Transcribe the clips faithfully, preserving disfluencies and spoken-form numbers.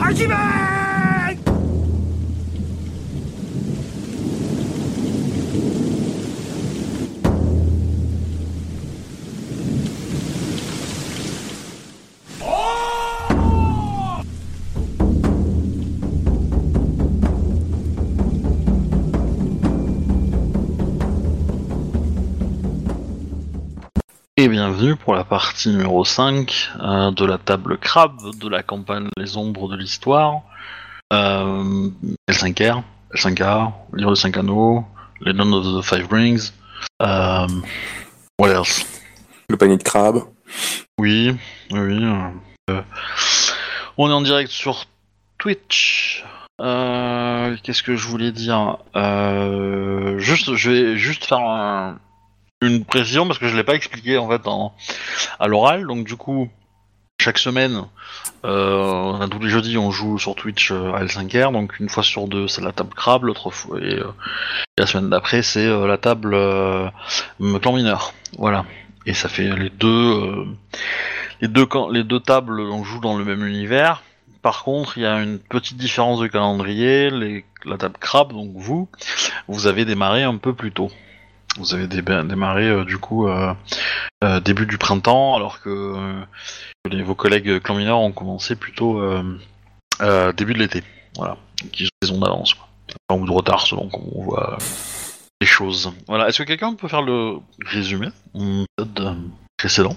Et bienvenue pour la partie numéro cinq euh, de la table crabe de la campagne Les Ombres de l'Histoire. Euh, L cinq R, L cinq A, Livre de cinq Anneaux, Legend of the Five Rings. Euh, what else? Le panier de crabe. Oui, oui. Euh, on est en direct sur Twitch. Euh, qu'est-ce que je voulais dire? euh, Juste, je vais juste faire un, une précision parce que je l'ai pas expliqué en fait en, à l'oral. Donc du coup, chaque semaine, euh, tous les jeudis, on joue sur Twitch euh, à L cinq R. Donc une fois sur deux, c'est la table crabe, l'autre fois et, euh, et la semaine d'après, c'est euh, la table euh, clan mineur. Voilà. Et ça fait les deux, euh, les deux, les deux tables, on joue dans le même univers. Par contre, il y a une petite différence de calendrier. Les, la table crabe, donc vous, vous avez démarré un peu plus tôt. Vous avez dé- démarré euh, du coup euh, euh, début du printemps, alors que euh, les, vos collègues clan mineurs ont commencé plutôt euh, euh, début de l'été. Voilà, donc ils ont des saison d'avance, quoi. Enfin, ou de retard selon comment on voit euh, les choses. Voilà, est-ce que quelqu'un peut faire le résumé du épisode précédent?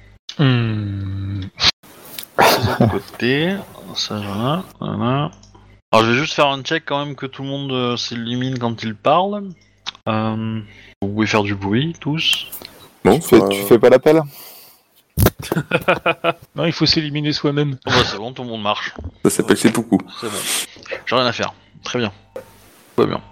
Hmm. De côté, ça voilà, voilà. Alors je vais juste faire un check quand même que tout le monde euh, s'élimine quand il parle. Euh, vous pouvez faire du bruit tous. Bon, Tu fais, euh, tu fais pas l'appel? Non, il faut s'éliminer soi-même. Oh, bah, c'est bon, tout le monde marche. ça s'appelle c'est beaucoup. C'est bon. J'ai rien à faire. Très bien. Tout va bien.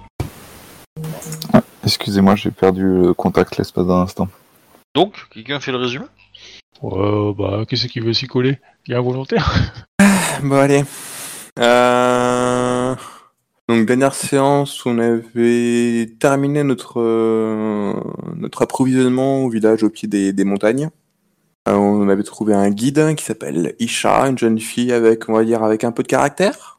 Excusez-moi, j'ai perdu le contact l'espace d'un instant. Donc, quelqu'un fait le résumé? Ouais, bah, qu'est-ce qui veut s'y coller? Il y a un volontaire? Bon, allez. Euh... Donc, dernière séance, on avait terminé notre, euh, notre approvisionnement au village au pied des, des montagnes. Euh, on avait trouvé un guide qui s'appelle Isha, une jeune fille avec, on va dire, avec un peu de caractère,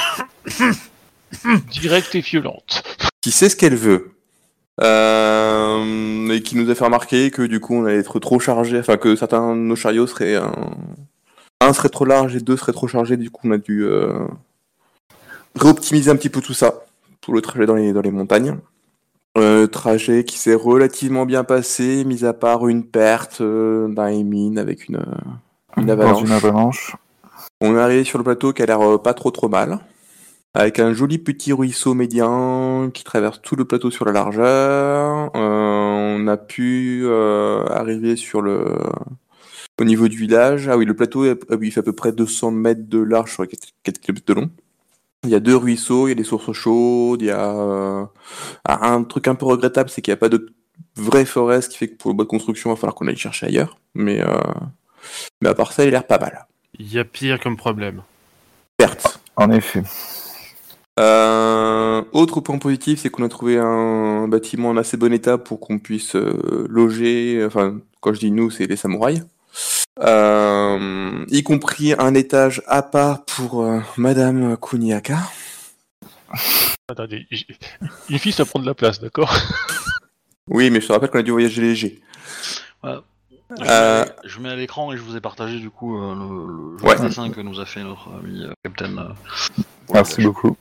Directe et violente. qui sait ce qu'elle veut. Euh, et qui nous a fait remarquer que du coup on allait être trop chargé, enfin que certains de nos chariots seraient un, un serait trop large et deux seraient trop chargés, du coup on a dû euh, réoptimiser un petit peu tout ça pour le trajet dans les, dans les montagnes. Euh, trajet qui s'est relativement bien passé, mis à part une perte euh, d'un émine avec une, une avalanche. Dans une avalanche. On est arrivé sur le plateau qui a l'air euh, pas trop trop mal, avec un joli petit ruisseau médian qui traverse tout le plateau sur la largeur. Euh, on a pu euh, arriver sur le au niveau du village. Ah oui, le plateau il fait à peu près deux cents mètres de large sur quatre kilomètres de long. Il y a deux ruisseaux, il y a des sources chaudes, il y a euh, un truc un peu regrettable, c'est qu'il n'y a pas de vraie forêt, ce qui fait que pour le bois de construction, il va falloir qu'on aille chercher ailleurs. Mais, euh... mais à part ça, il a l'air pas mal. Il y a pire comme problème. Certes. En effet. Euh, autre point positif, c'est qu'on a trouvé un bâtiment en assez bon état pour qu'on puisse euh, loger, enfin, quand je dis nous, c'est les samouraïs, euh, y compris un étage à part pour euh, Madame Kuniaka. Attendez, j- une fille, ça prend de la place, d'accord? Oui, mais je te rappelle qu'on a dû voyager léger. Voilà. Je, Euh, mets, je mets à l'écran et je vous ai partagé du coup euh, le, le jeu Ouais. de dessin que nous a fait notre ami euh, Captain. Euh, pour le Merci village. beaucoup.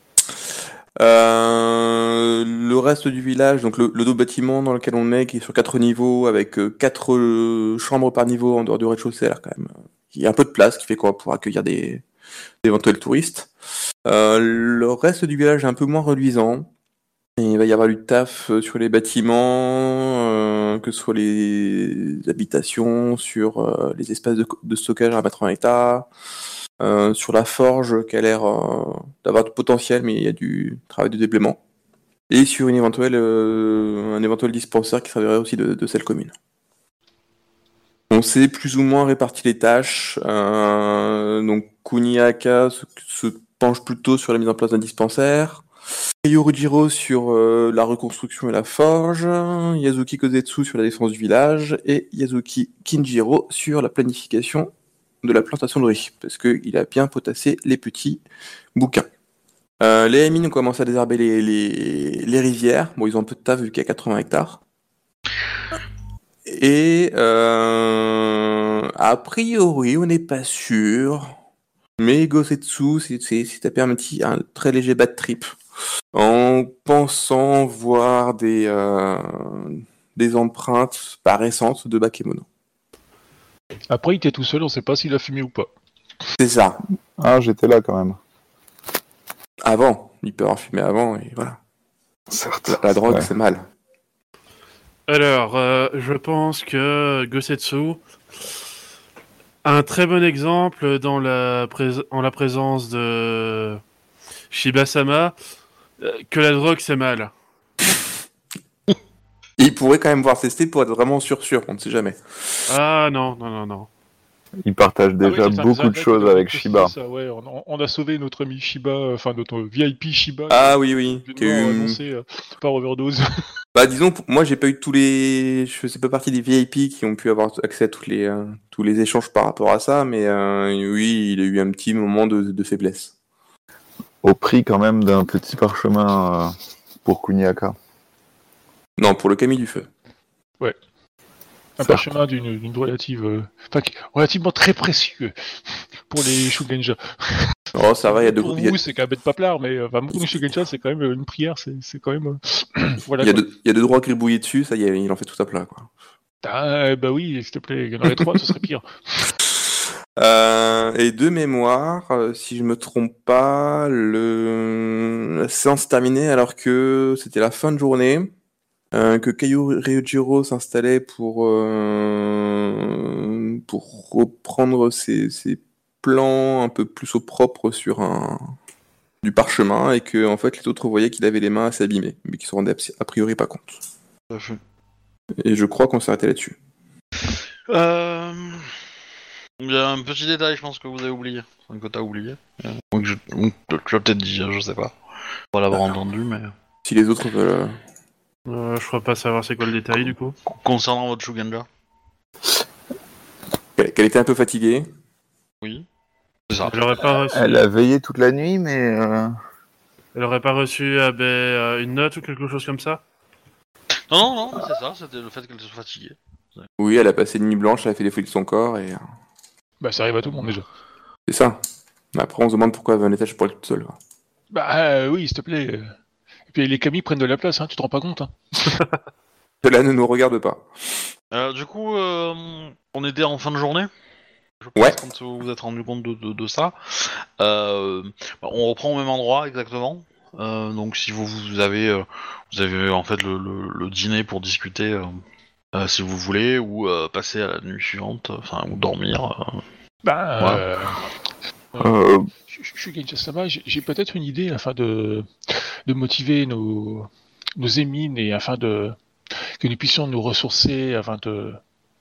Euh, le reste du village, donc le, le dos bâtiment dans lequel on est, qui est sur quatre niveaux, avec euh, quatre euh, chambres par niveau en dehors du rez-de-chaussée, alors quand même, euh, il y a un peu de place, qui fait qu'on va pouvoir accueillir des d'éventuels touristes. Euh, le reste du village est un peu moins reluisant. Et il va y avoir du taf euh, sur les bâtiments, euh, que ce soit les habitations, sur euh, les espaces de, de stockage à mettre en état, euh, sur la forge qui a l'air euh, d'avoir du potentiel, mais il y a du travail de déblaiement. Et sur une éventuelle, euh, un éventuel dispensaire qui servirait aussi de, de celle commune. On s'est plus ou moins réparti les tâches. Euh, donc Kuniaka se, se penche plutôt sur la mise en place d'un dispensaire. Yorujiro sur euh, la reconstruction et la forge. Yasuki Kozetsu sur la défense du village. Et Yasuki Kinjiro sur la planification de la plantation de riz, parce qu'il a bien potassé les petits bouquins. Euh, les M I N ont commencé à désherber les, les, les rivières. Bon, ils ont un peu de taf vu qu'il y a quatre-vingts hectares. Et euh, a priori, on n'est pas sûr, mais Gosetsu s'est s'est- s'est tapé un petit, un très léger bad trip en pensant voir des, euh, des empreintes pas récentes de Bakemono. Après, il était tout seul, on sait pas s'il a fumé ou pas. C'est ça. Ah, j'étais là quand même. Avant, il peut avoir fumé avant, et voilà. Certes. La, la drogue, Ouais. c'est mal. Alors, euh, je pense que Gosetsu a un très bon exemple dans la prés- en la présence de Shiba-sama, euh, que la drogue c'est mal. Et il pourrait quand même voir tester pour être vraiment sûr sûr, on ne sait jamais. Ah non, non, non, non. Il partage Ah oui, déjà c'est ça, beaucoup c'est de vrai, choses tu dois avec préciser Shiba. ça, ouais, on, on a sauvé notre ami Shiba, euh, enfin notre V I P Shiba. Ah oui, oui. D'une qui a mort eu- annoncée euh, par overdose. Bah disons, pour- moi j'ai pas eu tous les, je faisais pas partie des V I P qui ont pu avoir accès à tous les, euh, tous les échanges par rapport à ça, mais euh, oui, il a eu un petit moment de, de faiblesse. Au prix quand même d'un petit parchemin euh, pour Kuniaka. Non, pour le Camille du Feu. Un parchemin d'une d'une relative, euh, enfin, qui- relativement très précieux pour les Shugenja. Oh, ça va, il y a de, Pour il y a- vous, c'est qu'un bête paplard, mais euh, enfin, pour les Shugenja, c'est quand même euh, une prière, c'est c'est quand même. euh, voilà. il y a quoi. de, il y a deux droits gribouillés dessus, ça y est, il en fait tout à plat, quoi. Ah, bah oui, s'il te plaît, il y en aurait trois, ce serait pire. Euh, et de mémoire, euh, si je me trompe pas, le... la séance terminée alors que c'était la fin de journée, euh, que Kayu Ryujiro s'installait pour, euh, pour reprendre ses, ses plans un peu plus au propre sur un... du parchemin et que en fait les autres voyaient qu'il avait les mains assez abîmées, mais qu'ils se rendaient a priori pas compte. Tout à fait. Et je crois qu'on s'est arrêté là-dessus. Euh... Il y a un petit détail, je pense que vous avez oublié. Enfin, que t'as oublié. Euh, ou que je... ou que tu l'as peut-être dit, je sais pas. Pas l'avoir entendu, mais... Si les autres veulent... Euh, je crois pas savoir c'est quoi le détail du coup. Concernant votre Shuganja. Qu'elle qu'elle était un peu fatiguée. Oui. C'est ça. Elle aurait pas reçu, Elle a veillé toute la nuit, mais euh, elle aurait pas reçu ah ben, euh, une note ou quelque chose comme ça. Non, non, non, c'est ça, c'était le fait qu'elle soit fatiguée. Oui, elle a passé une nuit blanche, elle a fait les folies de son corps et... Bah, ça arrive à tout le monde déjà. C'est ça. Mais après, on se demande pourquoi elle veut un étage pour elle toute seule. quoi. Bah euh, oui, s'il te plaît. euh. Et puis les camis prennent de la place, hein, tu te rends pas compte. Hein. Cela ne nous regarde pas. Euh, du coup, euh, on était en fin de journée. Je pense, Ouais. quand vous vous êtes rendu compte de, de, de ça. Euh, bah, on reprend au même endroit exactement. Euh, donc si vous, vous avez euh, vous avez en fait le, le, le dîner pour discuter euh, euh, si vous voulez ou euh, passer à la nuit suivante, enfin ou dormir. euh. Bah, Ouais. euh, euh, je je suis Genja-sama, j'ai j'ai peut-être une idée afin de, de motiver nos, nos émines et afin de que nous puissions nous ressourcer, afin de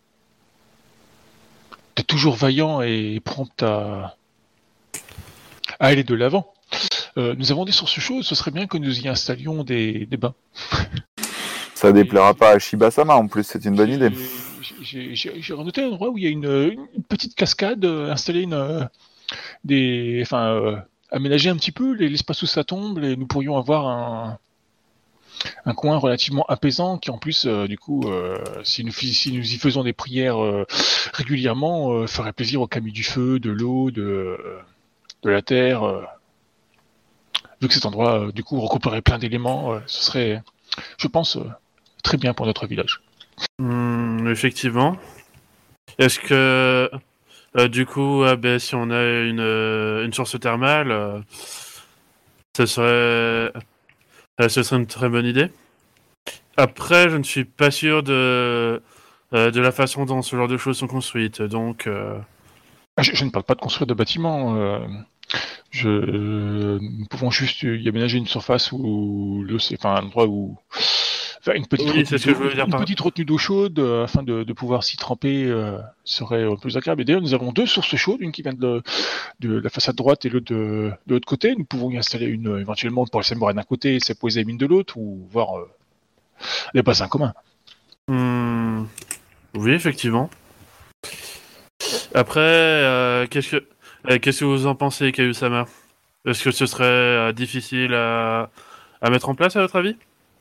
d'être toujours vaillants et prompt à, à aller de l'avant. Euh, nous avons des sources chaudes, ce serait bien que nous y installions des, des bains. ça déplaira pas à Shiba-sama en plus, c'est une bonne idée. J'ai- J'ai j'ai- j'ai noté un endroit où il y a une, une petite cascade, euh, installer une, euh, des, enfin, euh, aménager un petit peu les- l'espace où ça tombe, et nous pourrions avoir un, un coin relativement apaisant qui en plus, euh, du coup, euh, si, nous, fis- si nous y faisons des prières euh, régulièrement, euh, ferait plaisir aux camis du feu, de l'eau, de, euh, de la terre. euh. Vu que cet endroit, euh, du coup, recouperait plein d'éléments, euh, ce serait, je pense, euh, très bien pour notre village. Hmm, effectivement. Est-ce que euh, du coup, ah ben, si on a une, euh, une source thermale, euh, ce serait euh, ce serait une très bonne idée. Après, je ne suis pas sûr de euh, de la façon dont ce genre de choses sont construites, donc. Euh... Ah, Je, je ne parle pas de construire de bâtiments. euh, je, euh, nous pouvons juste y aménager une surface où le, c'est, enfin, un endroit où, enfin, une petite Oui, c'est retenue ce que d'eau, je voulais dire une par- petite retenue d'eau chaude euh, afin de, de pouvoir s'y tremper euh, serait euh, plus agréable. Et d'ailleurs, nous avons deux sources chaudes, une qui vient de, de la façade droite et l'autre de, de l'autre côté. Nous pouvons y installer une euh, éventuellement pour le Samouraï d'un côté et cette poésie mine de l'autre, ou voir euh, les bassins communs. Hmm, oui, effectivement. Après, euh, qu'est-ce que euh, qu'est-ce que vous en pensez, Kayusama? Est-ce que ce serait euh, difficile à... à mettre en place, à votre avis?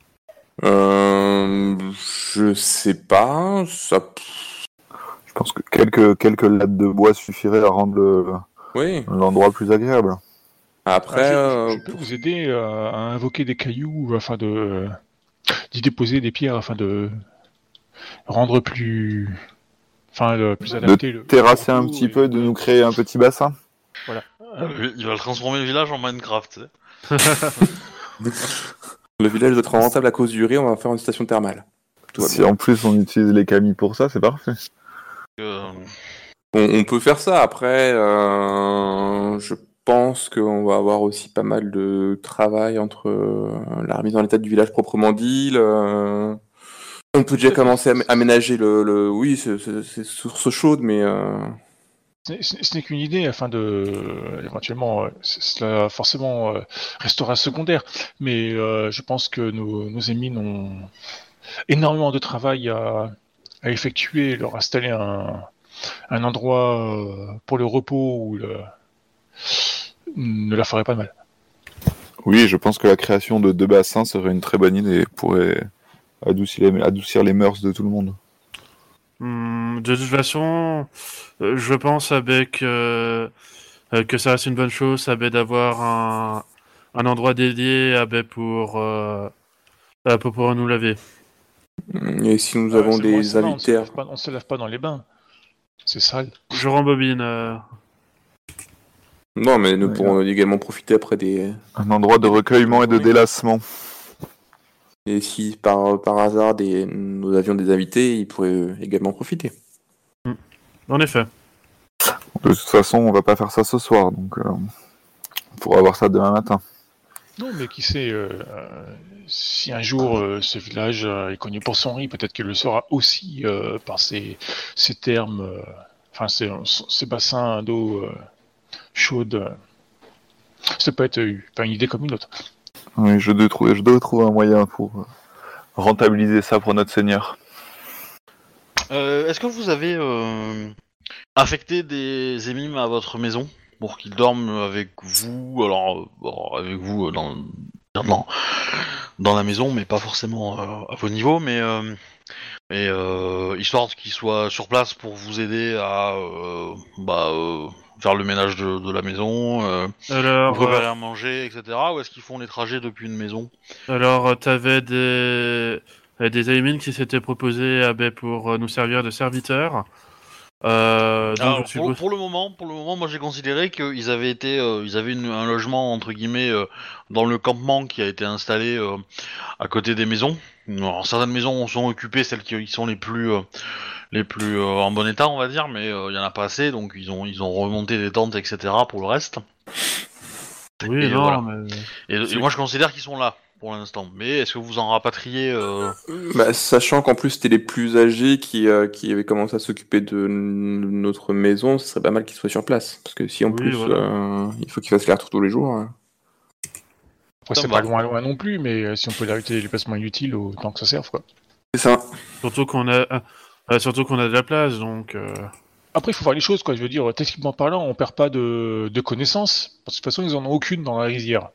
Euh, je sais pas. Ça... Je pense que quelques, quelques lattes de bois suffiraient à rendre le, Oui. l'endroit plus agréable. Après, Ah, je, je euh, peux vous aider euh, à invoquer des cailloux afin de d'y déposer des pierres afin de rendre plus, enfin, de, plus adapté le Terrasser le un repos petit et- peu, de ouais, nous créer un petit bassin. voilà. Euh, Il va transformer le village en Minecraft. tu sais. le village doit être rentable à cause du riz. On va faire une station thermale. Tout va Si bien. en plus on utilise les camis pour ça, c'est parfait. Euh, On, on peut faire ça. Après, euh, je pense qu'on va avoir aussi pas mal de travail entre euh, la remise en état du village proprement dit. Le... On peut déjà Tout à fait. commencer à am- aménager le. le... Oui, c'est, c'est, c'est source chaude, mais. Euh... Ce n'est- ce n'est qu'une idée afin de, éventuellement, euh, c- cela forcément euh, restera secondaire, mais euh, je pense que nos, nos émines ont énormément de travail à, à effectuer, leur installer un, un endroit euh, pour le repos où le, ne la ferait pas de mal. Oui, je pense que la création de deux bassins serait une très bonne idée et pourrait adoucir les, adoucir les mœurs de tout le monde. Hmm, de toute façon, euh, je pense avec euh, euh, que ça reste une bonne chose, ça va d'avoir un, un endroit dédié ah ben, pour, euh, euh, pour pouvoir nous laver. Et si nous Ah, avons c'est bon, des ça va, on se invités. lave pas, on se lave pas dans les bains, c'est sale. Je rembobine. euh, Non, mais nous Ouais, pourrons également profiter après des. Un endroit de recueillement et de délassement. Et si par, par hasard des... nous avions des invités, ils pourraient également profiter. En effet. De toute façon, on va pas faire ça ce soir, donc euh, on pourra avoir ça demain matin. Non, mais qui sait, euh, euh, si un jour euh, ce village euh, est connu pour son riz, peut-être qu'il le sera aussi euh, par ses, ses termes, euh, enfin ses, ses bassins d'eau euh, chaude. euh. Ça peut être euh, pas une idée comme une autre. Oui, je dois trouver, je dois trouver un moyen pour euh, rentabiliser ça pour notre seigneur. euh, Est-ce que vous avez euh, affecté des émimes à votre maison pour qu'ils dorment avec vous? Alors, euh, bon, avec vous euh, dans, dans, dans la maison, mais pas forcément euh, à vos niveaux, mais euh, et, euh, histoire qu'ils soient sur place pour vous aider à euh, bah, euh, faire le ménage de, de la maison, euh, vous Alors, préparer euh, à manger, et cetera. Ou est-ce qu'ils font les trajets depuis une maison? alors euh, t'avais des, euh, des élimines qui s'étaient proposés ah ben, pour euh, nous servir de serviteurs. Euh, donc Alors, je pour, suppose... pour le moment, pour le moment, moi j'ai considéré qu'ils avaient été, euh, ils avaient une- un logement entre guillemets euh, dans le campement qui a été installé euh, à côté des maisons. Alors, certaines maisons sont occupées, celles qui sont les plus, euh, les plus euh, en bon état, on va dire, mais il y en a pas assez, donc ils ont, ils ont remonté des tentes, et cetera pour le reste. Oui, Et non, voilà. mais... Et, et C'est- moi je considère qu'ils sont là pour l'instant. Mais est-ce que vous en rapatriez euh... Bah, sachant qu'en plus c'était les plus âgés qui, euh, qui avaient commencé à s'occuper de n- notre maison, ce serait pas mal qu'ils soient sur place. Parce que si en Oui, plus voilà. euh, il faut qu'ils fassent les retours tous les jours. hein. Après, Ça c'est me pas va. loin loin non plus, mais euh, si on peut éviter les déplacements inutiles, autant que ça serve, quoi. C'est ça. Surtout qu'on a, euh, euh, surtout qu'on a de la place, donc... euh, Après, il faut voir les choses, quoi. Je veux dire, techniquement parlant, on perd pas de, de connaissances, parce que de toute façon, ils en ont aucune dans la rizière.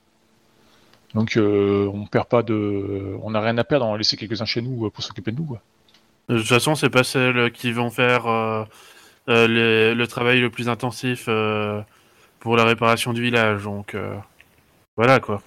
Donc, euh, on perd pas de, on n'a rien à perdre à en laisser quelques-uns chez nous euh, pour s'occuper de nous, quoi. De toute façon, c'est pas celles qui vont faire euh, euh, les- le travail le plus intensif euh, pour la réparation du village, donc... euh, Voilà, quoi.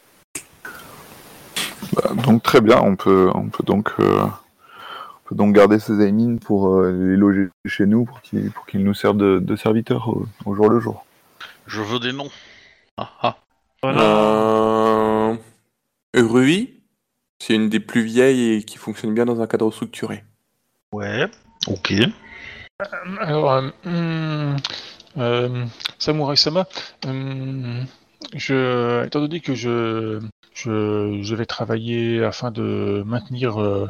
Bah, donc très bien, on peut, on peut donc, euh, on peut donc garder ces émines pour euh, les loger chez nous, pour qu'ils, pour qu'ils nous servent de, de serviteurs au, au jour le jour. Je veux des noms. Ah, ah. Voilà. Euh... Rui, c'est une des plus vieilles et qui fonctionne bien dans un cadre structuré. Ouais. Ok. Alors, euh, hum, euh, Samurai-sama, hum, je, étant donné que je, je, je vais travailler afin de maintenir euh,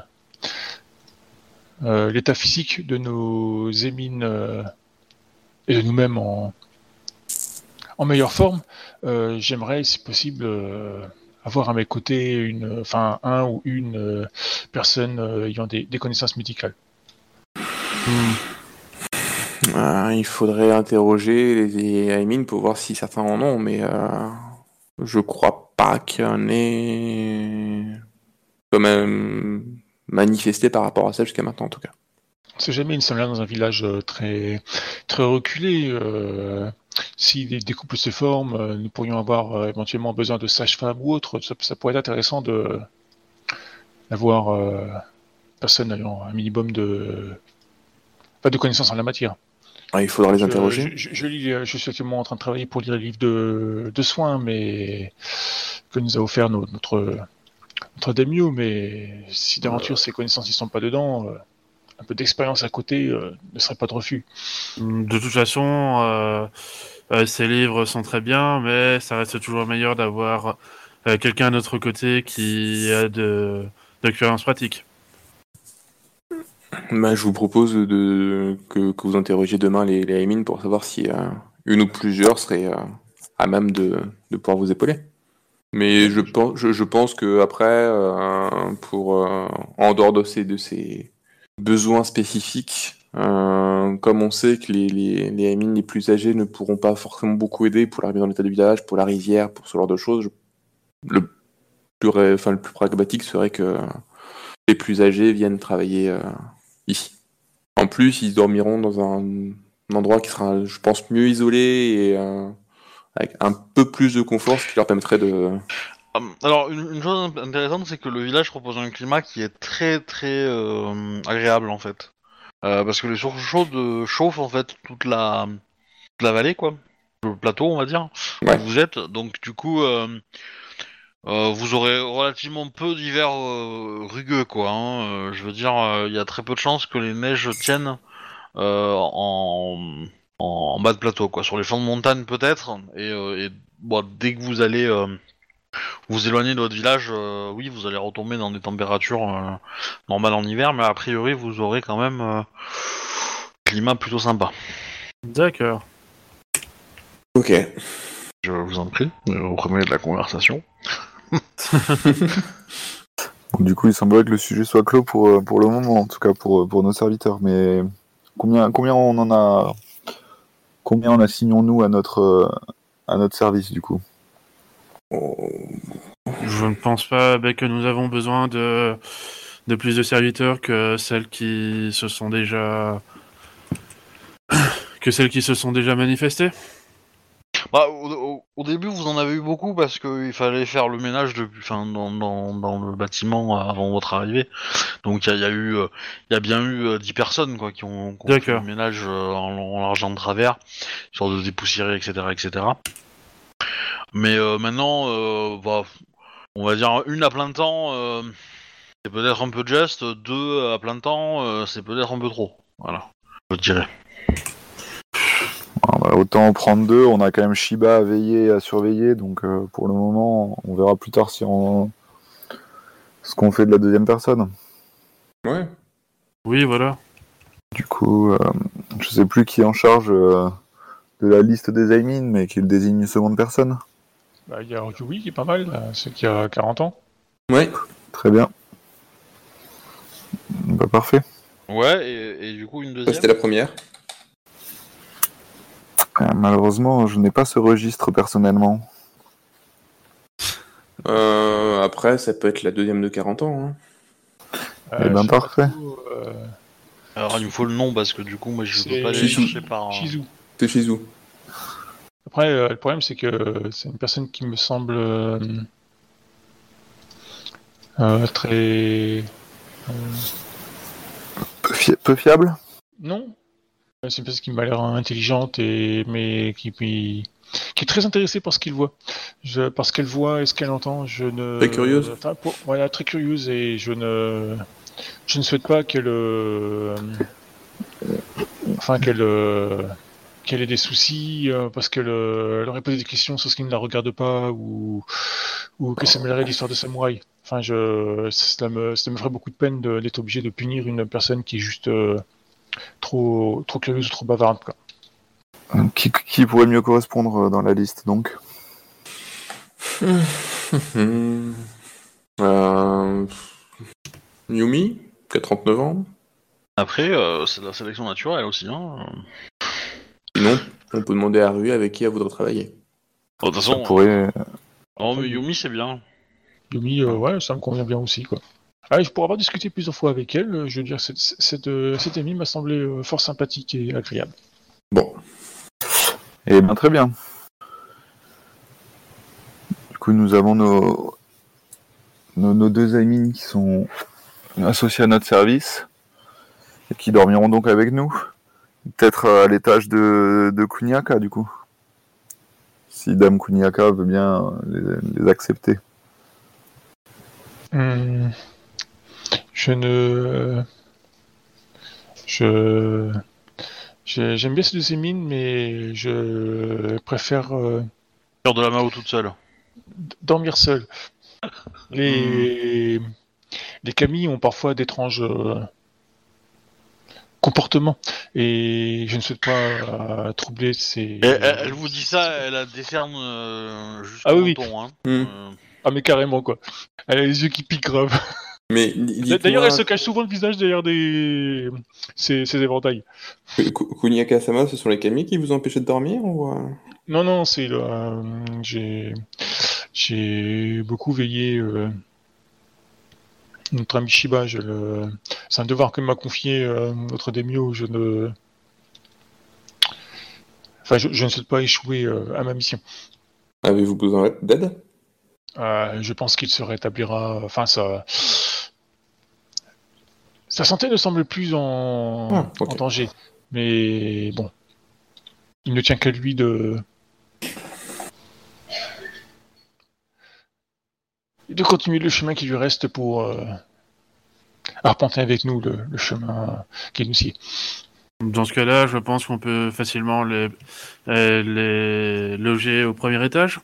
euh, l'état physique de nos émines euh, et de nous-mêmes en, en meilleure forme, euh, j'aimerais, si possible, euh, avoir à mes côtés une, enfin, un ou une euh, personne euh, ayant des, des connaissances médicales. Hmm. Euh, Euh, il faudrait interroger les Aimin pour voir si certains en ont, mais euh, je crois pas qu'il y en ait quand même manifesté par rapport à ça jusqu'à maintenant en tout cas. On sait jamais, une là dans un village euh, très très reculé. Euh, si des, des couples se forment, euh, nous pourrions avoir euh, éventuellement besoin de sages-femmes ou autre. Ça, ça pourrait être intéressant de d'avoir euh, personne ayant un minimum de pas de connaissances en la matière. Ah, il faudra les Je, interroger. je, je, je lis, je suis actuellement en train de travailler pour lire les livres de, de soins, mais que nous a offert notre notre, notre Daimyo. Mais si d'aventure ces connaissances n'y sont pas dedans. Euh, un peu d'expérience à côté euh, ne serait pas de refus. De toute façon, euh, euh, ces livres sont très bien, mais ça reste toujours meilleur d'avoir euh, quelqu'un à notre côté qui a de d'expérience pratique. Bah, je vous propose de, que, que vous interrogiez demain les, les Aimin pour savoir si euh, une ou plusieurs seraient euh, à même de, de pouvoir vous épauler. Mais je pense, je, je pense que après, euh, pour euh, en dehors de ces, de ces besoins spécifiques, euh, comme on sait que les, les, les Aimin les plus âgés ne pourront pas forcément beaucoup aider pour l'arrivée dans l'état du village, pour la rivière, pour ce genre de choses, je- le plus, ré- enfin, le plus pragmatique serait que les plus âgés viennent travailler euh, ici. En plus, ils dormiront dans un, un endroit qui sera, je pense, mieux isolé et euh, avec un peu plus de confort, ce qui leur permettrait de... Hum, Alors, une, une chose intéressante, c'est que le village propose un climat qui est très très euh, agréable en fait. Euh, parce que les sources chaudes euh, chauffent en fait toute la, toute la vallée, quoi. Le plateau, on va dire, Ouais. où vous êtes. Donc, du coup, euh, euh, vous aurez relativement peu d'hiver euh, rugueux, quoi. Hein. Euh, je veux dire, il y a très peu de chances que les neiges tiennent euh, en, en, en bas de plateau, quoi. Sur les flancs de montagne, peut-être. Et, euh, et bon, dès que vous allez euh, vous éloigner de votre village, euh, oui, vous allez retomber dans des températures euh, normales en hiver, mais a priori, vous aurez quand même euh, un climat plutôt sympa. D'accord. Ok. Je vous en prie, euh, reprenez de la conversation. Bon, du coup, il semblerait que le sujet soit clos pour, euh, pour le moment, en tout cas pour, pour nos serviteurs. Mais combien, combien on en a, combien en assignons-nous à notre, euh, à notre service, du coup? Je ne pense pas bah, que nous avons besoin de, de plus de serviteurs que celles qui se sont déjà que celles qui se sont déjà manifestées. Bah, au, au- au début, vous en avez eu beaucoup parce qu'il fallait faire le ménage depuis, enfin, dans, dans, dans le bâtiment avant votre arrivée. Donc il y, a- il y a eu, euh, il y a bien eu euh, dix personnes quoi qui ont, qui ont fait D'accord. le ménage euh, en, en large en travers, histoire de dépoussiérer, et cetera, et cetera. Mais euh, maintenant, euh, bah, on va dire une à plein temps, euh, c'est peut-être un peu juste. Deux à plein temps, euh, c'est peut-être un peu trop. Voilà, je dirais. Ah, bah, autant en prendre deux, on a quand même Shiba à veiller, à surveiller, donc euh, pour le moment, on verra plus tard si on... ce qu'on fait de la deuxième personne. Ouais. Oui, voilà. Du coup, euh, je sais plus qui est en charge euh, de la liste des Aimin, mais qui le désigne une seconde personne. Bah, il y a Ryui qui est pas mal, là, c'est qui a quarante ans. Ouais. Très bien. Bah, parfait. Ouais, et, et du coup une Ça, deuxième. c'était la première. Euh, malheureusement, je n'ai pas ce registre personnellement. Euh, après, ça peut être la deuxième de quarante ans. Hein. Eh ben, je sais pas parfait. trop, euh, Alors il me faut le nom parce que du coup moi je peux c'est pas aller Shizu. chercher par. un- Shizu. C'est Shizu. Après, euh, le problème, c'est que c'est une personne qui me semble euh, euh, très... euh, Peu, fi- peu fiable. non, c'est une personne qui m'a l'air intelligente, et mais qui, qui, qui est très intéressée par ce qu'il voit. Je, par ce qu'elle voit et ce qu'elle entend, je ne... Très curieuse. Enfin, pour- voilà, très curieuse, et je ne... Je ne souhaite pas qu'elle... euh, Enfin, qu'elle... euh, qu'elle ait des soucis euh, parce qu'elle euh, elle aurait posé des questions sur ce qui ne la regarde pas, ou, ou que ça mêlerait l'histoire de samouraï. Enfin, je, ça, me, ça me ferait beaucoup de peine de- d'être obligé de punir une personne qui est juste euh, trop, trop curieuse ou trop bavarde, quoi. Qui, qui pourrait mieux correspondre dans la liste, donc? Hmm. Euh... Yumi, qui a trente-neuf ans. Après euh, c'est de la sélection naturelle aussi. Hein. Sinon, on peut demander à Rui avec qui elle voudrait travailler. Bon, de toute Ça façon, pourrait... oh, mais Yumi c'est bien. Yumi, euh, ouais, ça me convient bien aussi, quoi. Ah, je pourrais avoir discuté plusieurs fois avec elle. euh, Je veux dire, cette, cette, euh, cette amie m'a semblé euh, fort sympathique et agréable. Bon. Eh bien, très bien. Du coup, nous avons nos, nos, nos deux amis qui sont associés à notre service et qui dormiront donc avec nous. Peut-être à l'étage de, de Kuniaka, du coup. Si Dame Kuniaka veut bien les, les accepter. Hum, je ne... Je... je- J'aime bien ces deux émines, mais je préfère euh, Faire de la Mao toute seule. d- dormir seul. Les... Les Camilles ont parfois d'étranges euh, comportements, et je ne souhaite pas euh, troubler ces... Et, elle, elle vous dit ça, elle a des cernes euh, jusqu'au Ah oui, oui. menton, hein. Hmm. Euh, Ah mais carrément, quoi. Elle a les yeux qui piquent grave. Mais di- dites-moi, D'ailleurs, elle se cache souvent le visage derrière des... ces, ces éventails. Ku- Ku- Kuniaka-sama, ce sont les Kami qui vous ont empêché de dormir ou... euh Non, non, c'est... euh, j'ai... J'ai beaucoup veillé... euh, Notre ami Shiba, je le... c'est un devoir que m'a confié euh, notre Demio. Je ne... Enfin, je, je ne souhaite pas échouer euh, à ma mission. Avez-vous besoin d'aide? Euh, je pense qu'il se rétablira... Enfin, ça... Sa santé ne semble plus en, Ah, ok. en danger. Mais bon... Il ne tient qu'à lui de... de continuer le chemin qui lui reste pour euh, arpenter avec nous le, le chemin qui nous sied. Dans ce cas-là, je pense qu'on peut facilement les, euh, les loger au premier étage.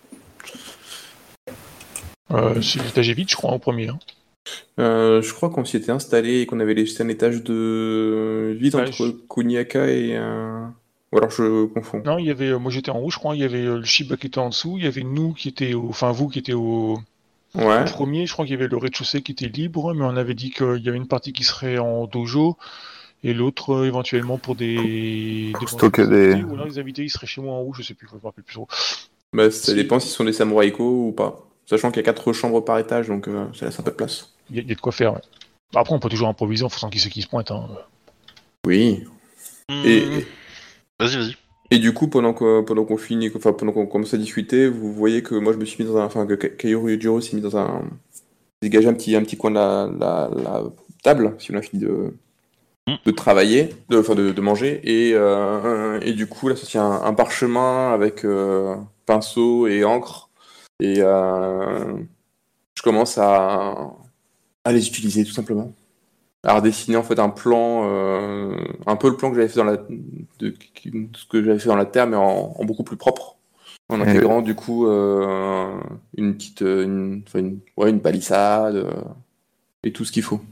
Euh, c'est l'étage est vide, je crois, au premier. Hein. Euh, je crois qu'on s'y était installé et qu'on avait laissé un étage de vide Ouais, entre je- Kuniaka et... euh, Ou alors je confonds. Non, il y avait, euh, moi j'étais en haut, je crois, il y avait euh, le Shiba qui était en dessous, il y avait nous qui était au, enfin vous qui était au, Ouais. au premier, je crois qu'il y avait le rez-de-chaussée qui était libre, mais on avait dit qu'il y avait une partie qui serait en dojo et l'autre euh, éventuellement pour des, Pour des stocker invités, des- ou alors les invités ils seraient chez moi en haut, je sais plus, je me rappelle plus trop. Bah, ça Si. dépend si ce sont des samouraïko ou pas. Sachant qu'il y a quatre chambres par étage, donc euh, ça laisse un peu de place. Il y, a- il y a de quoi faire. Ouais. Après, on peut toujours improviser en fonction de qui c'est qui se pointe. Hein. Oui. hmm, Et, Vas-y, vas-y. et du coup, pendant que pendant qu'on finit, enfin pendant qu'on commence à discuter, vous voyez que moi je me suis mis dans un, enfin que Ka- Kaoru Yujiro s'est mis dans un, dégagé un petit un petit coin de la, la, la table, si on a fini de Hmm. de travailler, de, enfin de, de manger, et euh, et du coup là, c'est un, un parchemin avec euh, pinceau et encre, et euh, je commence à à les utiliser tout simplement. À redessiner en fait un plan, euh, un peu le plan que j'avais fait dans la, de, ce que j'avais fait dans la Terre, mais en, en beaucoup plus propre, en intégrant du coup euh, une petite, une, enfin, une, ouais, une palissade euh, et tout ce qu'il faut.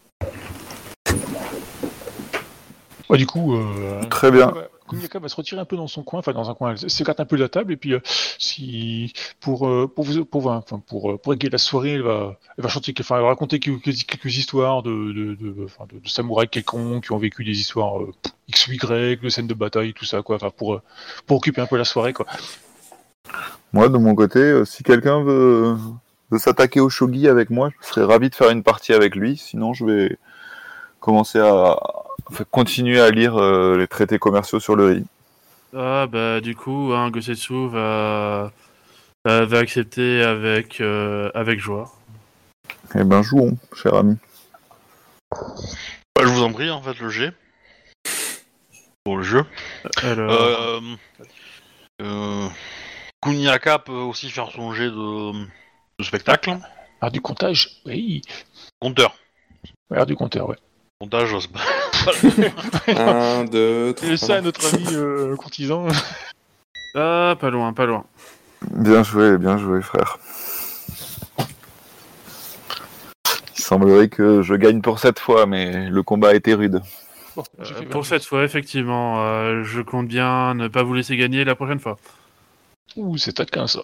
Ouais, du coup, euh, Très bien. Kuniaka va- Kuniaka va se retirer un peu dans son coin, enfin dans un coin, elle s'écarte un peu de la table, et puis euh, si pour euh, pour vous pour enfin pour euh, pour égayer la soirée, elle va elle va chanter, enfin elle va raconter quelques, quelques histoires de de de, enfin, de, de samouraïs quelconques qui ont vécu des histoires euh, X ou Y, de scènes de bataille, tout ça quoi, enfin pour euh, pour occuper un peu la soirée quoi. Moi, de mon côté, euh, si quelqu'un veut, veut s'attaquer au shogi avec moi, je serais ravi de faire une partie avec lui. Sinon, je vais commencer à enfin, continuer à lire euh, les traités commerciaux sur le riz. Ah bah du coup, hein, Gosetsu va, va, va accepter avec, euh, avec joie. Eh ben, jouons, cher ami. Bah, je vous en prie, en fait, le G. Pour le jeu. Alors, Euh, euh, Kuniaka peut aussi faire son jet de, de spectacle. Ah du comptage, oui, Compteur. ouais, du compteur, ouais. Comptage, c'est pas... Un, deux, trois. Et ça, notre ami euh, courtisan. ah, pas loin, pas loin. Bien joué, bien joué, frère. Il semblerait que je gagne pour cette fois, mais le combat a été rude. Bon, j'ai Euh, fait pour vingt-huit. cette fois, effectivement, euh, je compte bien ne pas vous laisser gagner la prochaine fois. Ouh, c'est taquin ça.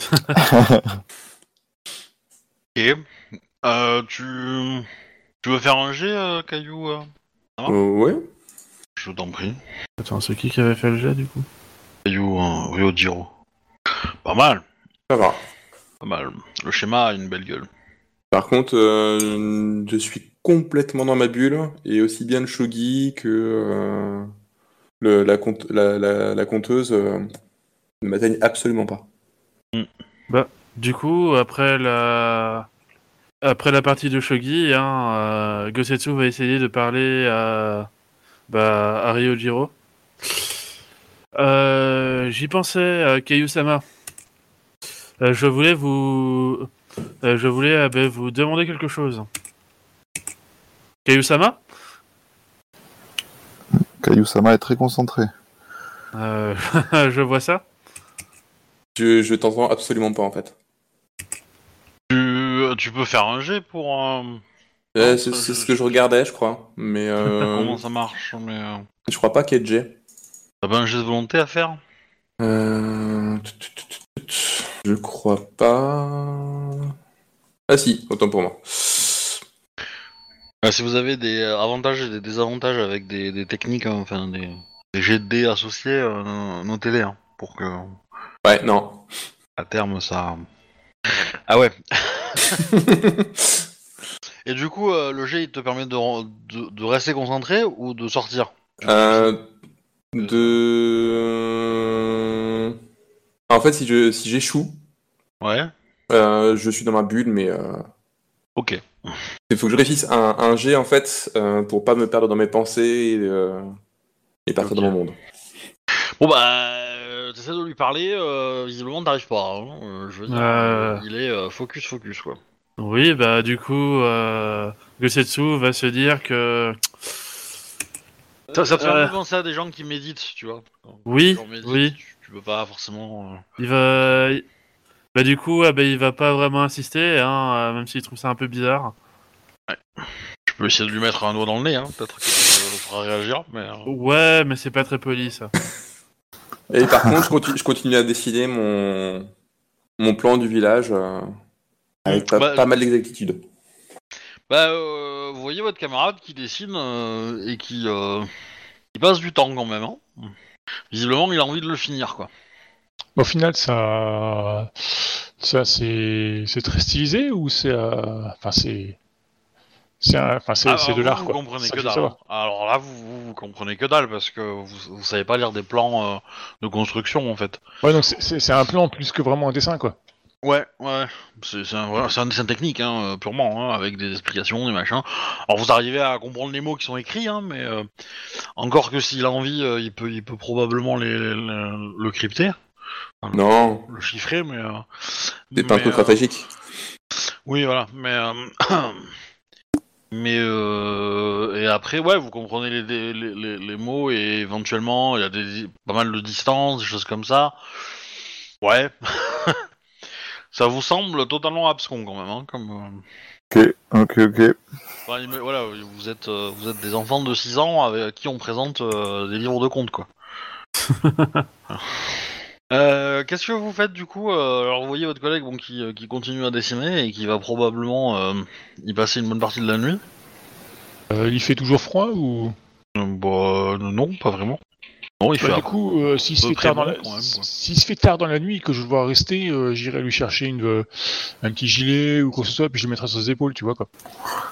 Et euh, tu... tu veux faire un jet, euh, Caillou euh Euh, ouais. Je t'en prie. Attends, c'est qui qui avait fait le jet du coup? Ryo, euh, Ryojiro. Pas mal, Ça va. pas mal. Le schéma a une belle gueule. Par contre, euh, je suis complètement dans ma bulle, et aussi bien le shogi que euh, le, la, compte, la, la, la compteuse euh, ne m'atteignent absolument pas. Bah, du coup, après la... Après la partie de Shogi, hein, euh, Gosetsu va essayer de parler à, bah, à Ryojiro. Euh, j'y pensais, euh, Kayu-sama. Euh, je voulais vous... Euh, je voulais euh, bah, vous demander quelque chose. Kayu-sama? Kayu-sama est très concentré. Euh, je vois ça. Je, je t'entends absolument pas en fait. Tu, tu peux faire un jet pour... Euh... Euh, Non, c'est ça, c'est je- ce que je regardais, je crois. Mais euh, Comment ça marche, mais... Euh... je crois pas qu'il y ait de jet. T'as pas un jet de volonté à faire? Euh... Je crois pas. Ah si, autant pour moi. Euh, si vous avez des euh, avantages et des désavantages avec des, des techniques, hein, enfin des, des jets de dés associés, euh, notez-les, hein, pour que Ouais, non. à terme ça... Ah ouais. Et du coup, euh, le jet il te permet de, de, de rester concentré ou de sortir? Euh, de... En fait, si je si j'échoue, Ouais. euh, je suis dans ma bulle, mais euh, Ok. il faut que je réussisse un, un jet en fait euh, pour pas me perdre dans mes pensées et, euh, et partir Ok. dans mon monde. Bon bah, euh, t'essaies de lui parler, euh, visiblement t'arrives pas. Hein. Euh, je veux dire, Euh. il est euh, focus focus quoi. Oui, bah du coup, euh, Gosetsu va se dire que... Ça, ça te fait un Euh, peu penser à des gens qui méditent, tu vois. Quand Oui, les gens méditent, oui. Tu, tu peux pas forcément. euh, Il va... Bah du coup, ah, bah, il va pas vraiment insister, hein, euh, même s'il trouve ça un peu bizarre. Tu peux essayer de lui mettre un doigt dans le nez, hein. Peut-être que ça le fera réagir, mais. euh, Ouais, mais c'est pas très poli ça. Et par contre, je continue, je continue à dessiner mon mon plan du village euh, avec pas, Bah, pas mal d'exactitude. Bah, euh, vous voyez votre camarade qui dessine euh, et qui, euh, qui passe du temps quand même. Hein. Visiblement, il a envie de le finir, quoi. Au final, ça, ça c'est, c'est très stylisé ou c'est, euh, enfin c'est, c'est, un- enfin c'est, Ah, c'est de vous, l'art vous quoi. comprenez C'est ça que je veux dalle. savoir. Hein. Alors là, vous, vous, vous comprenez que dalle parce que vous, vous savez pas lire des plans euh, de construction en fait. Ouais, donc c'est, c'est, c'est un plan plus que vraiment un dessin quoi. Ouais, ouais. C'est c'est un, voilà, c'est un dessin technique, hein, euh, purement, hein, avec des explications, des machins. Alors vous arrivez à comprendre les mots qui sont écrits, hein, mais euh, encore que s'il a envie, euh, il peut, il peut probablement les, les- les- le crypter, enfin, le, Non, le chiffrer, mais. Euh, c'est pas un mais, truc euh, stratégique. Oui, voilà, mais. euh, Mais euh, et après, ouais, vous comprenez les, les, les, les mots et éventuellement il y a des pas mal de distance, des choses comme ça. Ouais, ça vous semble totalement abscon quand même, hein, comme. Ok, ok, ok. euh, enfin, il me- voilà, vous êtes euh, vous êtes des enfants de six ans avec qui on présente euh, des livres de contes quoi. Euh, qu'est-ce que vous faites du coup euh, Alors vous voyez votre collègue bon, qui, euh, qui continue à dessiner et qui va probablement euh, y passer une bonne partie de la nuit. Euh, il fait toujours froid ou? Euh, bah non, pas vraiment. Non, il Bah, fait du coup, euh, s'il se peu fait près tard dans bon, la, quand même, quoi. s'il se fait tard dans la nuit et que je dois rester, euh, j'irai lui chercher une, euh, un petit gilet ou quoi que ce soit, puis je le mettrai sur ses épaules, tu vois quoi.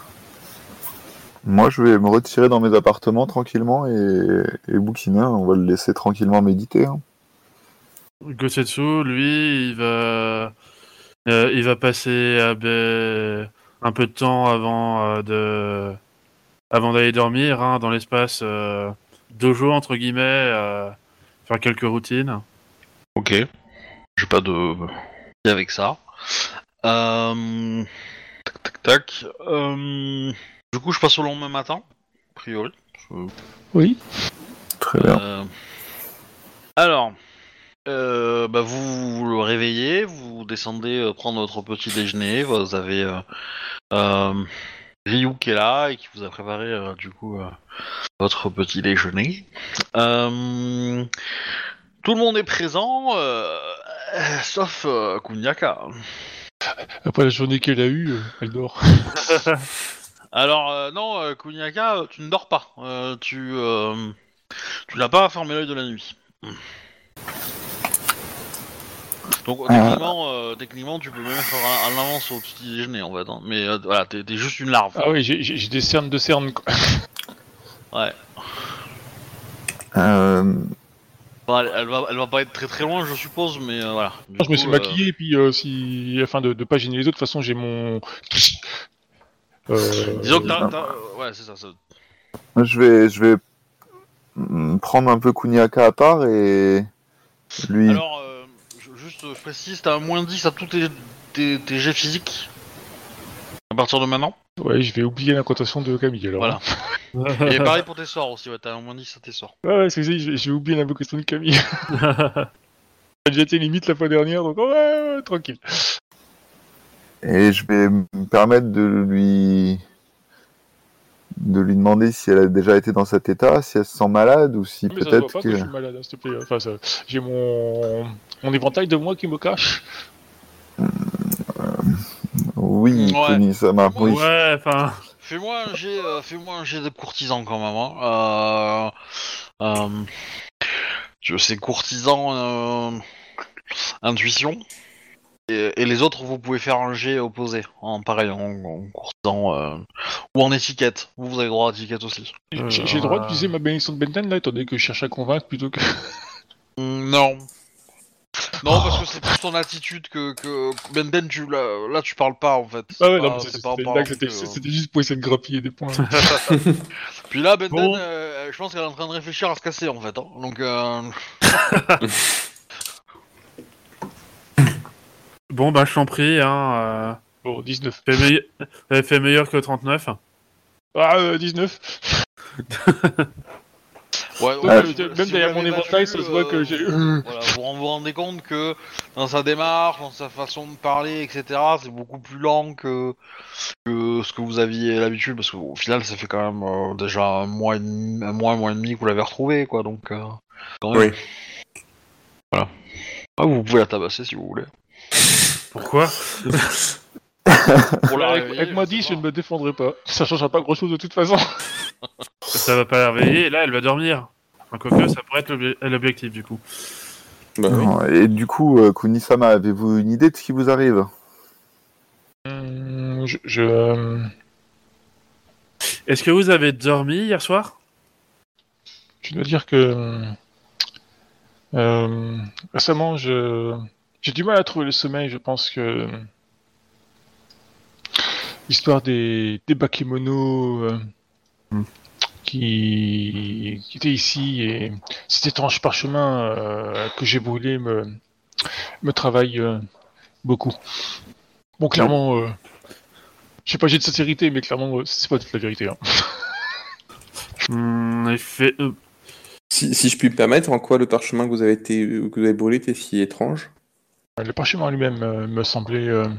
Moi, je vais me retirer dans mes appartements tranquillement et, et bouquiner. On va le laisser tranquillement méditer. Hein. Gosetsu, lui, il va, euh, il va passer euh, ben, un peu de temps avant euh, de, avant d'aller dormir, hein, dans l'espace euh, dojo entre guillemets, euh, faire quelques routines. Ok. J'ai pas de avec ça. Euh... Tac tac tac. Euh... Du coup, je passe au lendemain matin, a priori. Euh, Oui. Très bien. Euh... Alors, euh, bah vous, vous le réveillez, vous descendez euh, prendre votre petit déjeuner. Vous avez euh, euh, Ryu qui est là et qui vous a préparé euh, du coup euh, votre petit déjeuner. Euh... Tout le monde est présent, euh, euh, sauf euh, Kunyaka. Après la journée qu'elle a eue, euh, elle dort. Alors euh, non, euh, Kunyaka, euh, tu ne dors pas. Euh, tu, euh, Tu l'as pas fermé l'œil de la nuit. Donc Ah. techniquement, euh, techniquement, tu peux même faire un, un avance au petit déjeuner en fait. Hein. Mais euh, voilà, t'es, t'es juste une larve. Ah oui, j'ai, j'ai, j'ai des cernes de cernes, quoi. Ouais. Euh, Enfin, elle, elle va, elle va pas être très très loin, je suppose, mais euh, voilà. Du Je me coup, suis euh, maquillé, et puis euh, si... afin de ne pas gêner les autres, de toute façon, j'ai mon... Euh... Disons que t'as, t'as- euh, ouais, c'est ça. ça. moi, je vais, je vais mm, prendre un peu Kuniaka à part et lui. Alors, euh, je- juste, je précise, t'as un moins dix à tous tes, tes, tes jets physiques à partir de maintenant. Ouais, je vais oublier l'incantation de Camille, alors. Voilà. Et pareil pour tes sorts aussi, ouais, t'as un moins dix à tes sorts. Ouais, ouais, c'est ça, je vais, je vais oublier l'invocation de Camille. J'ai été limite la fois dernière, donc ouais, ouais, tranquille. Et je vais me permettre de lui de lui demander si elle a déjà été dans cet état, si elle se sent malade ou si Mais ça se voit peut-être pas que... que. je suis malade, hein, s'il te plaît. Enfin, ça... j'ai mon... mon éventail de moi qui me cache. Oui, Ouais. Kunisama, oui. Ouais, enfin. Fais-moi un jet, euh, fais-moi un jet de courtisan quand même. Hein. Euh, euh, je sais courtisan, euh, intuition. Et, et les autres, vous pouvez faire un jet opposé, en pareil, en, en courtisan euh, ou en étiquette. Vous, vous avez droit à étiquette aussi. J'ai, j'ai le droit d'utiliser ma bénédiction de Benten, là, étant donné que je cherche à convaincre plutôt que... Mm, non. Non, parce que c'est plus ton attitude que, que... Benden, tu, là, là, tu parles pas, en fait. Ah ouais, pas- non, mais c'est c'était, pas en c'était une parlant blague, c'était, que- c'était juste pour essayer de grappiller des points. Puis là, Benden, Bon. euh, je pense qu'elle est en train de réfléchir à se casser, en fait. Hein. Donc, euh... Bon, bah, je t'en prie, hein. Bon, dix-neuf. Euh, fait, meille- elle fait meilleur que trente-neuf. Ah, euh, dix-neuf. Ouais, Donc, ouais, euh, si vous- même si vous derrière l'avez mon battu, éventail, ça se voit que euh, j'ai... Voilà, vous vous vous rendez compte que dans sa démarche, dans sa façon de parler, et cetera, c'est beaucoup plus lent que, que ce que vous aviez l'habitude, parce qu'au final, ça fait quand même euh, déjà un mois, et demi, un mois, un mois et demi que vous l'avez retrouvé, quoi, donc euh, quand même. Oui. Voilà. Ah, vous pouvez la tabasser si vous voulez. Pourquoi? Pour la avec, réveiller, avec moi je sais dix, je pas. ne me défendrai pas. Ça changera pas grand-chose de toute façon. Ça va pas la réveiller, et là, elle va dormir. Enfin, quoique, ça pourrait être l'obje- l'objectif, du coup. Bah oui. Non, et du coup, euh, Kunisama, avez-vous une idée de ce qui vous arrive? Hum, je... je euh, Est-ce que vous avez dormi hier soir? je dois dire que... euh, récemment, je... j'ai du mal à trouver le sommeil. Je pense que... l'histoire des, des bakemonos euh, Hmm. qui... qui étaient ici et cet étrange parchemin euh, que j'ai brûlé me, me travaille euh, beaucoup. Bon, clairement, euh, je sais pas, j'ai de sincérité, mais clairement, euh, c'est pas toute la vérité. Hein. Hmm, il fait... euh, Si, si je puis me permettre, en quoi le parchemin que vous avez, été, que vous avez brûlé était si étrange? Le parchemin lui-même euh, me semblait... euh,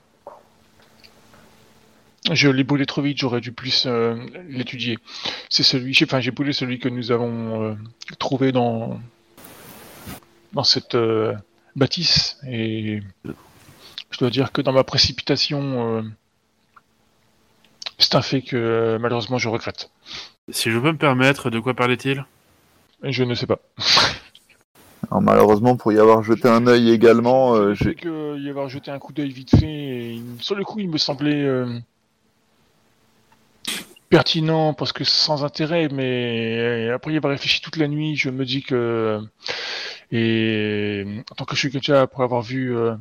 je l'ai brûlé trop vite, j'aurais dû plus euh, l'étudier. C'est celui... Enfin, j'ai brûlé celui que nous avons euh, trouvé dans... dans cette euh, bâtisse, et je dois dire que dans ma précipitation, euh, c'est un fait que euh, malheureusement je regrette. Si je peux me permettre, de quoi parlait-il? Et je ne sais pas. Alors, malheureusement, pour y avoir jeté un œil également, euh, je j'ai... sais que y avoir jeté un coup d'œil vite fait, et sur le coup il me semblait euh, pertinent parce que sans intérêt, mais après y avoir réfléchi toute la nuit, je me dis que, et en tant que Shugenja, après avoir vu euh,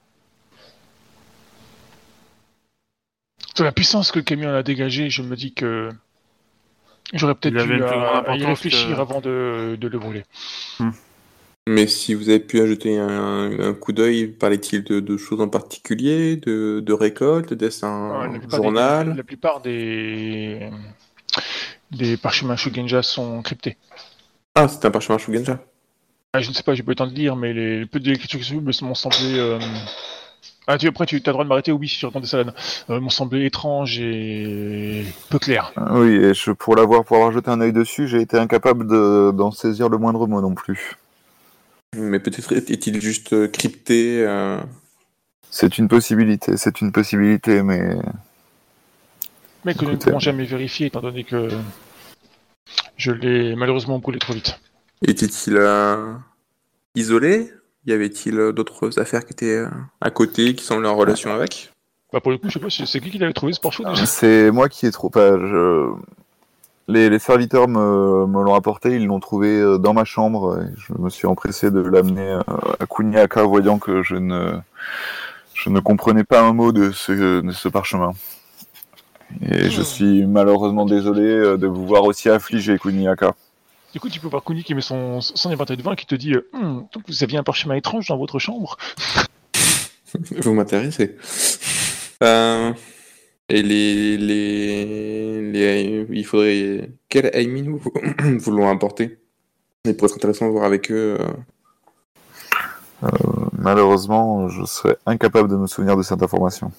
toute la puissance que le camion a dégagée, je me dis que j'aurais peut-être Il avait dû une plus grande à, à y importance réfléchir que- avant de, de le brûler. Mais si vous avez pu ajouter un, un coup d'œil, parlait-il de, de choses en particulier, de, de récolte, de dessin, Ah, la plupart journal? Des, la plupart des, des parchemins Shugenja sont cryptés. Ah, c'est un parchemin Shugenja. Ah, je ne sais pas, j'ai pas eu le temps de lire, mais les, les peu d'écritures qui sont vues m'ont semblé... Euh... Ah, tu, après, tu as le droit de m'arrêter, oui, si je racontais ça là. Euh, m'ont semblé étranges et peu clairs. Ah oui, et je, pour l'avoir, pour avoir jeté un œil dessus, j'ai été incapable de, d'en saisir le moindre mot non plus. Mais peut-être est-il juste euh, crypté. euh, C'est une possibilité, c'est une possibilité, mais Mais que nous ne Écoutez. pourrons jamais vérifier, étant donné que Je l'ai malheureusement brûlé trop vite. Était-il euh, isolé? Y avait-il euh, d'autres affaires qui étaient euh, à côté, qui semblaient en relation avec? Bah pour le coup, je sais pas, c'est c'est qui qui l'avait trouvé ce pare-feu déjà? C'est moi qui ai trop. Enfin, je... les, les serviteurs me, me l'ont apporté, ils l'ont trouvé euh, dans ma chambre. Et je me suis empressé de l'amener euh, à Kuniaka, voyant que je ne, je ne comprenais pas un mot de ce, de ce parchemin. Et je suis malheureusement désolé euh, de vous voir aussi affligé, Kuniaka. Du coup, tu peux voir Kuni qui met son, son éventail de vin et qui te dit euh, Hum, donc vous aviez un parchemin étrange dans votre chambre. Vous m'intéressez. Euh, et les, les, les, il faudrait quel Aiminu vous, vous l'ont apporté? Il pourrait être intéressant de voir avec eux. euh. Euh, malheureusement, je serais incapable de me souvenir de cette information.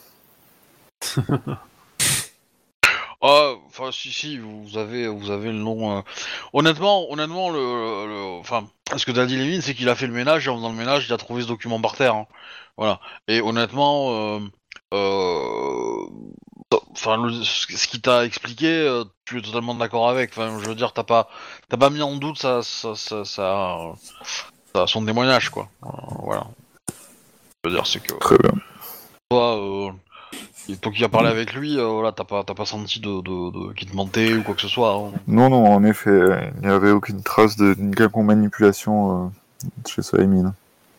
Ah, enfin, si, si, vous avez, vous avez le nom. euh. Honnêtement, honnêtement, le, le- enfin, ce que t'as dit, Lévin, c'est qu'il a fait le ménage et en faisant le ménage, il a trouvé ce document par terre. Hein. Voilà. Et honnêtement, euh, euh, enfin, le- ce qu'il t'a expliqué, euh, tu es totalement d'accord avec. Enfin, je veux dire, t'as pas, t'as pas mis en doute ça, ça, ça, ça, euh, ça- son témoignage, quoi. Euh, voilà. Je veux dire, c'est que Très bien. toi. Euh, Et toi qui as parlé avec lui, euh, voilà, t'as pas, t'as pas senti de, de, de, qu'il te mentait ou quoi que ce soit. Hein. Non, non, en effet, il n'y avait aucune trace de- d'une quelconque manipulation euh, chez Soleimin.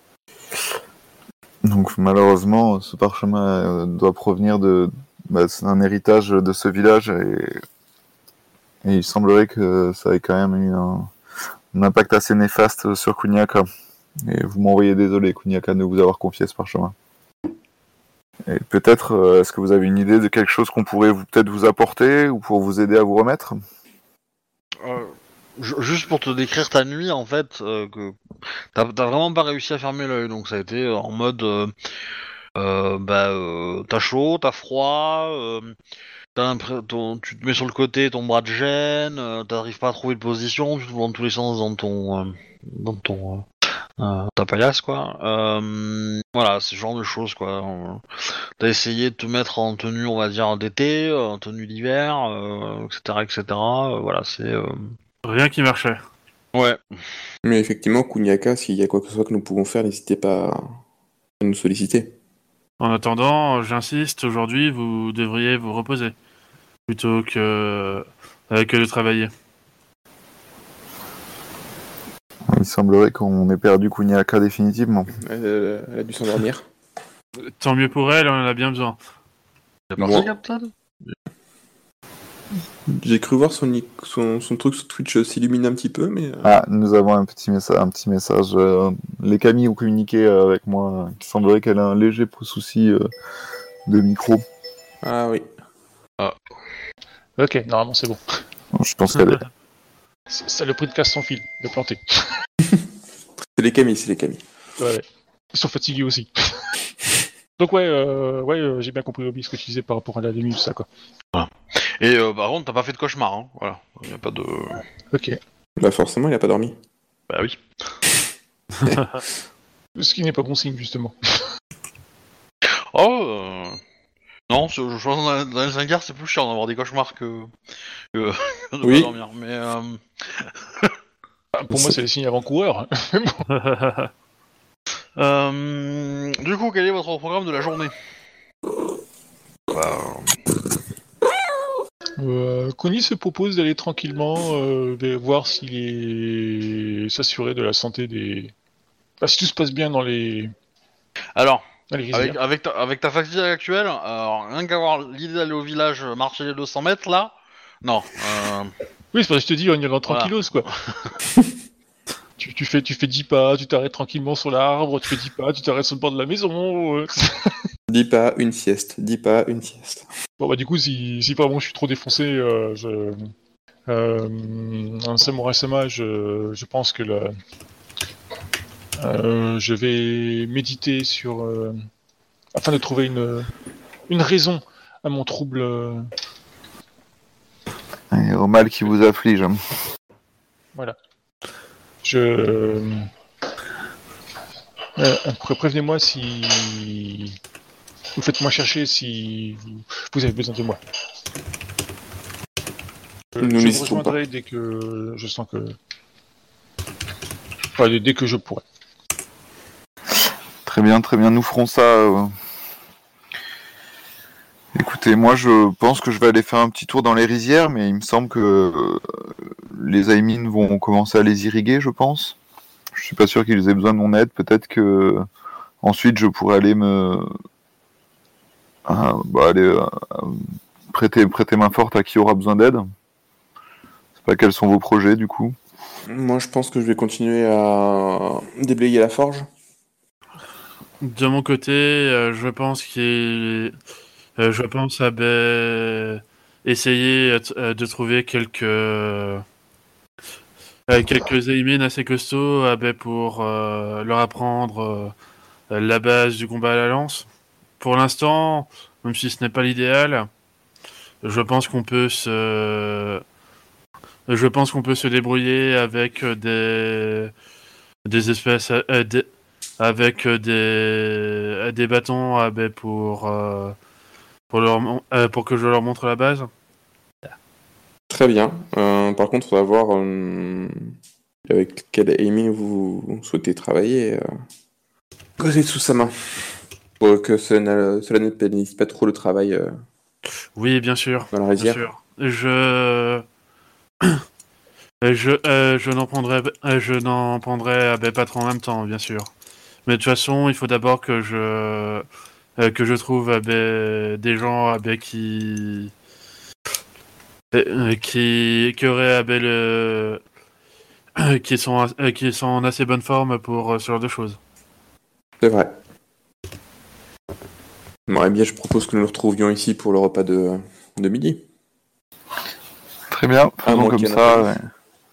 Donc malheureusement, ce parchemin euh, doit provenir de bah, c'est un héritage de ce village et, et il semblerait que ça ait quand même eu un, un impact assez néfaste sur Kuniaka. Et vous m'envoyez désolé, Kuniaka, de vous avoir confié ce parchemin. Et peut-être, euh, est-ce que vous avez une idée de quelque chose qu'on pourrait vous, peut-être vous apporter ou pour vous aider à vous remettre? Euh, ju- juste pour te décrire ta nuit, en fait, euh, que t'as, t'as vraiment pas réussi à fermer l'œil, donc ça a été euh, en mode, euh, euh, bah, euh, t'as chaud, t'as froid, euh, t'as l'impré- ton- tu te mets sur le côté, ton bras te gêne, euh, t'arrives pas à trouver de position, tu te vois dans tous les sens dans ton, euh, dans ton, euh, euh, ta paillasse, quoi. Euh, voilà, ce genre de choses, quoi. Euh, T'as essayé de te mettre en tenue, on va dire, d'été, euh, en tenue d'hiver, euh, et cetera, et cetera. Euh, voilà, c'est... euh, Rien qui marchait. Ouais. Mais effectivement, Kuniaka, s'il y a quoi que ce soit que nous pouvons faire, n'hésitez pas à à nous solliciter. En attendant, j'insiste, aujourd'hui, vous devriez vous reposer. Plutôt que, euh, que de travailler. Il semblerait qu'on ait perdu Kuniaka définitivement. Euh, elle a dû s'endormir. Tant mieux pour elle, on en a bien besoin. C'est Moi. parti, Captain. J'ai cru voir son, ic- son, son truc sur Twitch euh, s'illuminer un petit peu, mais... euh, Ah, nous avons un petit message. Un petit message. euh, les Camille ont communiqué euh, avec moi. euh, Il semblerait qu'elle a un léger souci euh, de micro. Ah oui. Ok, normalement c'est bon. Je pense qu'elle est... C'est c'est le prix de casse sans fil, de planter. C'est les Camille, c'est les Camille. Ouais. Ils sont fatigués aussi. Donc ouais, euh, ouais, euh, j'ai bien compris Obi ce que tu disais par rapport à la demi, tout ça quoi. Et euh, par contre, t'as pas fait de cauchemar, hein. Voilà. Y a pas de... Ok. Bah forcément, il a pas dormi. Bah oui. Ce qui n'est pas bon signe justement. Oh euh... Non, je je pense que dans les cinq quarts, c'est plus chiant d'avoir des cauchemars que, que de Oui. pas dormir. Mais euh... Enfin, pour moi c'est les signes avant-coureurs. euh... Du coup, quel est votre programme de la journée? Bah... Euh, Connie se propose d'aller tranquillement euh, ver- voir s'il est s'assurer de la santé des. Enfin, si tout se passe bien dans les Alors, dans les avec, rizières. avec, ta, avec ta fatigue actuelle, euh, rien qu'avoir l'idée d'aller au village marcher les deux cents mètres là, non. Euh... Oui, c'est parce que je te dis, on y va Voilà. tranquillos quoi. tu, tu fais tu fais dix pas, tu t'arrêtes tranquillement sur l'arbre, tu fais dix pas, tu t'arrêtes sur le bord de la maison. euh. Dis pas une sieste, dis pas une sieste. Bon bah du coup si, si vraiment je suis trop défoncé, euh, je, euh, un samouraï sama, je, je pense que le, euh, je vais méditer sur euh, afin de trouver une une raison à mon trouble. euh, Et au mal qui vous afflige. Voilà. Je euh, euh, pré- prévenez-moi si vous faites-moi chercher si vous, vous avez besoin de moi. Euh, Nous je vous n'hésitons pas. rejoindrai dès que je sens que. Enfin, dès que je pourrai. Très bien, très bien, nous ferons ça. euh. Écoutez, moi je pense que je vais aller faire un petit tour dans les rizières, mais il me semble que euh, les Aimines vont commencer à les irriguer, je pense. Je suis pas sûr qu'ils aient besoin de mon aide, peut-être que ensuite je pourrais aller me... Ah, bah, aller euh, prêter, prêter main forte à qui aura besoin d'aide. Je sais pas quels sont vos projets du coup. Moi, je pense que je vais continuer à déblayer la forge. De mon côté, euh, je pense qu'il, euh, je pense à ben, essayer euh, t- euh, de trouver quelques euh, quelques élimines assez costauds euh, ben, pour euh, leur apprendre euh, la base du combat à la lance. Pour l'instant, même si ce n'est pas l'idéal, je pense qu'on peut se je pense qu'on peut se débrouiller avec euh, des des espèces euh, des- avec euh, des euh, des bâtons euh, ben, pour euh, pour leur mon- euh, pour que je leur montre la base. Très bien. Euh, par contre, il faudra voir euh, avec quel aiming vous souhaitez travailler. Euh... Gosez sous sa main. Pour que cela ne, cela ne pénalise pas trop le travail euh, Oui, bien sûr, dans la bien rizière. sûr. Je je euh, je n'en prendrai euh, je n'en prendrai euh, ben, pas trop en même temps, bien sûr. Mais de toute façon, il faut d'abord que je euh, que je trouve euh, ben, des gens euh, ben, qui euh, qui qui auraient euh, ben, le qui sont euh, qui sont en assez bonne forme pour euh, ce genre de choses. C'est vrai. Bon, eh bien, je propose que nous nous retrouvions ici pour le repas de, de midi. Très bien, À faisons moins comme qu'il y en ait ça. pas ouais.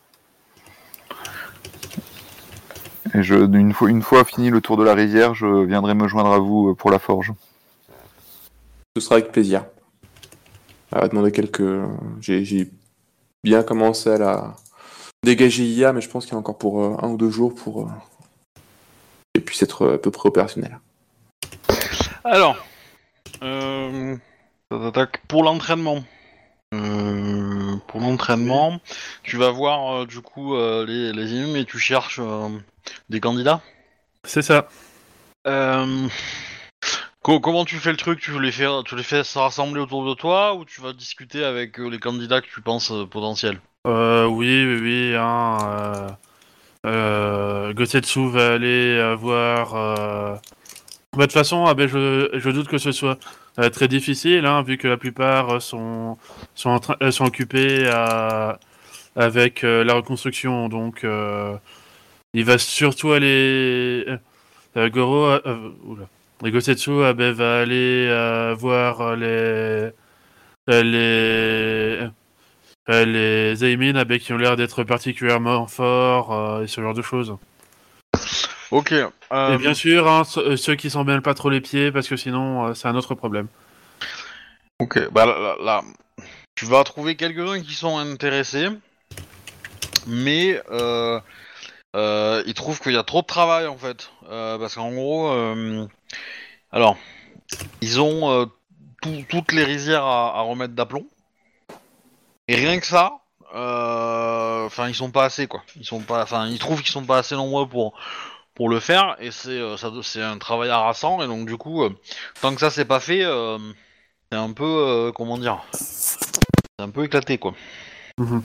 Et je, une fois, une fois fini le tour de la rizière, je viendrai me joindre à vous pour la forge. Ce sera avec plaisir. On va demander quelques. J'ai, j'ai bien commencé à la dégager hier, mais je pense qu'il y a encore pour euh, un ou deux jours pour euh, qu'elle puisse être euh, à peu près opérationnelle. Alors, euh, tac, tac, tac, pour l'entraînement. Euh, pour l'entraînement, tu vas voir euh, du coup euh, les, les énigmes et tu cherches euh, des candidats. C'est ça. Euh, co- comment tu fais le truc? Tu les fais, tu les fais se rassembler autour de toi ou tu vas discuter avec euh, les candidats que tu penses euh, potentiels? Euh, oui, oui, oui. Hein, euh, euh, Gosetsu va aller euh, voir. Euh... Bah, de toute façon, ah ben, je, je doute que ce soit euh, très difficile, hein, vu que la plupart euh, sont sont, en train, euh, sont occupés à, avec euh, la reconstruction. Donc, euh, il va surtout aller. Euh, euh, Goro, euh, euh, oula. Et Gosetsu ah ben, va aller euh, voir euh, les euh, les euh, les Aimin ah ben, qui ont l'air d'être particulièrement forts euh, et ce genre de choses. Ok. Et euh, bien sûr, hein, ce- euh, ceux qui s'en mêlent pas trop les pieds, parce que sinon, euh, c'est un autre problème. Ok. Bah là, là, là, tu vas trouver quelques-uns qui sont intéressés, mais euh, euh, ils trouvent qu'il y a trop de travail en fait, Euh, parce qu'en gros, euh, alors. Ils ont euh, tout- toutes les rizières à, à remettre d'aplomb. Et rien que ça, euh, enfin ils sont pas assez quoi. Ils sont pas, enfin ils trouvent qu'ils sont pas assez nombreux pour pour le faire. Et c'est euh, ça, c'est un travail harassant. Et donc du coup, euh, tant que ça c'est pas fait, euh, c'est un peu euh, comment dire, c'est un peu éclaté quoi. Mhm.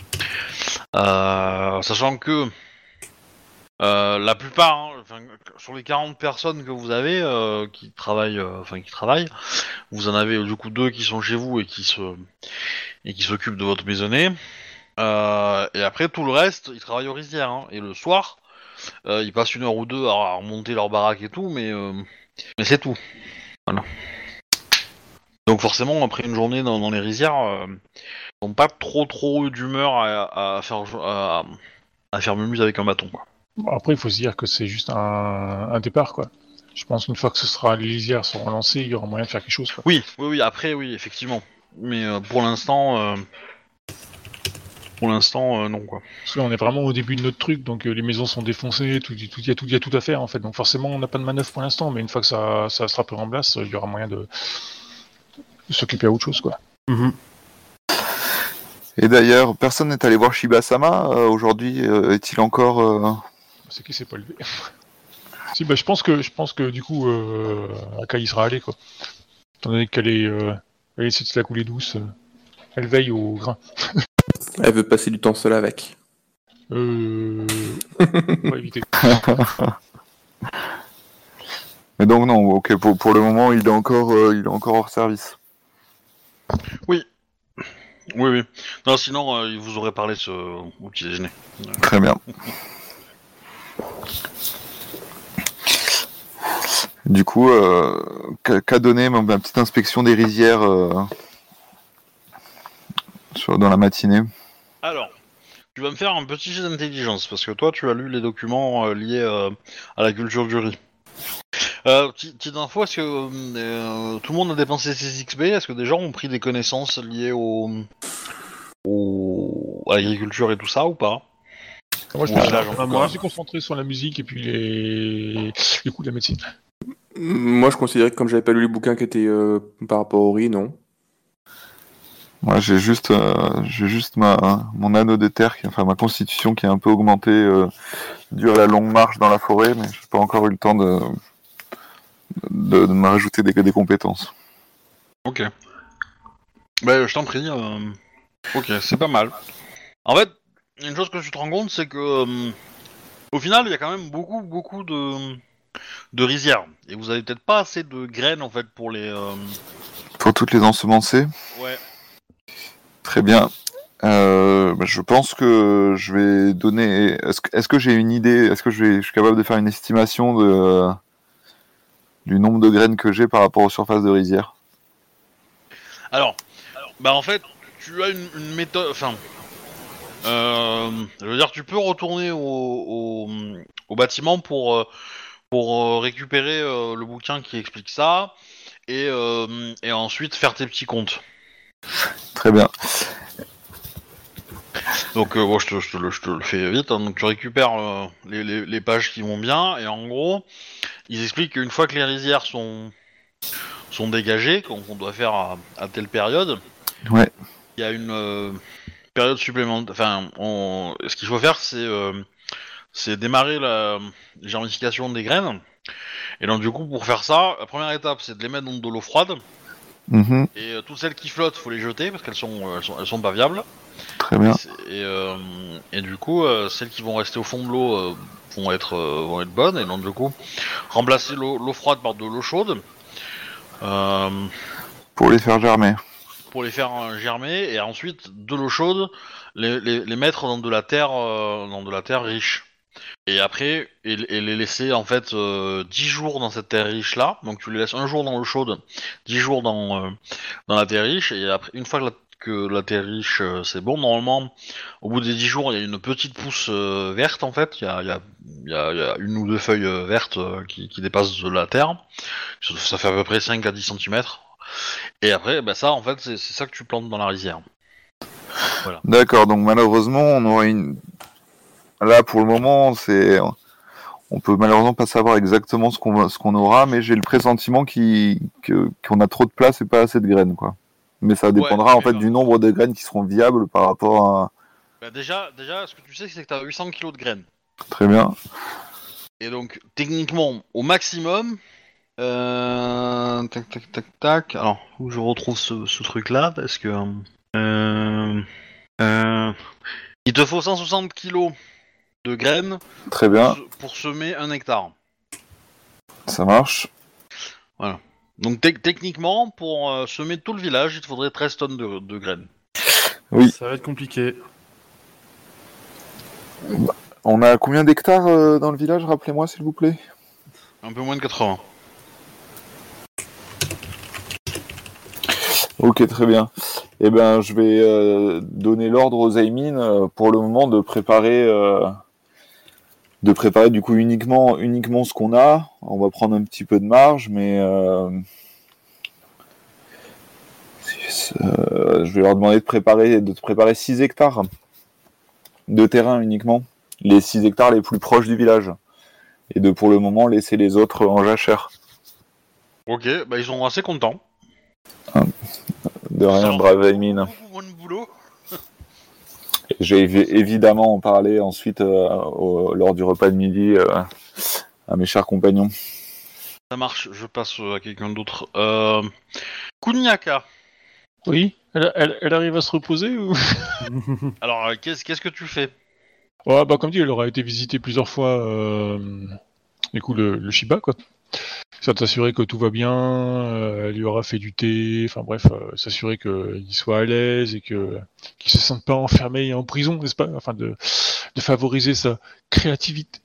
Euh, sachant que euh, la plupart, hein, enfin, sur les quarante personnes que vous avez euh, qui travaillent, euh, enfin qui travaillent, vous en avez euh, du coup deux qui sont chez vous et qui se et qui s'occupent de votre maisonnée. Euh, et après, tout le reste, ils travaillent aux rizières. Hein. Et le soir, euh, ils passent une heure ou deux à remonter leur baraque et tout, mais, euh, mais c'est tout. Voilà. Donc forcément, après une journée dans, dans les rizières, euh, ils n'ont pas trop trop d'humeur à, à faire à, à faire mumuse avec un bâton. Quoi. Bon, après, il faut se dire que c'est juste un, un départ, quoi. Je pense qu'une fois que ce sera les lisières seront lancées, il y aura moyen de faire quelque chose, quoi. Oui, oui, oui. Après, oui, effectivement. Mais euh, pour l'instant, euh, pour l'instant, euh, non quoi. Parce que là, on est vraiment au début de notre truc, donc euh, les maisons sont défoncées, tout, tout, il y a tout, il y a tout à faire en fait. Donc forcément, on n'a pas de manœuvre pour l'instant, mais une fois que ça, ça sera pris en place, il y aura moyen de, de s'occuper à autre chose, quoi. Mhm. Et d'ailleurs, personne n'est allé voir Shiba-sama euh, aujourd'hui. euh, est-il encore euh, C'est qui s'est pas levé. Si, bah, je pense que, je pense que du coup, euh, Akai y sera allé, quoi. Étant donné qu'elle est, euh, elle essaie de se la couler douce, euh, elle veille au grain. Elle veut passer du temps seule avec. Euh, on va éviter. Mais donc non, ok, pour, pour le moment, il est encore, euh, il est encore hors service. Oui, oui. Non, sinon, euh, il vous aurait parlé ce... au petit déjeuner. Très bien. Du coup, euh, qu'a, qu'a donné ma, ma petite inspection des rizières euh, sur, dans la matinée? Alors, tu vas me faire un petit jet d'intelligence, parce que toi, tu as lu les documents euh, liés euh, à la culture du riz. Euh, petite petite info, est-ce que euh, tout le monde a dépensé ses X P? Est-ce que des gens ont pris des connaissances liées au, au... à l'agriculture et tout ça, ou pas? Moi, je Ouais, me suis, là, j'en moi, fais je quoi me suis concentré sur la musique et puis les, les coups de la médecine. Moi, je considérais que comme j'avais pas lu les bouquins qui étaient euh, par rapport au riz, non. Moi, j'ai juste, euh, j'ai juste ma, mon anneau de terre, qui, enfin ma constitution qui est un peu augmentée euh, dû à la longue marche dans la forêt, mais j'ai pas encore eu le temps de, de, de me rajouter des, des compétences. Ok. Bah, je t'en prie. euh, Ok, c'est pas mal. En fait, une chose que tu te rends compte, c'est que euh, au final, il y a quand même beaucoup, beaucoup de de rizières, et vous avez peut-être pas assez de graines en fait pour les. euh, Pour toutes les ensemencer, Ouais. très bien. Euh, bah, je pense que je vais donner. Est-ce que, est-ce que j'ai une idée? Est-ce que je, vais, je suis capable de faire une estimation de, euh, du nombre de graines que j'ai par rapport aux surfaces de rizière? Alors, bah en fait, tu as une, une méthode. Enfin, euh, je veux dire, tu peux retourner au, au, au bâtiment pour euh, pour euh, récupérer euh, le bouquin qui explique ça, et euh, et ensuite faire tes petits comptes. Très bien. Donc, euh, bon, je te, je te le, je te le fais vite. Hein. Donc, tu récupères euh, les, les, les pages qui vont bien, et en gros, ils expliquent qu'une fois que les rizières sont sont dégagées, qu'on qu'on doit faire à, à telle période, Ouais. il y a une euh, période supplémentaire. Enfin, on... ce qu'il faut faire, c'est euh, c'est démarrer la germification des graines. Et donc, du coup, pour faire ça, la première étape, c'est de les mettre dans de l'eau froide. Mhm. Et euh, toutes celles qui flottent, faut les jeter parce qu'elles sont, euh, elles sont, elles sont pas viables. Très bien. Et, euh, et du coup, euh, celles qui vont rester au fond de l'eau euh, vont être euh, vont être bonnes. Et donc, du coup, remplacer l'eau, l'eau froide par de l'eau chaude euh, Pour les faire germer. pour les faire euh, germer. Et ensuite, de l'eau chaude, les, les, les mettre dans de la terre euh, dans de la terre riche. Et après, et, et les laisser en fait euh, dix jours dans cette terre riche là. Donc tu les laisses un jour dans l'eau chaude, dix jours dans, euh, dans la terre riche. Et après, une fois que la, que la terre riche euh, c'est bon, normalement, au bout des dix jours, il y a une petite pousse euh, verte en fait. Il y a, il y, a, il y, a, il y a une ou deux feuilles euh, vertes euh, qui, qui dépassent de la terre. Ça, ça fait à peu près cinq à dix centimètres. Et après, bah, ça en fait, c'est, c'est ça que tu plantes dans la rizière. Voilà. D'accord, donc malheureusement, on aura une. Là, pour le moment, c'est. On peut malheureusement pas savoir exactement ce qu'on va... ce qu'on aura, mais j'ai le pressentiment qu'il... Que... qu'on a trop de place et pas assez de graines, quoi. Mais ça dépendra Ouais, en fait bah, du nombre de graines qui seront viables par rapport à. bah déjà, déjà, ce que tu sais, c'est que tu as huit cents kilos de graines. Très bien. Et donc, techniquement, au maximum, euh, tac, tac, tac, tac. Alors, où je retrouve ce, ce truc-là, parce que euh, euh, il te faut cent soixante kilos de graines Très pour, bien. se- pour semer un hectare. Ça marche. Voilà. Donc, te- techniquement, pour euh, semer tout le village, il te faudrait treize tonnes de, de graines. Oui. Ça va être compliqué. On a combien d'hectares euh, dans le village, rappelez-moi s'il vous plaît. Un peu moins de quatre-vingts. Ok, très bien. Eh ben, je vais euh, donner l'ordre aux Aimin euh, pour le moment de préparer, euh, de préparer du coup uniquement, uniquement ce qu'on a. On va prendre un petit peu de marge, mais euh, euh, je vais leur demander de préparer, de préparer six hectares de terrain uniquement, les six hectares les plus proches du village, et de pour le moment laisser les autres en jachère. Ok, bah ils sont assez contents. De rien, Alors, brave Aimin. beaucoup moins de boulot. J'ai évi- évidemment en parlé ensuite euh, au- lors du repas de midi euh, à mes chers compagnons. Ça marche, je passe à quelqu'un d'autre. Euh... Kuniaka. Oui, elle, elle, elle arrive à se reposer ou... Alors, euh, qu'est-ce, qu'est-ce que tu fais? Ouais, bah comme dit, elle aura été visitée plusieurs fois, euh, du coup, le, le Shiba, quoi. Ça t'assurer que tout va bien, euh, elle lui aura fait du thé, enfin bref, euh, s'assurer qu'il soit à l'aise et que qu'il se sente pas enfermé en prison, n'est-ce pas? Enfin, de, de favoriser sa créativité.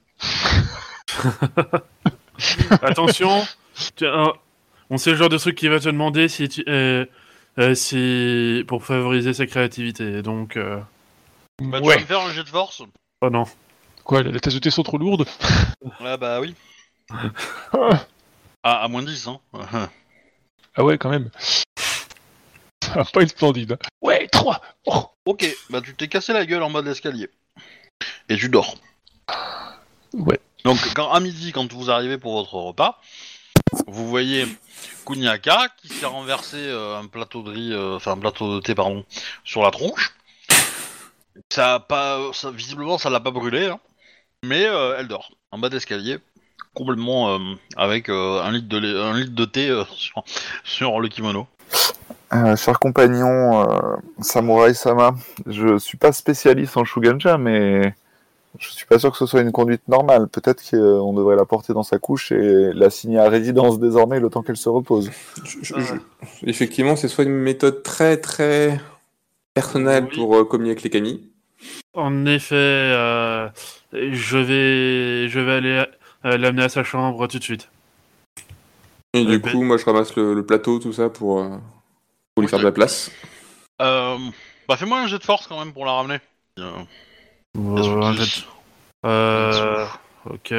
Attention, tu- euh, on sait le genre de truc qui va te demander si tu, euh, euh, si pour favoriser sa créativité. Donc, euh, Bah, tu vas Ouais. me faire un jet de force. oh non. Quoi, les tasses de thé sont trop lourdes? Ouais, bah oui. Ah Ah, à moins dix, hein. Ah ouais, quand même. Ça va pas être splendide. Hein. Ouais, trois. Oh. Ok, bah tu t'es cassé la gueule en bas de l'escalier. Et tu dors. Ouais. Donc, quand, à midi, quand vous arrivez pour votre repas, vous voyez Kuniaka qui s'est renversé euh, un plateau de riz, euh, enfin un plateau de thé, pardon, sur la tronche. Ça a pas, ça, visiblement, ça l'a pas brûlé, hein. Mais euh, elle dort en bas d'escalier, complètement euh, avec euh, un litre de lait- un litre de thé euh, sur, sur le kimono. Euh, cher compagnon, euh, Samurai Sama, je suis pas spécialiste en Shuganja, mais je suis pas sûr que ce soit une conduite normale. Peut-être qu'on devrait la porter dans sa couche et l'assigner à résidence désormais le temps qu'elle se repose. Je- je- je- Effectivement, c'est soit une méthode très très personnelle Oui. pour euh, communiquer avec les kami. En effet, euh, je vais, je vais aller euh, l'amener à sa chambre tout de suite. Et du Ok. coup, moi je ramasse le, le plateau, tout ça pour, euh, pour lui faire Ok. de la place. Euh, bah fais-moi un jet de force quand même pour la ramener. Euh, Euh, un jet- euh, ok.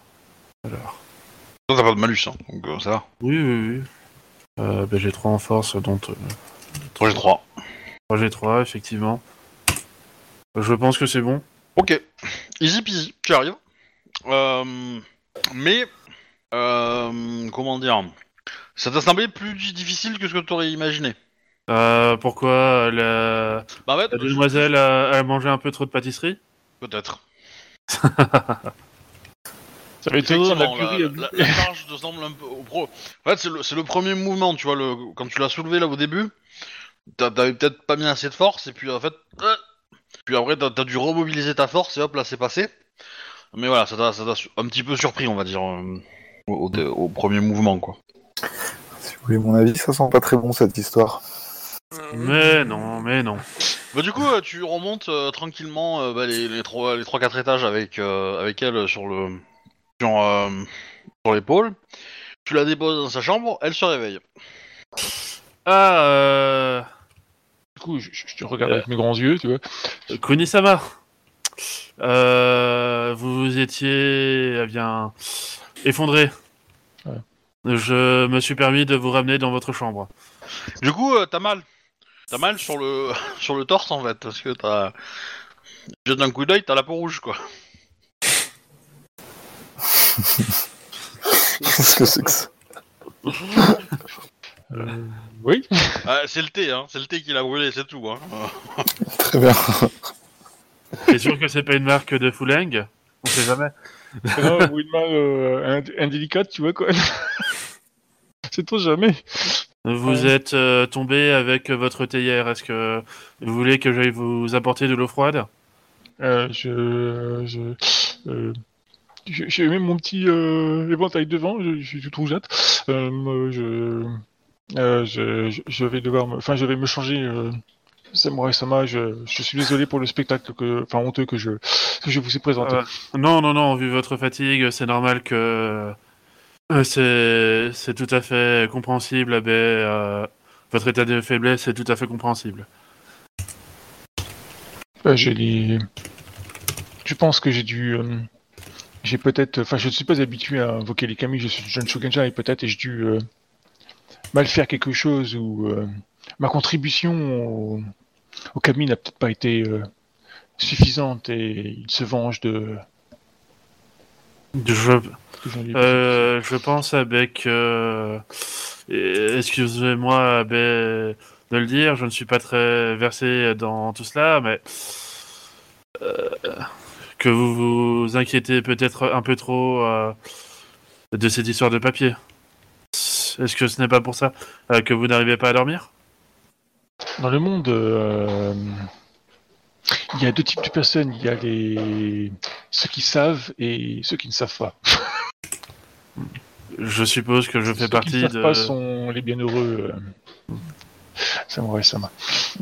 Toi t'as pas de malus, hein, donc euh, ça va. Oui, oui, oui. Euh, ben, j'ai trois en force, donc euh, Moi j'ai trois. trois G trois, effectivement. Je pense que c'est bon. Ok, easy peasy, tu arrives. Euh, mais, euh, comment dire, ça t'a semblé plus difficile que ce que t'aurais imaginé. Euh, pourquoi la, Bah en fait, la demoiselle a, a mangé un peu trop de pâtisserie? peut-être. Ça va être étonnant, la Effectivement, la, purée. la, la charge te semble un peu... Au pro... En fait, c'est le, c'est le premier mouvement, tu vois, le, quand tu l'as soulevé là au début, t'a- t'avais peut-être pas mis assez de force, et puis en fait... euh, puis après, t'as, t'as dû remobiliser ta force, et hop, là, c'est passé. Mais voilà, ça t'a, ça t'a su- un petit peu surpris, on va dire, euh, au, au- au premier mouvement, quoi. Si vous voulez mon avis, ça sent pas très bon cette histoire. Mais non, mais non. Bah du coup, euh, tu remontes euh, tranquillement euh, bah, les, les trois les trois quatre étages avec euh, avec elle sur le sur, euh, sur l'épaule. Tu la déposes dans sa chambre, elle se réveille. Ah, euh... Du coup, je, je- je te regarde Euh. avec mes grands yeux, tu vois. Kunisama, euh, vous vous étiez, eh bien, effondré. Ouais. Je me suis permis de vous ramener dans votre chambre. Du coup, euh, t'as mal, t'as mal sur le sur le torse en fait, parce que t'as jettes un coup d'œil, t'as la peau rouge quoi. Qu'est-ce que c'est que ça? Euh, oui. Ah, c'est le thé, hein, c'est le thé qui l'a brûlé, c'est tout. Hein. Très bien. T'es sûr que c'est pas une marque de Fouling? On sait jamais. Non, ou une main euh, ind- indélicate, tu vois quoi. C'est trop jamais. Vous Ouais. êtes euh, tombé avec votre théière. Est-ce que vous voulez que j'aille vous apporter de l'eau froide? Euh, je, je, euh, je- j'ai même mon petit euh, éventail devant. Je, je suis tout rougeâtre. Euh, me- je, euh, je, je, je vais devoir, me, enfin, je vais me changer. Euh, Samurai Sama, je, je suis désolé pour le spectacle que, enfin, honteux que je, que je vous ai présenté. Euh, non, non, non, vu votre fatigue, c'est normal que... euh, c'est, c'est tout à fait compréhensible, mais euh, votre état de faiblesse est tout à fait compréhensible. Bah, j'ai les... Je pense que j'ai dû... euh, j'ai peut-être... Enfin, je ne suis pas habitué à invoquer les kami, je suis jeune Shogunja, et peut-être ai-je dû euh, mal faire quelque chose, ou euh, ma contribution au, au kami n'a peut-être pas été euh, suffisante, et il se venge de... Je, que j'en ai- euh, je pense avec... euh, et- excusez-moi ben, de le dire, je ne suis pas très versé dans tout cela, mais euh, que vous vous inquiétez peut-être un peu trop euh, de cette histoire de papier. Est-ce que ce n'est pas pour ça euh, que vous n'arrivez pas à dormir? Dans le monde, euh, il y a deux types de personnes. Il y a les ceux qui savent et ceux qui ne savent pas. Je suppose que je fais ceux partie qui ne savent de... pas sont les bienheureux. Euh... Samurai Sama.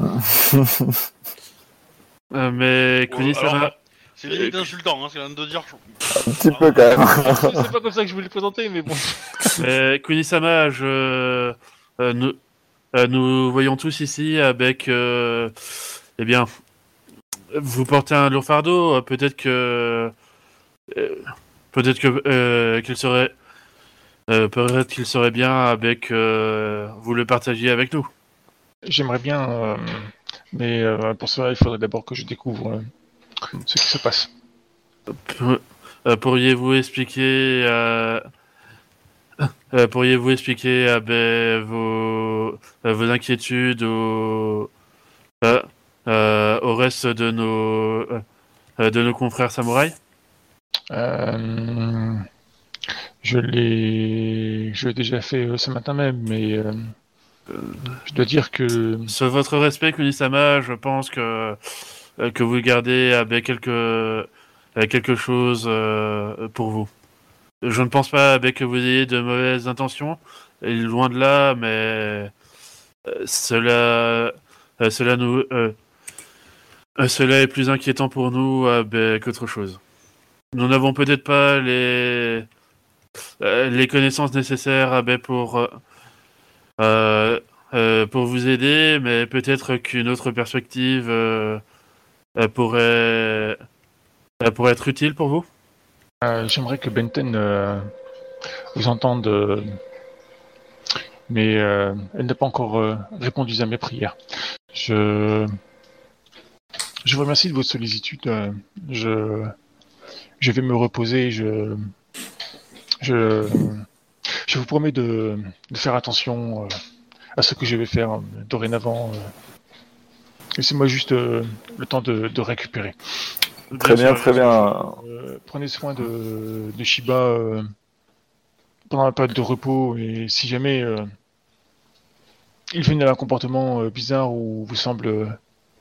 Euh, mais Kunisama... Alors, c'est limite insultant, hein, ce qu'elle vient de dire. Un petit peu quand même. C'est pas comme ça que je voulais le présenter, mais bon. mais Kunisama, je... euh, nous... euh, nous voyons tous ici avec... Euh... Eh bien... Vous portez un lourd fardeau, euh, peut-être que... euh, peut-être que euh, qu'il serait... Euh, peut-être qu'il serait bien avec... Euh... vous le partagiez avec nous. J'aimerais bien, euh, mais euh, pour cela, il faudrait d'abord que je découvre euh, ce qui se passe. Pour- euh, pourriez-vous expliquer... Euh... Euh, pourriez-vous expliquer euh, ben, vos, euh, vos inquiétudes au, euh, euh, au reste de nos, euh, de nos confrères samouraïs? Euh, je l'ai, je l'ai déjà fait euh, ce matin même, mais euh, je dois dire que Sur votre respect, Kunisama, je pense que, euh, que vous gardez euh, ben, quelque, euh, quelque chose euh, pour vous. Je ne pense pas ben, que vous ayez de mauvaises intentions, et loin de là, mais euh, cela, euh, cela nous... euh, Euh, cela est plus inquiétant pour nous euh, ben, qu'autre chose. Nous n'avons peut-être pas les euh, les connaissances nécessaires euh, ben, pour euh, euh, euh, pour vous aider, mais peut-être qu'une autre perspective euh, euh, pourrait euh, pourrait être utile pour vous. euh, j'aimerais que Benten euh, vous entende, euh, mais euh, elle n'a pas encore euh, répondu à mes prières. Je, je vous remercie de votre sollicitude. euh, je, je vais me reposer. Je, je, je vous promets de, de faire attention euh, à ce que je vais faire euh, dorénavant. euh. Laissez-moi juste euh, le temps de, de récupérer. Très bien, sûr, très sûr. bien. Euh, prenez soin de, de Shiba euh, pendant la période de repos, et si jamais euh, il venait à un comportement euh, bizarre ou vous semble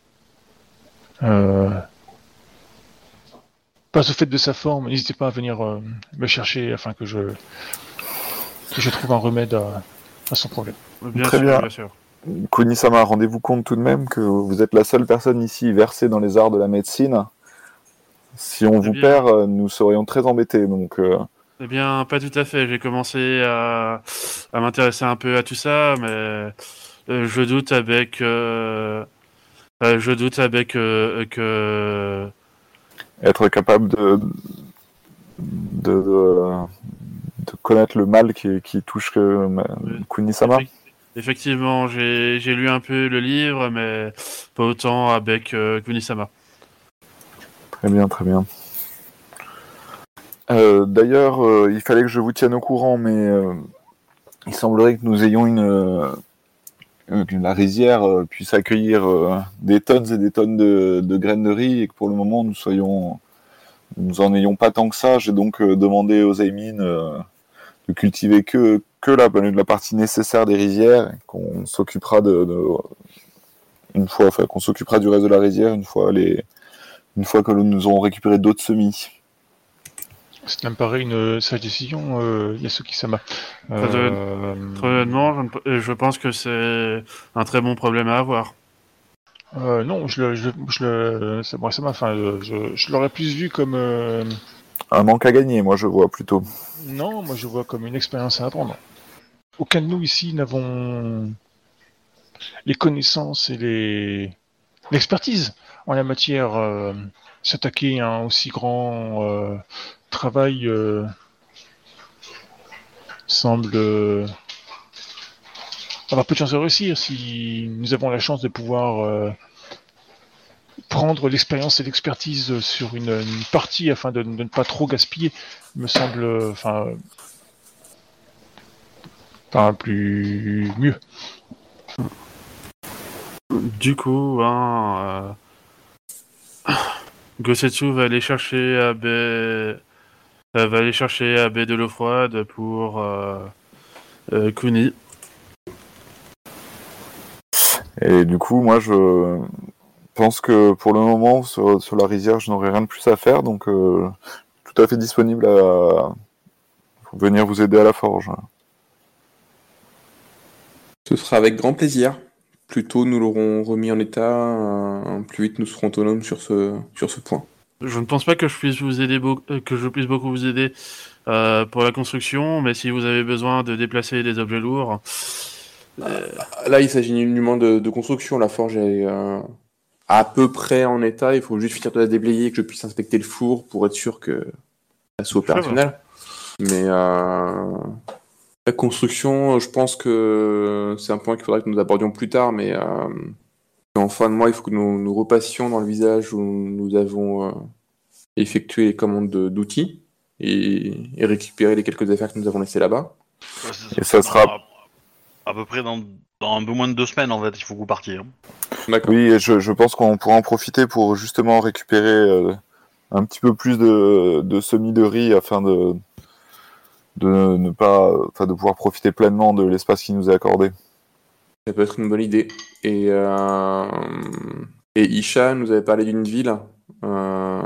euh, pas au fait de sa forme, n'hésitez pas à venir euh, me chercher afin que je, que je trouve un remède à, à son problème. Bien Très sûr, bien. bien sûr. Kunisama, rendez-vous compte tout de même que vous êtes la seule personne ici versée dans les arts de la médecine. Si on vous bien. perd, euh, nous serions très embêtés. Donc, euh, Eh bien, pas tout à fait. J'ai commencé à, à m'intéresser un peu à tout ça, mais euh, je doute avec euh, euh, je doute avec euh, que être capable de, de, de, de connaître le mal qui, qui touche que, Oui. Kunisama. Effect- Effectivement, j'ai j'ai lu un peu le livre, mais pas autant avec euh, Kunisama. Très bien, très bien. Euh, D'ailleurs, euh, il fallait que je vous tienne au courant, mais euh, il semblerait que nous ayons une, euh, que la rizière euh, puisse accueillir euh, des tonnes et des tonnes de, de graines de riz et que pour le moment nous soyons, nous en ayons pas tant que ça. J'ai donc euh, demandé aux Aimin euh, de cultiver que que la, la partie nécessaire des rizières, et qu'on s'occupera de, de une fois, enfin qu'on s'occupera du reste de la rizière une fois les, une fois que nous aurons récupéré d'autres semis. Ça me paraît une sage décision, euh, Yasuki-sama. Euh, Très honnêtement, je, ne p- je pense que c'est un très bon problème à avoir. euh, non, je le, je, je le, c'est bon, ça m'a, enfin, euh, je, je l'aurais plus vu comme, euh, Un manque à gagner, moi je vois plutôt. non, moi je vois comme une expérience à apprendre. Aucun de nous ici n'avons les connaissances et les l'expertise en la matière. Euh, s'attaquer à un aussi grand euh, travail euh, semble euh, avoir peu de chances de réussir. Si nous avons la chance de pouvoir euh, prendre l'expérience et l'expertise sur une, une partie afin de, de ne pas trop gaspiller, me semble, euh, enfin, euh, enfin plus mieux. Du coup, hein, euh, Gosetsu va aller chercher à baie... euh, va aller chercher à baie de l'eau froide pour euh, euh, Kuni. Et du coup, moi, je pense que pour le moment, sur, sur la rizière, je n'aurai rien de plus à faire, donc euh, tout à fait disponible à venir vous aider à la forge. Ce sera avec grand plaisir. Plus tôt nous l'aurons remis en état, euh, plus vite nous serons autonomes sur ce, sur ce point. Je ne pense pas que je puisse vous aider beau- euh, que je puisse beaucoup vous aider euh, pour la construction, mais si vous avez besoin de déplacer des objets lourds, euh, Là, il s'agit uniquement de, de construction. La forge est euh, à peu près en état. Il faut juste finir de la déblayer, que je puisse inspecter le four pour être sûr que ça soit opérationnel. Mais euh, la construction, je pense que c'est un point qu'il faudrait que nous abordions plus tard. Mais euh, en fin de mois, il faut que nous, nous repassions dans le visage où nous avons euh, effectué les commandes de- d'outils et, et récupérer les quelques affaires que nous avons laissées là-bas. Ouais, c'est Et ça sera- à, à peu près dans, dans un peu moins de deux semaines en fait, il faut que vous partiez. hein. D'accord. Oui, et je, je pense qu'on pourra en profiter pour justement récupérer euh, un petit peu plus de, de semis de riz afin de, de ne pas, enfin, de pouvoir profiter pleinement de l'espace qui nous est accordé. Ça peut être une bonne idée. Et, euh, et Isha nous avait parlé d'une ville. Euh,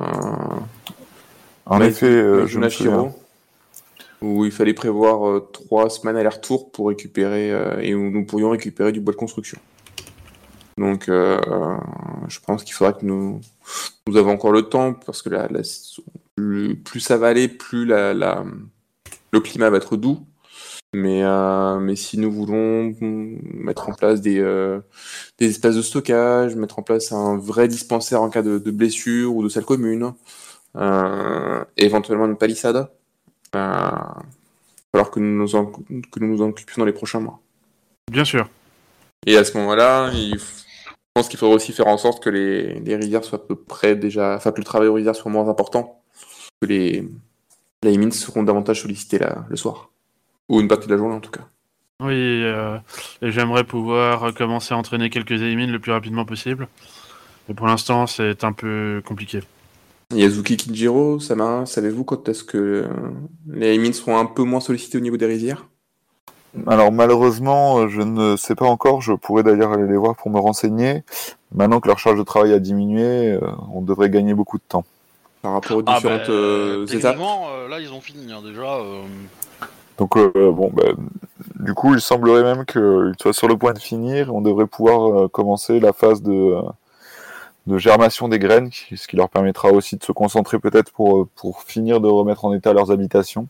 En Maizu- effet, euh, je me Maizunashiro, souviens. où il fallait prévoir euh, trois semaines aller-retour pour récupérer euh, et où nous pourrions récupérer du bois de construction. Donc, euh, je pense qu'il faudra que nous nous avons encore le temps parce que la, la- plus, plus ça va aller, plus la, la- le climat va être doux. Mais, euh, mais si nous voulons mettre en place des, euh, des espaces de stockage, mettre en place un vrai dispensaire en cas de, de blessure ou de salle commune, euh, et éventuellement une palissade, il va falloir que nous nous en, que nous nous en occupions dans les prochains mois. bien sûr. Et à ce moment-là, il f- je pense qu'il faudra aussi faire en sorte que les, les rizières soient à peu près déjà, enfin que le travail aux rizières soit moins important, que les, les mines seront davantage sollicitées là, le soir. Ou une partie de la journée en tout cas. Oui, euh, et j'aimerais pouvoir commencer à entraîner quelques élimines le plus rapidement possible. Mais pour l'instant, c'est un peu compliqué. Yazuki Kinjiro, Sama, savez-vous quand est-ce que euh, les mines seront un peu moins sollicitées au niveau des rizières? Alors malheureusement, euh, je ne sais pas encore. Je pourrais d'ailleurs aller les voir pour me renseigner. Maintenant que leur charge de travail a diminué, euh, on devrait gagner beaucoup de temps. Par rapport aux Ah, différentes bah, euh, étapes? techniquement, euh, là ils ont fini hein, déjà. euh, Donc euh, bon, ben, du coup, il semblerait même qu'ils soient sur le point de finir. On devrait pouvoir euh, commencer la phase de, euh, de germation des graines, qui- ce qui leur permettra aussi de se concentrer peut-être pour, euh, pour finir de remettre en état leurs habitations.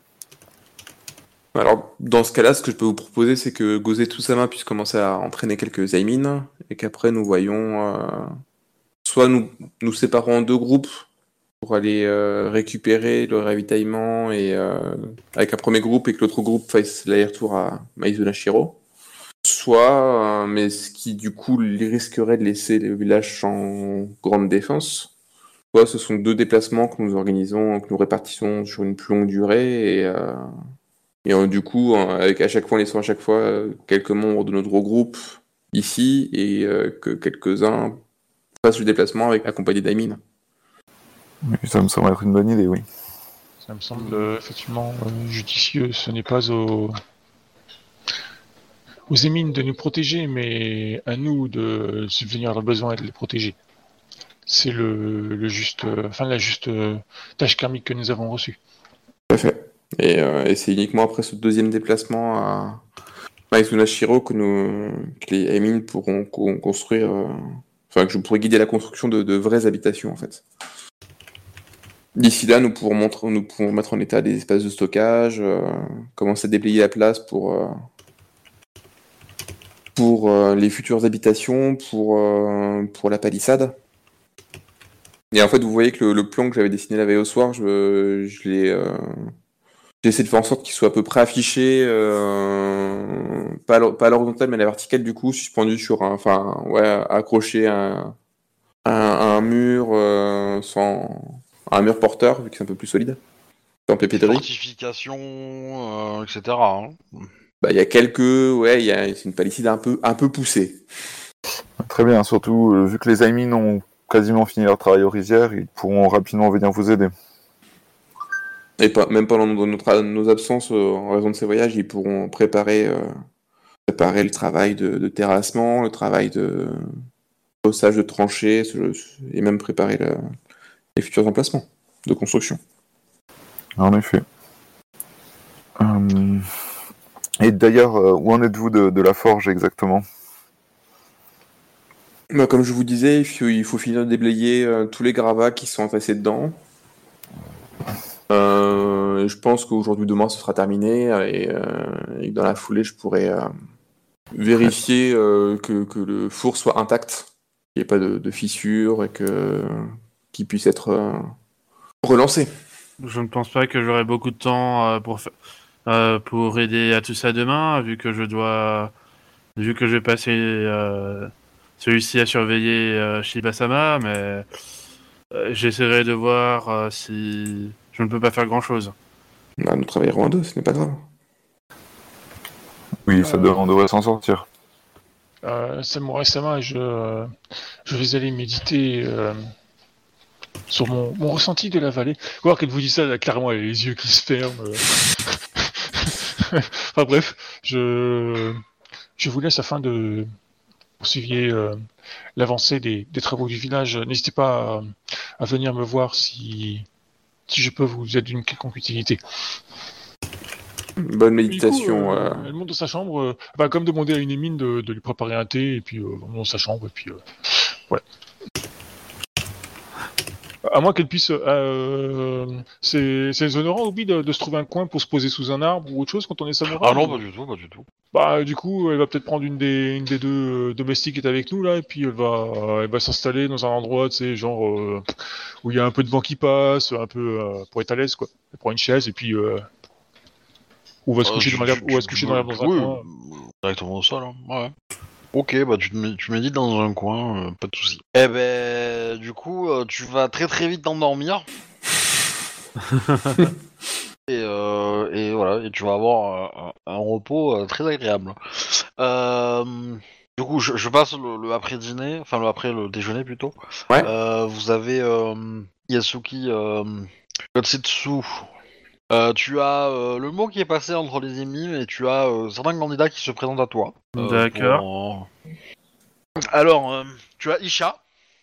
Alors, dans ce cas-là, ce que je peux vous proposer, c'est que Gozé Tsusama puisse commencer à entraîner quelques Aimin, et qu'après nous voyons, euh, soit nous nous séparons en deux groupes pour aller euh, récupérer le ravitaillement et euh, avec un premier groupe et que l'autre groupe fasse l'aller-retour à Maizunashiro. Soit, euh, mais ce qui du coup risquerait de laisser le village en grande défense. Soit ce sont deux déplacements que nous organisons, que nous répartissons sur une plus longue durée et, euh, et euh, du coup, euh, avec à chaque fois, en laissant à chaque fois euh, quelques membres de notre gros groupe ici et euh, que quelques-uns fassent le déplacement avec accompagnés d'Aimin. Oui, ça me semble être une bonne idée, oui. Ça me semble euh, effectivement euh, judicieux. Ce n'est pas aux, aux émines de nous protéger, mais à nous de subvenir à leurs besoins et de les protéger. C'est le, le juste, euh, enfin la juste euh, tâche karmique que nous avons reçue. Tout à fait. Et, euh, et c'est uniquement après ce deuxième déplacement à Maizunashiro que, nous, que les Aimin pourront co- construire, euh, enfin que je pourrai guider la construction de, de vraies habitations en fait. D'ici là, nous pourrons, montrer, nous pourrons mettre en état des espaces de stockage, euh, commencer à déblayer la place pour, euh, pour euh, les futures habitations, pour, euh, pour la palissade. Et en fait, vous voyez que le, le plan que j'avais dessiné la veille au soir, je, je l'ai, euh, j'ai essayé de faire en sorte qu'il soit à peu près affiché, euh, pas, à l'hor- pas à l'horizontale, mais à la verticale du coup, suspendu sur un, enfin, ouais, accroché à un, à un, à un mur euh, sans, à un mur porteur, vu que c'est un peu plus solide, en papeterie. fortification, euh, et cetera. hein. Bah, il y a quelques, ouais, il y a, c'est une palissade un peu, un peu poussée. Très bien, surtout euh, vu que les Aimin ont quasiment fini leur travail aux rizières, ils pourront rapidement venir vous aider. Et pas, même pendant notre, nos absences, euh, en raison de ces voyages, ils pourront préparer, euh, préparer le travail de, de terrassement, le travail de chaussage de tranchées, ce- et même préparer la- les futurs emplacements de construction. En effet. Euh, Et d'ailleurs, euh, où en êtes-vous de, de la forge exactement? Bah, comme je vous disais, il faut, il faut finir de déblayer euh, tous les gravats qui sont entassés dedans. Euh, et je pense qu'aujourd'hui ou demain ce sera terminé et, euh, et que dans la foulée je pourrai euh, vérifier euh, que, que le four soit intact, qu'il n'y ait pas de, de fissures et que qu'il puisse être euh, relancé. Je ne pense pas que j'aurai beaucoup de temps euh, pour, fa- euh, pour aider à tout ça demain, vu que je dois, vu que je vais passer euh, celui-ci à surveiller euh, Shibasama, mais euh, j'essaierai de voir euh, si je ne peux pas faire grand-chose. Bah, nous travaillerons à deux, ce n'est pas grave. Oui, ça Euh, devrait- on devrait s'en sortir. Euh, Samurai Sama, je, je vais aller méditer euh, sur mon, mon ressenti de la vallée. Voir qu'elle vous dit ça, elle a clairement les yeux qui se ferment. euh. Enfin bref, je, je vous laisse afin de poursuivre euh, l'avancée des, des travaux du village. N'hésitez pas à, à venir me voir si, si je peux vous être d'une quelconque utilité. Bonne Du méditation. coup, euh, euh, elle monte dans sa chambre, euh, bah, comme demander à une émine de, de lui préparer un thé, et puis euh, on monte dans sa chambre, et puis euh, voilà. À moins qu'elle puisse. Euh, c'est c'est honorant, Obi, de, de se trouver un coin pour se poser sous un arbre ou autre chose quand on est samouraï. Ah non, ou- pas du tout, pas du tout. Bah, du coup, elle va peut-être prendre une des, une des deux euh, domestiques qui est avec nous, là, et puis elle va, elle va s'installer dans un endroit, tu sais, genre, euh, où il y a un peu de vent qui passe, un peu, euh, pour être à l'aise, quoi. Elle prend une chaise, et puis, euh, ou va se Euh, coucher tu- dans l'herbe, tu- ou va tu- se tu coucher peux- dans l'herbe dans un oui, coin. directement au sol, hein. Ouais. Ok, bah tu, te mets- tu médites dans un coin, euh, pas de soucis. Eh ben, du coup, euh, tu vas très très vite t'endormir. et, euh, et voilà, et tu vas avoir un, un repos euh, très agréable. Euh, du coup, je, je passe le, le après-dîner, enfin le après le déjeuner plutôt. Ouais. Euh, vous avez euh, Yasuki euh, Kotsetsu. Euh, tu as euh, le mot qui est passé entre les émis et tu as euh, certains candidats qui se présentent à toi. euh, D'accord. pour, euh, Alors, euh, tu as Isha.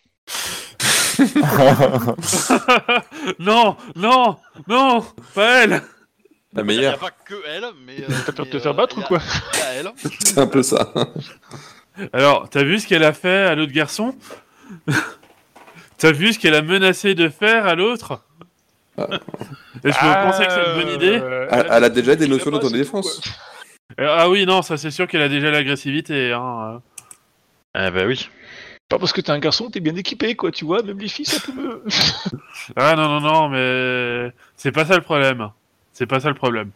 Non, non, non, pas elle. La Il n'y a meilleure, pas que elle, mais. euh, T'as peur de mais, te faire euh, battre y a- ou quoi? y a elle. c'est un peu ça. Alors, t'as vu ce qu'elle a fait à l'autre garçon? T'as vu ce qu'elle a menacé de faire à l'autre? Est-ce que vous pensez que c'est une bonne idée? Euh, Elle, elle a déjà des il a notions pas, c'est tout, d'autodéfense. quoi. Euh, Ah oui, non, ça c'est sûr qu'elle a déjà l'agressivité. Hein. Eh ben oui. Pas parce que t'es un garçon que t'es bien équipé, quoi, tu vois, même les filles, ça peut... Ah non, non, non, mais c'est pas ça le problème. C'est pas ça le problème.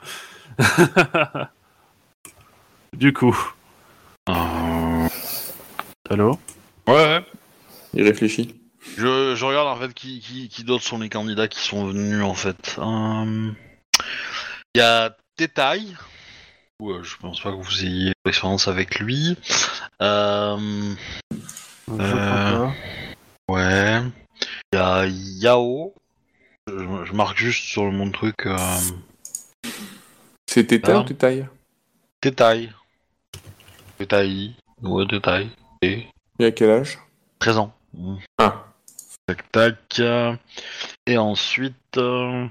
Du coup. Euh, Allô? Ouais, ouais. Il réfléchit. Je, je regarde en fait qui, qui, qui d'autres sont les candidats qui sont venus en fait. Euh, Il y a Tetai. Ouais, je pense pas que vous ayez l'expérience avec lui. Euh, Je Euh. crois ouais. Il y a Yao. Je, je marque juste sur mon truc. Euh, C'est Téta Ah. ou Tétaille? Tetai. Tetai. Ouais, Tetai. Et Il a quel âge? treize ans. Mm. Ah. Tac tac. euh, Et ensuite. euh,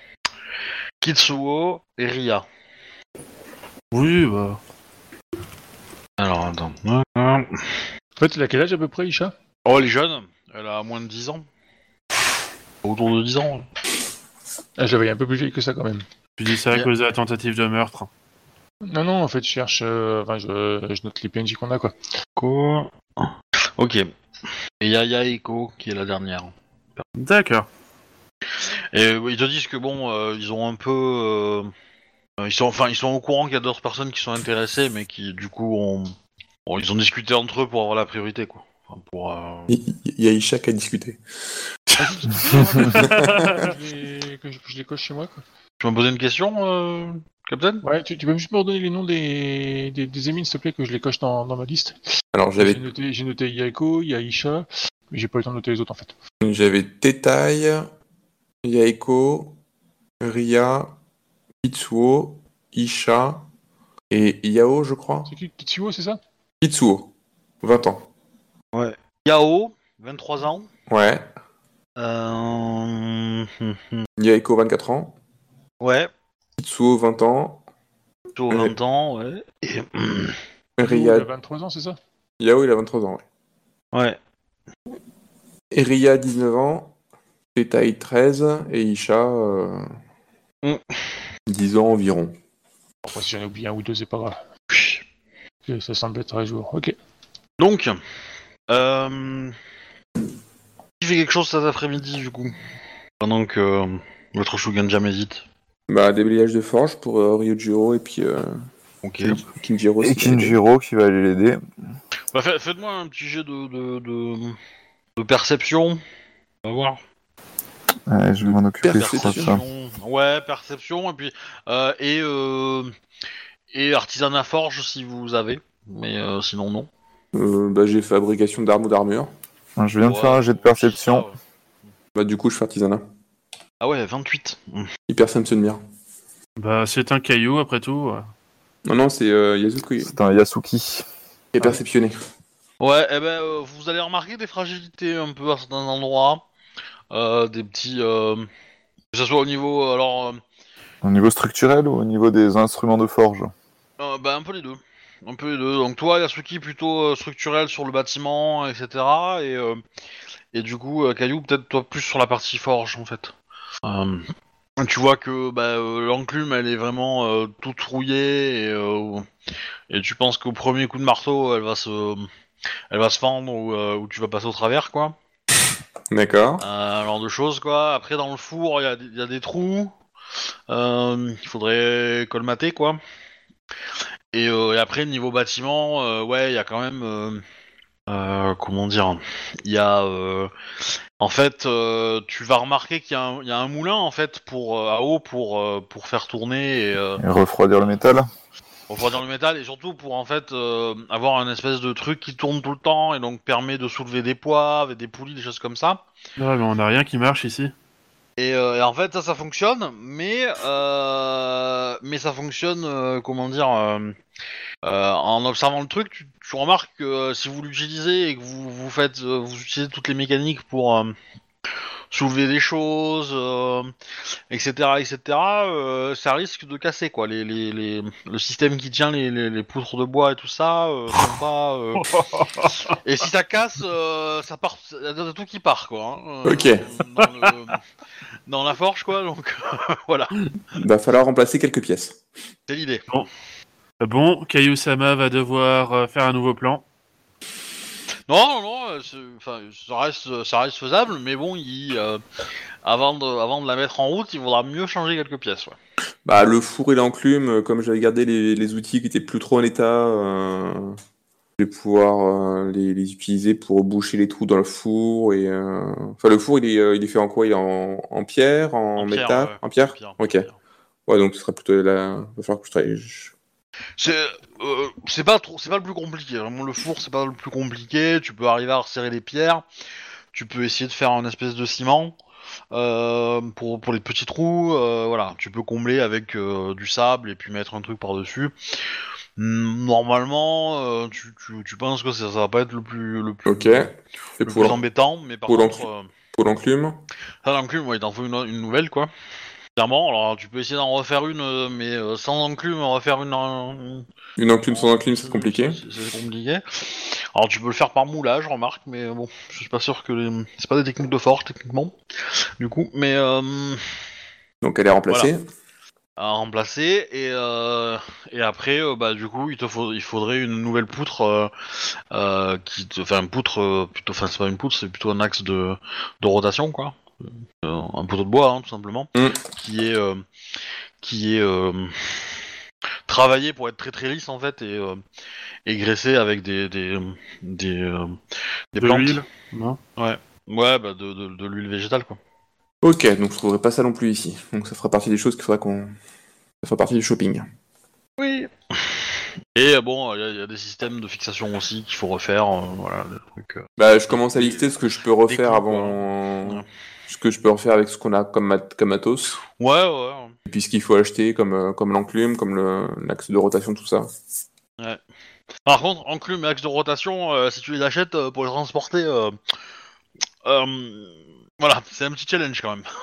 Kitsuo et Ria. pas. Oui, bah. Alors attends. En fait, il a quel âge à peu près, Isha? Oh, elle est jeune. Elle a moins de dix ans. Autour de dix ans. Ah, j'avais un peu plus vieille que ça, quand même. Tu dis ça à Bien. cause de la tentative de meurtre. Non, non, en fait, je cherche... euh, Enfin, je, je note les P N J qu'on a, quoi. Ko- Ok. Et il y a Yaeko qui est la dernière. D'accord. Et euh, ils te disent que bon, euh, ils ont un peu, euh, euh, ils sont, enfin, ils sont au courant qu'il y a d'autres personnes qui sont intéressées, mais qui du coup ont, bon, ils ont discuté entre eux pour avoir la priorité, quoi. Enfin, pour. euh, Il il y a Isha qui a discuté. je, les... que je, je les coche chez moi, quoi. Tu m'as posé une question, euh, Captain? Ouais, tu, tu peux juste me redonner les noms des, des, des émines, s'il te plaît, que je les coche dans, dans ma liste. Alors J'ai j'avais noté, j'ai noté Yaeko, il y a Isha, Mais j'ai pas eu le temps de noter les autres en fait. J'avais Tetai, Yaeko, Ria, Kitsuo, Isha et Yao, je crois. C'est qui Kitsuo, c'est ça? Kitsuo, vingt ans. Ouais. Yao, vingt-trois ans. Ouais. Euh... Yaeko, vingt-quatre ans. Ouais. Kitsuo, vingt ans. Plutôt vingt ans, ouais. Et... Ria... Il a vingt-trois ans, c'est ça? Yao, il a vingt-trois ans, ouais. Ouais. Et Ria, dix-neuf ans. Tetai, treize. Et Isha, euh... Mm. dix ans environ. Après, si j'en ai oublié un ou deux, c'est pas grave. Ok, ça semble être à jour. Ok. Donc, euh... qui fait quelque chose cet après-midi, du coup? Pendant que euh, votre Shugenja médite. Bah, déblayage de forge pour euh, Ryujiro et puis euh, Ok. Kinjiro. Et c'est- Kinjiro qui va aller l'aider. Bah, fait- faites-moi un petit jet de, de, de, de perception. On va voir. Ouais, je vais m'en occuper, je crois, de ça. Perception. Ouais, perception, et puis... Euh, et, euh, et artisanat forge, si vous avez. Mais euh, sinon, non. Euh, bah, j'ai fabrication d'armes ou d'armure. Je viens de Ouais, faire un jet de perception. ça, ouais. Bah, du coup, je fais artisanat. Ah ouais, vingt-huit. Mm. Hyper Samson Mir. Bah, c'est un caillou, après tout. ouais. Non, non, c'est euh, Yasuko qui C'est un Yasuki. est perceptionné. Ouais, et ben, euh, vous allez remarquer des fragilités un peu à certains endroits. Euh, des petits... euh, que ce soit au niveau... Alors... euh, Au niveau structurel ou au niveau des instruments de forge? Euh, bah un peu les deux. Un peu les deux. Donc toi, Yasuki plutôt euh, structurel sur le bâtiment, et cetera. Et, euh, et du coup, euh, Caillou peut-être toi plus sur la partie forge en fait. Euh, tu vois que bah, euh, l'enclume elle est vraiment euh, toute rouillée et, euh, et tu penses qu'au premier coup de marteau elle va se, elle va se fendre ou, euh, ou tu vas passer au travers quoi. D'accord. Euh, genre de choses quoi. Après dans le four il y a, il y a des trous. Euh, Il faudrait colmater quoi. Et, euh, et après, niveau bâtiment, euh, ouais, il y a quand même... euh, euh, comment dire? Il y a... euh, en fait, euh, tu vas remarquer qu'il y a un, il y a un moulin, en fait, pour, euh, à eau pour, euh, pour faire tourner et euh, Et refroidir le métal? refroidir le métal, et surtout pour, en fait, euh, avoir un espèce de truc qui tourne tout le temps, et donc permet de soulever des poids, avec des poulies, des choses comme ça. Ouais, mais on n'a rien qui marche ici. Et, euh, et en fait, ça, ça fonctionne, mais... Euh, mais ça fonctionne, euh, comment dire... euh, Euh, en observant le truc, tu, tu remarques que euh, si vous l'utilisez et que vous, vous faites, euh, vous utilisez toutes les mécaniques pour euh, soulever des choses, euh, et cetera, et cetera, euh, ça risque de casser quoi. Les, les, les, le système qui tient les, les, les poutres de bois et tout ça, euh, sont pas. euh, Et si ça casse, euh, ça part, il y a tout qui part quoi. hein, euh, Ok. Dans, le- dans la forge quoi, donc voilà, Va falloir remplacer quelques pièces. c'est l'idée. Bon, Caillou-sama va devoir euh, faire un nouveau plan. Non, non, non, euh, c'est- enfin, ça reste, ça reste faisable, mais bon, il, euh, avant, de, avant de la mettre en route, il faudra mieux changer quelques pièces. Ouais. Bah, le four et l'enclume, euh, comme j'avais gardé les, les outils qui étaient plus trop en état, euh, je vais pouvoir euh, les, les utiliser pour boucher les trous dans le four. Et, euh, enfin, le four, il est, euh, il est fait en quoi? Il est en, en pierre, en, En pierre, métal? ouais. En pierre? En pierre, Ok. en pierre. Ouais, donc ce sera plutôt la... Il va falloir que je travaille. je- C'est, euh, c'est pas trop, c'est pas le plus compliqué. Vraiment, le four, c'est pas le plus compliqué. Tu peux arriver à resserrer les pierres. Tu peux essayer de faire un espèce de ciment euh, pour pour les petits trous. euh, voilà, tu peux combler avec euh, du sable et puis mettre un truc par dessus. Normalement, euh, tu, tu, tu penses que ça, ça va pas être le plus le plus, Ok. le Et plus pour, l'en- embêtant, mais par pour contre, l'enclume. euh, pour l'enclume? ça l'enclume, ouais, il t'en faut une, une nouvelle quoi. Clairement, alors tu peux essayer d'en refaire une, euh, mais euh, sans enclume, refaire une. euh, Une enclume sans enclume, c'est compliqué. C'est c'est compliqué. Alors tu peux le faire par moulage, remarque, mais bon, je suis pas sûr que les... c'est pas des techniques de forge techniquement, du coup, mais euh, Donc elle est remplacée. à remplacer et euh, et après, euh, bah du coup, il te faut, il faudrait une nouvelle poutre, euh, euh, qui, te... enfin une poutre, euh, plutôt, enfin c'est pas une poutre, c'est plutôt un axe de de rotation quoi, Euh, un poteau de bois hein, tout simplement, Mm. qui est euh, qui est euh, travaillé pour être très très lisse en fait et euh, et graissé avec des des des, euh, des De plantes. l'huile, non? Ouais, ouais, bah de, de, de l'huile végétale quoi. Ok, donc je trouverai pas ça non plus ici. Donc ça fera partie des choses qu'il faudra qu'on... Ça fera partie du shopping. Oui. Et euh, bon, il y, a- y a des systèmes de fixation aussi qu'il faut refaire, euh, voilà, des trucs. euh. Bah, je commence à lister ce que je peux refaire coups, avant. quoi. Ouais. Ce que je peux refaire avec ce qu'on a comme, mat- comme matos. Ouais, ouais. Et puis ce qu'il faut acheter comme, euh, comme l'enclume, comme le- l'axe de rotation, tout ça. ouais. Par contre, enclume et axe de rotation, euh, si tu les achètes euh, pour les transporter, euh, euh, voilà, c'est un petit challenge quand même.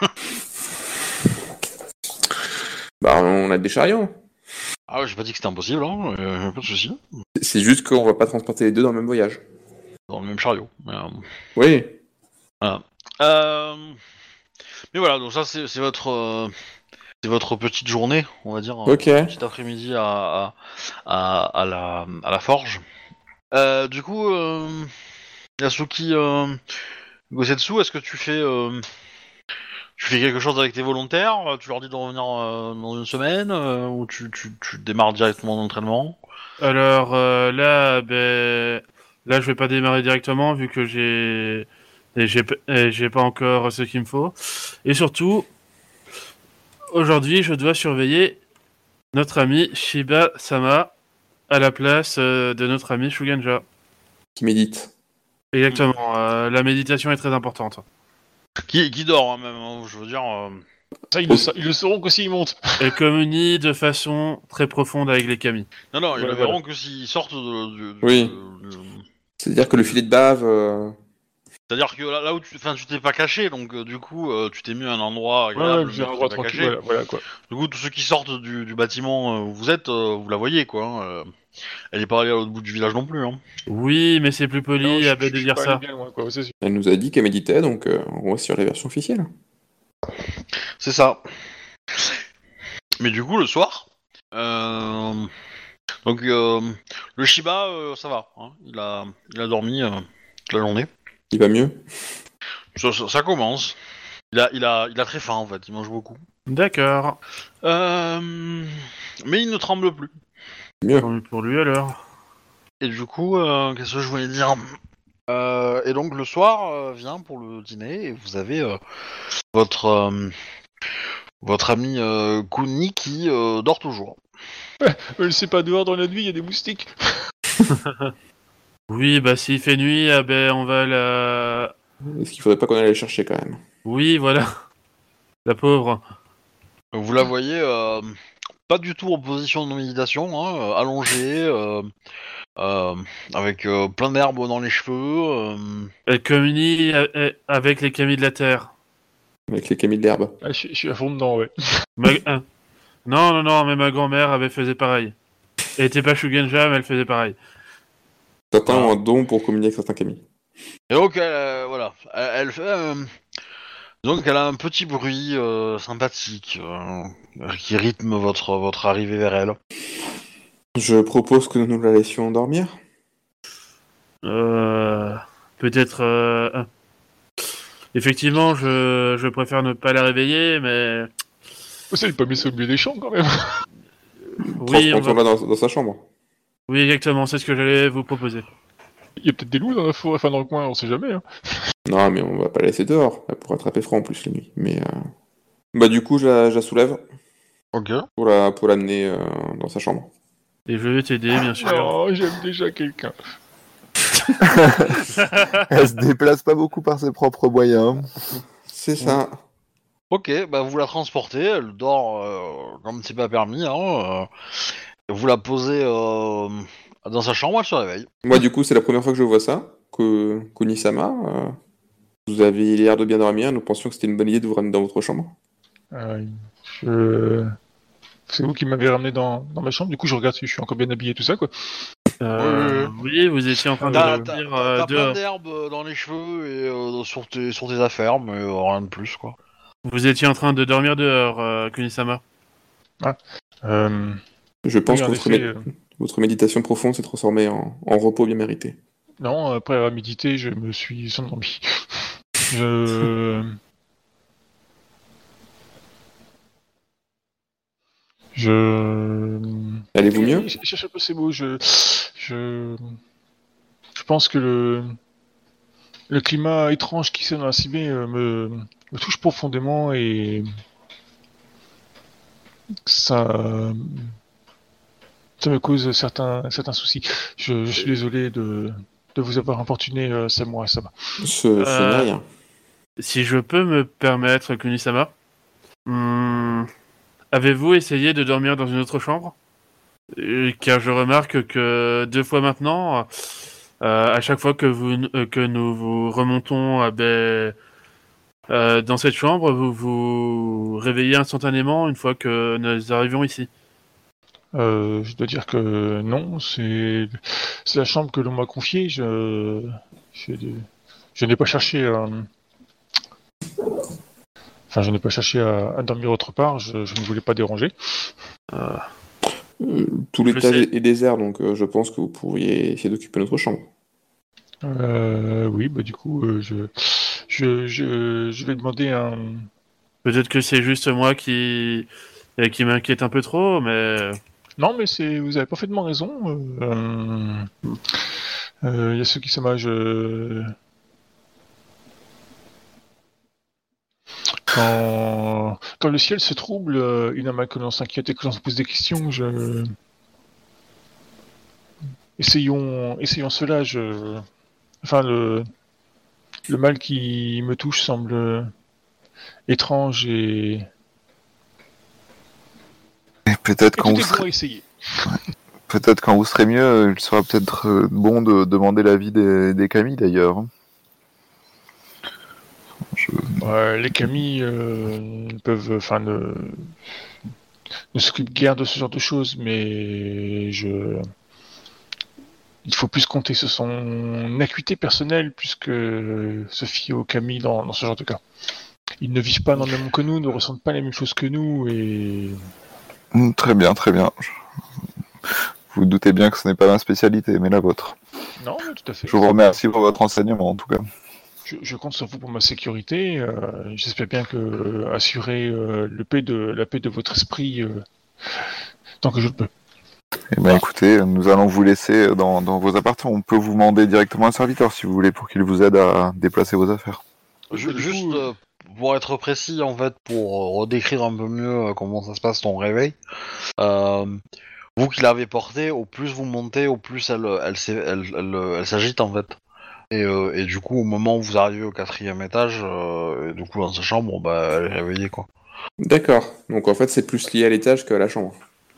Bah, on a des chariots. Ah ouais, j'ai pas dit que c'était impossible, hein, euh, pas de soucis. C'est- C'est juste qu'on va pas transporter les deux dans le même voyage. Dans le même chariot. Mais, euh, Oui. voilà. Euh, mais voilà, donc ça c'est c'est votre euh, c'est votre petite journée, on va dire, euh, Ok. petit après-midi à, à, à, à la à la forge. Euh, du coup, euh, Yasuki euh, Gosetsu, est-ce que tu fais euh, tu fais quelque chose avec tes volontaires? Tu leur dis de revenir euh, dans une semaine euh, ou tu, tu, tu démarres directement l'entraînement? Alors euh, là, ben, là, je vais pas démarrer directement vu que j'ai, et j'ai, p- et j'ai pas encore ce qu'il me faut. Et surtout, aujourd'hui, je dois surveiller notre ami Shiba Sama à la place euh, de notre ami Shuganja. Qui médite. Exactement. euh, la méditation est très importante. Qui, qui dort hein, même, hein, je veux dire. euh, Ça, ils le, sa- ils le sauront que s'ils montent. Elle communie de façon très profonde avec les kami. Non, non, ils Ouais, le voilà. verront que s'ils sortent de. de- de- Oui. de- de- C'est-à-dire que le filet de bave. euh, C'est-à-dire que là, là où tu, enfin, tu t'es pas caché, donc euh, du coup, euh, tu t'es mis à un endroit Ouais, agréable, ouais, mais j'ai un tu endroit t'es pas tranquille, caché. voilà, voilà, quoi. Du coup, tous ceux qui sortent du, du bâtiment euh, où vous êtes, euh, vous la voyez, quoi. hein, euh. Elle est pas allée à l'autre bout du village non plus. Hein. Oui, mais c'est plus Non, poli je- à je- de je suis dire pas allé ça. bien loin, quoi, c'est sûr. Elle nous a dit qu'elle méditait, donc euh, on va sur la version officielle. C'est ça. Mais du coup, le soir, euh, donc euh, le Shiba, euh, ça va. Hein, il a, il a dormi euh, toute la journée. Il va mieux. Ça, ça- ça commence. Il a, il a, il a très faim en fait. Il mange beaucoup. D'accord. Euh, mais il ne tremble plus. Mieux. Tant mieux pour lui alors. Et du coup, euh, qu'est-ce que je voulais dire Euh, Et donc le soir euh, vient pour le dîner et vous avez euh, votre euh, votre ami euh, Kuni qui euh, dort toujours. Euh, c'est pas dehors dans la nuit, il y a des moustiques. Oui, bah s'il fait nuit, ah ben on va la... Est-ce qu'il faudrait pas qu'on aille la chercher quand même? Oui, voilà. La pauvre. Vous la voyez euh, pas du tout en position de méditation, hein, euh, allongée, euh, euh, avec euh, plein d'herbes dans les cheveux. euh. Elle communie a- a- avec les kami de la terre. Avec les camis de l'herbe. Ah, je, je suis à fond dedans, ouais. Ma- hein. Non, non, non, mais ma grand-mère avait faisait pareil. Elle était pas Shuganja, mais elle faisait pareil. Certains Ah. ont un don pour communiquer avec certains camis. Et donc, elle, euh, voilà, elle, elle fait. euh, donc, elle a un petit bruit euh, sympathique euh, qui rythme votre votre arrivée vers elle. Je propose que nous la laissions dormir. Euh... Peut-être... euh, hein. Effectivement, je... je préfère ne pas la réveiller, mais... Oh, ça, il pas mis ça au milieu des champs, quand même. Oui, on va... Transportons-la dans, dans sa chambre. oui, exactement, c'est ce que j'allais vous proposer. Il y a peut-être des loups dans la forêt, enfin dans le coin, on sait jamais. Hein. Non, mais on va pas la laisser dehors. Elle pourra attraper froid en plus la nuit. Mais euh... bah du coup, je la, je la soulève Ok. pour la pour l'amener euh, dans sa chambre. Et je vais t'aider, bien sûr. Non, j'aime déjà quelqu'un. Elle se déplace pas beaucoup par ses propres moyens. C'est ça. Ok, bah vous la transportez, elle dort euh, comme c'est pas permis, hein. euh, et vous la posez euh, dans sa chambre, elle se réveille. Moi, du coup, c'est la première fois que je vois ça. Que Kunisama, euh, vous avez l'air de bien dormir. Nous pensions que c'était une bonne idée de vous ramener dans votre chambre. Euh, je... C'est vous qui m'avez ramené dans, dans ma chambre, du coup je regarde si je suis encore bien habillé, tout ça, quoi. Euh, oui, vous étiez en train de T'as, dormir t'as- euh, t'as plein dehors. d'herbes dans les cheveux et euh, sur, tes, sur tes affaires, mais euh, rien de plus, quoi. Vous étiez en train de dormir dehors, euh, Kunisama. Euh... Je pense oui, en que votre, effet, mé- euh, votre méditation profonde s'est transformée en, en repos bien mérité. Non, après avoir médité, je me suis endormi. je... Je... Allez-vous mieux? Je cherche un peu ces mots. Je, je, je pense que le, le climat étrange qui s'est dans la Sibé euh, me, me touche profondément et ça, ça me cause certains, certains soucis. Je, je suis désolé de, de vous avoir importuné, euh, Samurai Sama. Ce, ce n'est Euh, rien. Si je peux me permettre, Kunisama, hmm, avez-vous essayé de dormir dans une autre chambre? Euh, Car je remarque que deux fois maintenant, euh, à chaque fois que, vous, euh, que nous vous remontons euh, ben, euh, dans cette chambre, vous vous réveillez instantanément une fois que nous arrivions ici. Euh, je dois dire que non, c'est c'est la chambre que l'on m'a confiée. Je, je, je n'ai pas cherché à... Enfin, je n'ai pas cherché à, à dormir autre part. Je, je ne voulais pas déranger. Euh, Euh, tout Je l'étage sais. est est désert, donc euh, je pense que vous pourriez essayer d'occuper notre chambre. Euh, oui, bah du coup, euh, je, je, je, je vais demander un... Peut-être que c'est juste moi qui, euh, qui m'inquiète un peu trop, mais Non, mais c'est, vous avez parfaitement raison. Euh, euh, Il y a ceux qui se mangent. euh, Quand, quand le ciel se trouble, euh, il est normal que l'on s'inquiète et que l'on se pose des questions. Je... Essayons, essayons cela. Je... Enfin, le, le mal qui me touche semble étrange et, Et peut-être et quand tout vous est bon serez, à essayer. peut-être quand vous serez mieux, il sera peut-être euh, bon de demander l'avis des, des Camille d'ailleurs. Je- Euh, les Camille euh, peuvent, enfin, ne, ne s'occupent guère de ce genre de choses, mais je, il faut plus compter sur son acuité personnelle plus que se fier aux Camille dans, dans ce genre de cas. Ils ne vivent pas dans le même monde que nous, ne ressentent pas les mêmes choses que nous, et Hmm, Très bien, très bien. Je- Vous doutez bien que ce n'est pas ma spécialité, mais la vôtre. non, mais tout à fait. Je vous remercie pour votre enseignement en tout cas. Je, je compte sur vous pour ma sécurité. euh, J'espère bien que euh, assurer euh, le paix de, la paix de votre esprit euh, tant que je le peux. Eh bien écoutez, nous allons vous laisser dans, dans vos appartements. On peut vous demander directement un serviteur si vous voulez pour qu'il vous aide à déplacer vos affaires. Ju- Du juste coup, euh, pour être précis, en fait, pour euh, redécrire un peu mieux euh, comment ça se passe ton réveil, euh, vous qui l'avez portée, au plus vous montez, au plus elle, elle, s'est- elle, elle, euh, elle s'agite en fait. Et, euh, et du coup, au moment où vous arrivez au quatrième étage, euh, et du coup dans sa chambre, bah, elle est réveillée quoi. D'accord. Donc en fait, c'est plus lié à l'étage qu'à la chambre.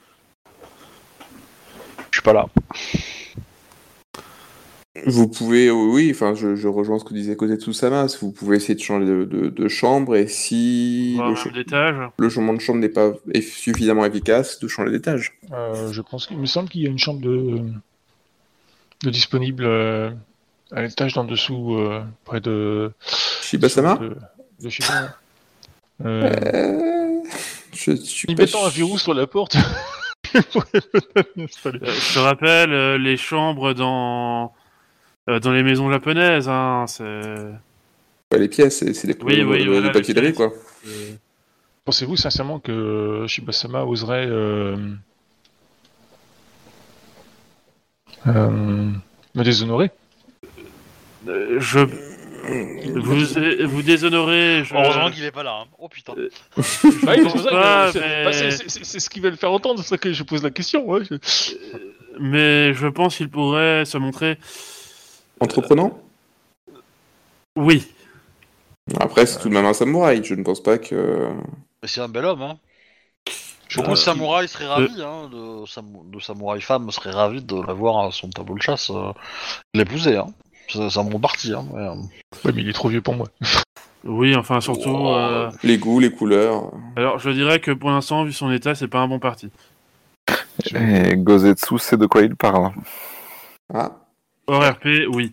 Je suis pas là. Vous pouvez, oui, oui, enfin, je, je rejoins ce que disait Kozetsu-sama. Vous pouvez essayer de changer de, de- de chambre et si voir le, même cha- d'étage. le changement de chambre n'est pas eff- suffisamment efficace, de changer d'étage. euh, je pense qu'il me semble qu'il y a une chambre de, de disponible euh, à l'étage d'en dessous, euh, près de Shibasama de, de chez moi. Euh, Euh, Je suis y pas mettant un sûr. verrou sur la porte. je pourrais peut-être m'installer. Euh, je te rappelle, euh, les chambres dans, euh, dans les maisons japonaises, hein, c'est... Ouais, les pièces, c'est c'est des Oui, de, oui, de, de voilà, les batellerie, pièces. quoi. euh, Pensez-vous sincèrement que Shibasama oserait euh, euh, me déshonorer? euh, je... Vous, vous déshonorez, je... Heureusement qu'il est pas là. Hein. Oh putain. Euh, Bah oui, c'est pense pour ça que- pas, c'est- mais- bah, c'est- c'est- c'est- c'est ce qui va le faire entendre, c'est ça que je pose la question. Ouais. Je- Mais je pense qu'il pourrait se montrer... Entreprenant Oui. Après, c'est tout de même un samouraï. Je ne pense pas que. Mais c'est un bel homme, hein. Je Beaucoup de pense qu'il- samouraïs seraient ravis, hein, de, sam- de samouraïs femmes seraient ravis de l'avoir à son tableau de chasse, euh, de l'épouser, hein. Ça, ça me parti, hein. Ouais, euh. Ouais, mais il est trop vieux pour moi. Oui, enfin, surtout... Oh. euh, Les goûts, les couleurs. Alors, je dirais que pour l'instant, vu son état, c'est pas un bon parti. Et Gozetsu sait de quoi il parle. Ah. Hors R P, oui.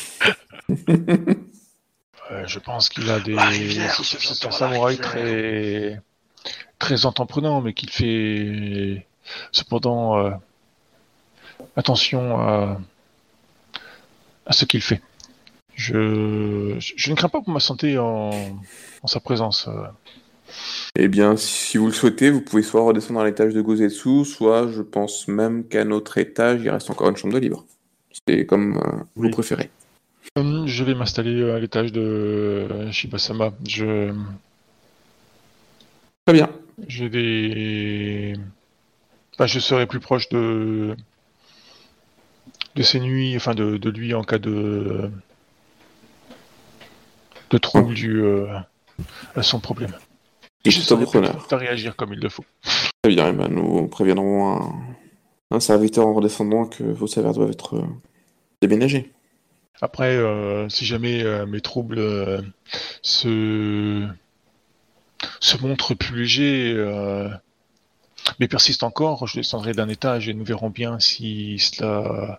Euh, je pense qu'il a des. La rivière, c'est- ce c'est sur un la samouraï rivière. très très entreprenant, mais qu'il fait cependant euh, attention à à ce qu'il fait. Je je ne crains pas pour ma santé en en sa présence. euh. Eh bien, si vous le souhaitez, vous pouvez soit redescendre à l'étage de Gozetsu, soit je pense même qu'à notre étage, il reste encore une chambre de libre. C'est comme euh, Oui. vous préférez. Hum, Je vais m'installer à l'étage de euh, Shibasama. Je Très bien. j'ai des Enfin, je serai plus proche de de ses nuits, enfin de, de lui en cas de de trouble dû euh, à son problème. Et je tout à serai votre honneur. prêt à réagir comme il le faut. Très bien, eh ben, nous préviendrons un, un serviteur en redescendant que vos salaires doivent être euh, déménagés. Après, euh, si jamais euh, mes troubles euh, se se montrent plus légers, euh, mais persistent encore, je descendrai d'un étage et nous verrons bien si cela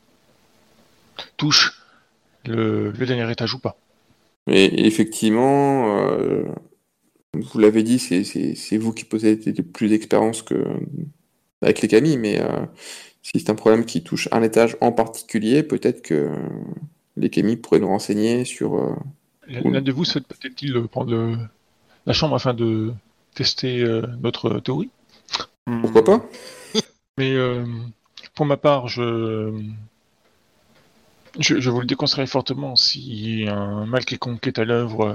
touche le, le dernier étage ou pas. Et effectivement, euh, vous l'avez dit, c'est, c'est, c'est vous qui possédez plus d'expérience que avec les Camille, mais euh, si c'est un problème qui touche un étage en particulier, peut-être que les Camille pourraient nous renseigner sur... euh, L'un de vous souhaite peut-être-il prendre le, la chambre afin de tester euh, notre théorie? Pourquoi pas? Mais euh, pour ma part, je... je je vous le déconseillerais fortement si un mal quelconque est à l'œuvre.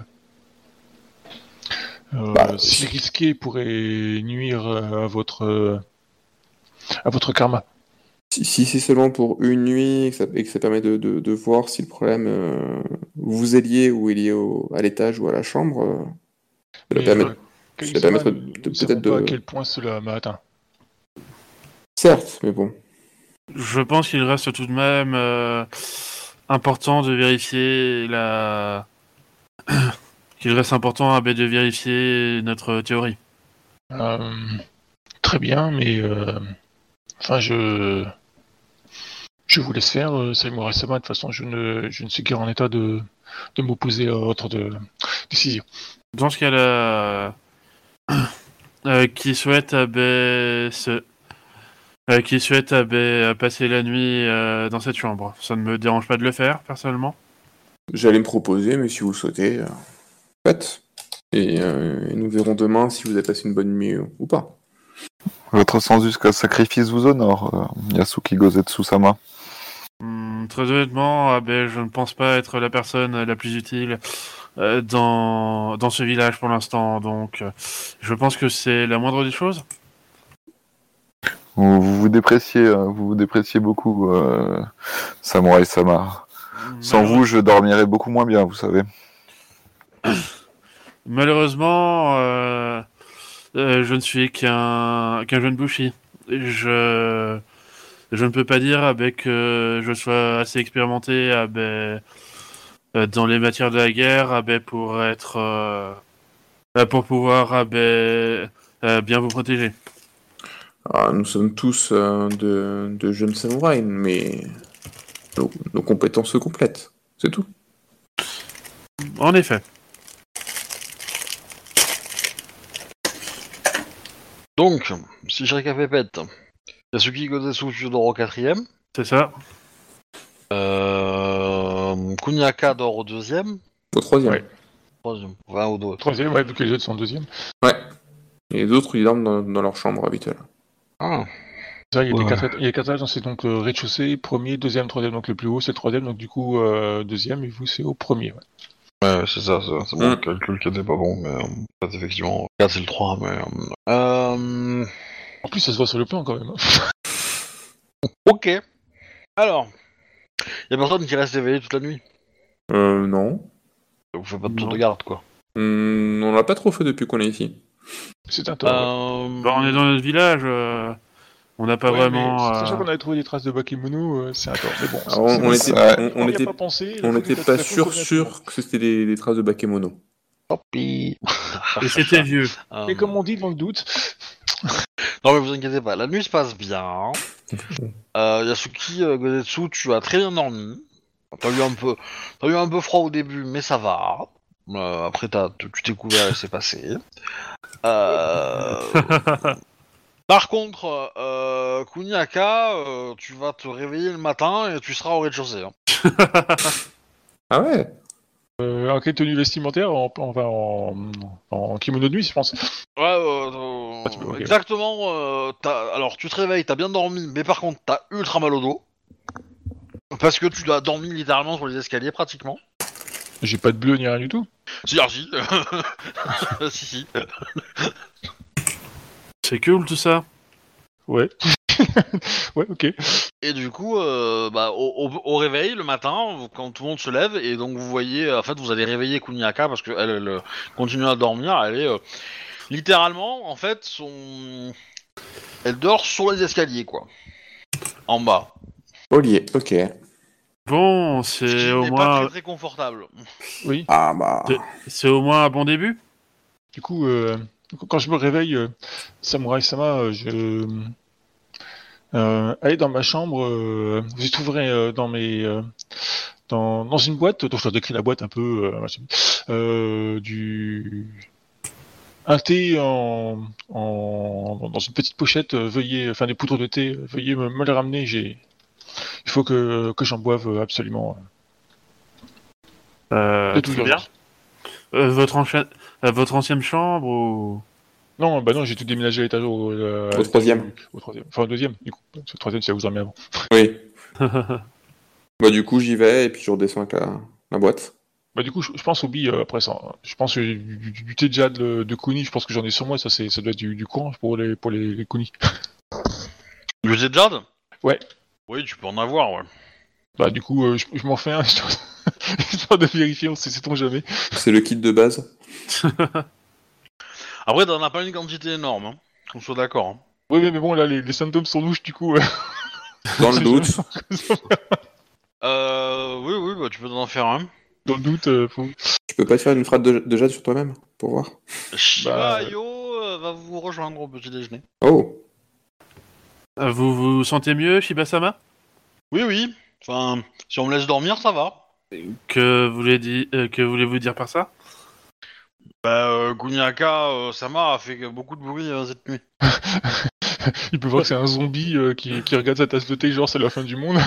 Euh, Bah, si risqué pourrait nuire à votre à votre karma. Si, si c'est seulement pour une nuit et que ça, et que ça permet de, de, de voir si le problème euh, vous est lié ou est lié au, à l'étage ou à la chambre, euh, ça Mais, permet, euh, ça Kalisama, permettrait nous- de, nous ne peut-être savons pas à de... quel point cela m'a atteint. Certes, mais bon. Je pense qu'il reste tout de même euh, important de vérifier la. qu'il reste important ah, ben, de vérifier notre théorie. Euh, très bien, mais euh, enfin je je vous laisse faire, euh, Saïmo Sama. De toute façon, je ne je ne suis guère en état de de m'opposer à votre de... décision. Dans ce cas-là, euh, qui souhaite ah, ben, se... euh, qui souhaite ah, ben, passer la nuit euh, dans cette chambre. Ça ne me dérange pas de le faire, personnellement. J'allais me proposer, mais si vous le souhaitez, euh, faites. Et, euh, et nous verrons demain si vous avez passé une bonne nuit euh, ou pas. Votre sens du sacrifice vous honore, euh, Yasuki Gozetsu-sama. Hum, très honnêtement, ah, ben, je ne pense pas être la personne la plus utile euh, dans, dans ce village pour l'instant. Donc, euh, je pense que c'est la moindre des choses. Vous, vous vous dépréciez, euh, vous vous dépréciez beaucoup, euh, Samurai-sama. Sans Malheureux- vous, je dormirais beaucoup moins bien, vous savez. Malheureusement, euh, euh, je ne suis qu'un qu'un jeune bushi. Je je ne peux pas dire ah, ben, que je sois assez expérimenté ah, ben, euh, dans les matières de la guerre ah, ben, pour être euh, euh, pour pouvoir ah, ben, euh, bien vous protéger. Ah, nous sommes tous euh, de, de jeunes samouraïs, mais nos, nos compétences se complètent. C'est tout. En effet. Donc, si je récapépète, Yasuki Gozetsu, tu dors au quatrième. C'est ça. Euh, Kunyaka dort au deuxième. Au troisième. Ouais. Troisième. Enfin, au deux. Troisième, ouais, vu que les autres sont deuxième. Ouais. Et les autres, ils dorment dans, dans leur chambre habituelle. Ah. Ça, il y a Ouais. des quatre, il y a quatre étages, donc c'est donc euh, rez-de-chaussée, premier, deuxième, troisième, donc le plus haut c'est le troisième, donc du coup euh, deuxième, et vous c'est au premier. Ouais. Ouais, c'est ça, c'est, c'est mon Mm. calcul qui était pas bon, mais euh, en fait, effectivement, quatre c'est le trois, mais... Euh, euh, En plus ça se voit sur le plan quand même. ok. Alors, y'a personne qui reste éveillé toute la nuit. Euh, non. Vous faites pas de tour Non. de garde, quoi. Hum, on l'a pas trop fait depuis qu'on est ici. C'est un tort. ouais. Euh... Bah, on est dans notre village. euh, on n'a pas Ouais, vraiment. mais euh, Sachant qu'on avait trouvé des traces de Bakemono, euh, c'est un tort. Mais bon, Alors, on, on c'est- était, ça- on, on on y a était, pas pensé. on le était fait que pas la sûr, photo sûr que c'était des, des traces de Bakemono. Tant pis. Et c'était vieux. Euh, Mais comme on dit dans le doute, Non mais vous inquiétez pas, la nuit se passe bien. euh, Yasuki euh, Gozetsu, tu as très bien dormi. T'as eu un peu, t'as eu un peu froid au début, mais ça va. Euh, après t'as, tu tu t'es couvert et c'est passé. Euh... Par contre, euh, Kunyaka, euh, tu vas te réveiller le matin et tu seras au rez-de-chaussée. Hein. Ah ouais. euh, en quelle tenue vestimentaire, en, en, en, en kimono de nuit, je pense. Ouais, euh, euh, Ah, tu peux, ok. exactement. Euh, t'as- alors tu te réveilles, t'as bien dormi, mais par contre t'as ultra mal au dos. Parce que tu as dormi littéralement sur les escaliers pratiquement. J'ai pas de bleu ni rien du tout. Si, alors, si. si, si. C'est cool tout ça. Ouais. Ouais, ok. Et du coup, euh, bah, au, au- au réveil, le matin, quand tout le monde se lève, et donc vous voyez, en fait, vous allez réveiller Kuniaka parce qu'elle elle, euh, continue à dormir, elle est... euh, littéralement, en fait, son... elle dort sur les escaliers, quoi. En bas. Au lié, ok. Bon, Ce c'est qui au n'est pas très moins, très confortable. Oui. Ah bah... c'est- c'est au moins un bon début. Du coup, euh, quand je me réveille, euh, Samurai Sama, euh, je... Euh, allez dans ma chambre, euh, vous y trouverez euh, dans mes... euh, dans, dans une boîte, dont je leur décris la boîte un peu, euh, machin, euh, du... Un thé en, en, dans une petite pochette, euh, veuillez, enfin des poudres de thé, euh, veuillez me, me les ramener, j'ai... Il faut que, que j'en boive euh, absolument. Euh, De toute très bien. urgence. Euh, votre, encha- euh, votre ancienne chambre ou... Non, bah non, j'ai tout déménagé à l'étage au, euh, à Au l'étage troisième. au, au troisième. Enfin, au deuxième, du coup. Parce que le troisième, c'est là où je dormais avant. Oui. Bah du coup, j'y vais, et puis je redescends avec la, la boîte. Bah du coup, je, je pense au billes euh, après ça. Je pense que du, du, du thé de jade de, de Kuni, je pense que j'en ai sur moi, ça, c'est, ça doit être du, du courant pour les, pour les, les Kuni. Le jet de jade ? Ouais. Oui, tu peux en avoir, ouais. Bah du coup, euh, je, je m'en fais un, histoire, histoire de vérifier, on sait, sait-on jamais. C'est le kit de base. Après, t'en as pas une quantité énorme, hein. Qu'on soit d'accord. Hein. Oui, mais, mais bon, là, les, les symptômes sont louches, du coup. euh, Dans le c'est doute. jamais- Euh, oui, oui, bah tu peux en faire un. Dans le doute, euh, faut... Tu peux pas te faire une frappe de, de jade sur toi-même, pour voir? Shiba Bah, Ayo euh, va vous rejoindre au petit déjeuner. Oh. Euh, vous vous sentez mieux, Shibasama? Oui, oui. Enfin, si on me laisse dormir, ça va. Que voulez di- euh, que voulez-vous dire par ça? Bah, euh, Kuniaka euh, Sama a fait beaucoup de bruit euh, cette nuit. il peut voir que c'est un zombie euh, qui, qui regarde sa tasse de thé, genre c'est la fin du monde.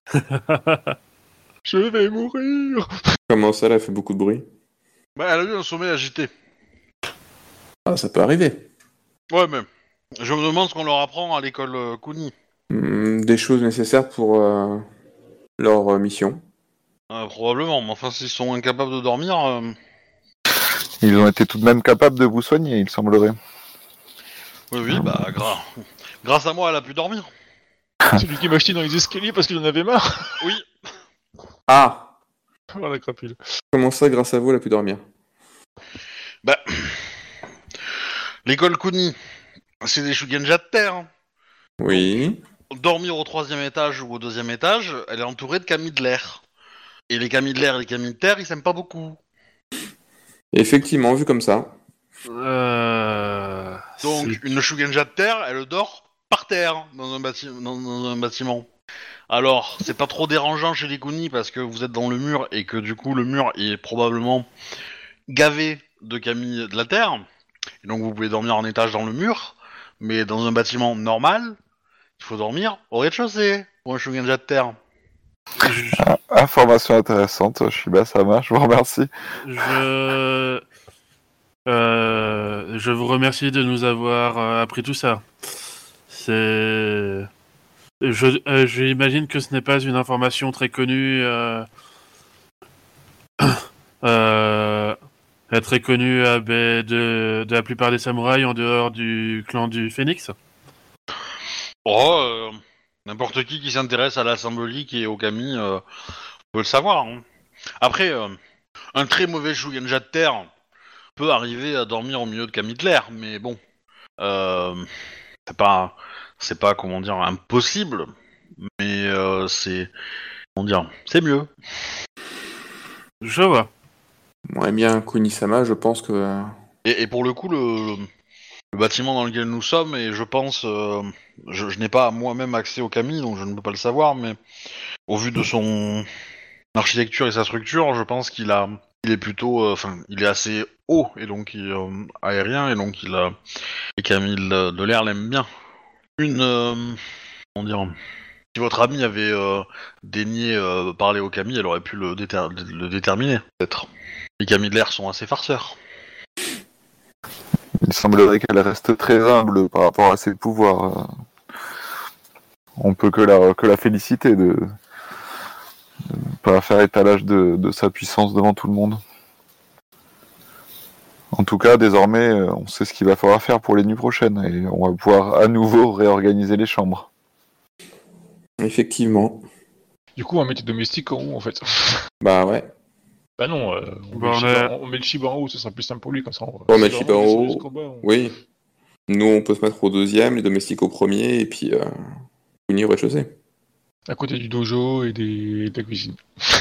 Je vais mourir. Comment ça, elle a fait beaucoup de bruit? Bah, elle a eu un sommeil agité. Ah, ça peut arriver. Ouais, mais je me demande ce qu'on leur apprend à l'école euh, Kuni. Hmm, des choses nécessaires pour euh, leur euh, mission. Euh, probablement, mais enfin, s'ils sont incapables de dormir... euh, Ils ont été tout de même capables de vous soigner, il semblerait. Oui, oui, bah, gra- grâce à moi, elle a pu dormir. C'est lui qui m'a acheté dans les escaliers parce qu'il en avait marre. Oui. Ah! Oh la crapule. Comment ça, grâce à vous, elle a pu dormir? Bah... L'école Kuni, c'est des Shugenja de terre. Hein. Oui. Dormir au troisième étage ou au deuxième étage, elle est entourée de camis de l'air. Et les camis de l'air et les camis de terre, ils s'aiment pas beaucoup. Effectivement, vu comme ça. Euh... Donc, c'est- une Shugenja de terre, elle dort par terre dans un, bâti- dans, dans un bâtiment. Alors, c'est pas trop dérangeant chez les Kuni parce que vous êtes dans le mur et que du coup, le mur est probablement gavé de camis de la terre. Et donc, vous pouvez dormir en étage dans le mur. Mais dans un bâtiment normal, il faut dormir au rez-de-chaussée pour un Shugenja de terre. je... Information intéressante, Shibasama, je vous remercie. je... Euh, je vous remercie de nous avoir euh, appris tout ça. C'est... Je, euh, j'imagine que ce n'est pas une information très connue, euh... euh... très connue euh, ben, de, de la plupart des samouraïs en dehors du clan du Phénix. Oh, euh, n'importe qui qui s'intéresse à la symbolique et au kami euh, peut le savoir. Hein. Après, euh, un très mauvais Shugenja de terre peut arriver à dormir au milieu de camis de l'air, mais bon, euh, c'est pas, c'est pas comment dire impossible, mais euh, c'est, comment dire, c'est mieux. Je vois. Bon, eh bien, Kunisama, je pense que... euh, Et, et pour le coup, le, le bâtiment dans lequel nous sommes, et je pense, euh, je, je n'ai pas moi-même accès au kami, donc je ne peux pas le savoir, mais au vu de son architecture et sa structure, je pense qu'il a, il est plutôt, enfin, euh, il est assez haut et donc il, euh, aérien et donc il a, et Camille de, de l'air l'aime bien. Une, euh, comment dire, si votre ami avait euh, daigné euh, parler au Camille, elle aurait pu le, déter- le déterminer, peut-être. Les Camille de l'air sont assez farceurs. Il semblerait qu'elle reste très humble par rapport à ses pouvoirs. On peut que la, que la féliciter de ne pas faire étalage de, de sa puissance devant tout le monde. En tout cas, désormais, euh, on sait ce qu'il va falloir faire pour les nuits prochaines et on va pouvoir à nouveau réorganiser les chambres. Effectivement. Du coup, on met les domestiques en haut, en fait. Bah ouais. Bah non, euh, on, Bah, met on le a- Shiba, on met le Shiba en haut, ce sera plus simple pour lui, comme ça. On, On met le si Shiba vraiment en il descend haut. jusqu'en bas, on- Oui. Nous, on peut se mettre au deuxième, les domestiques au premier, et puis euh, Kuni au rez-de-chaussée. À côté du dojo et des... de la cuisine.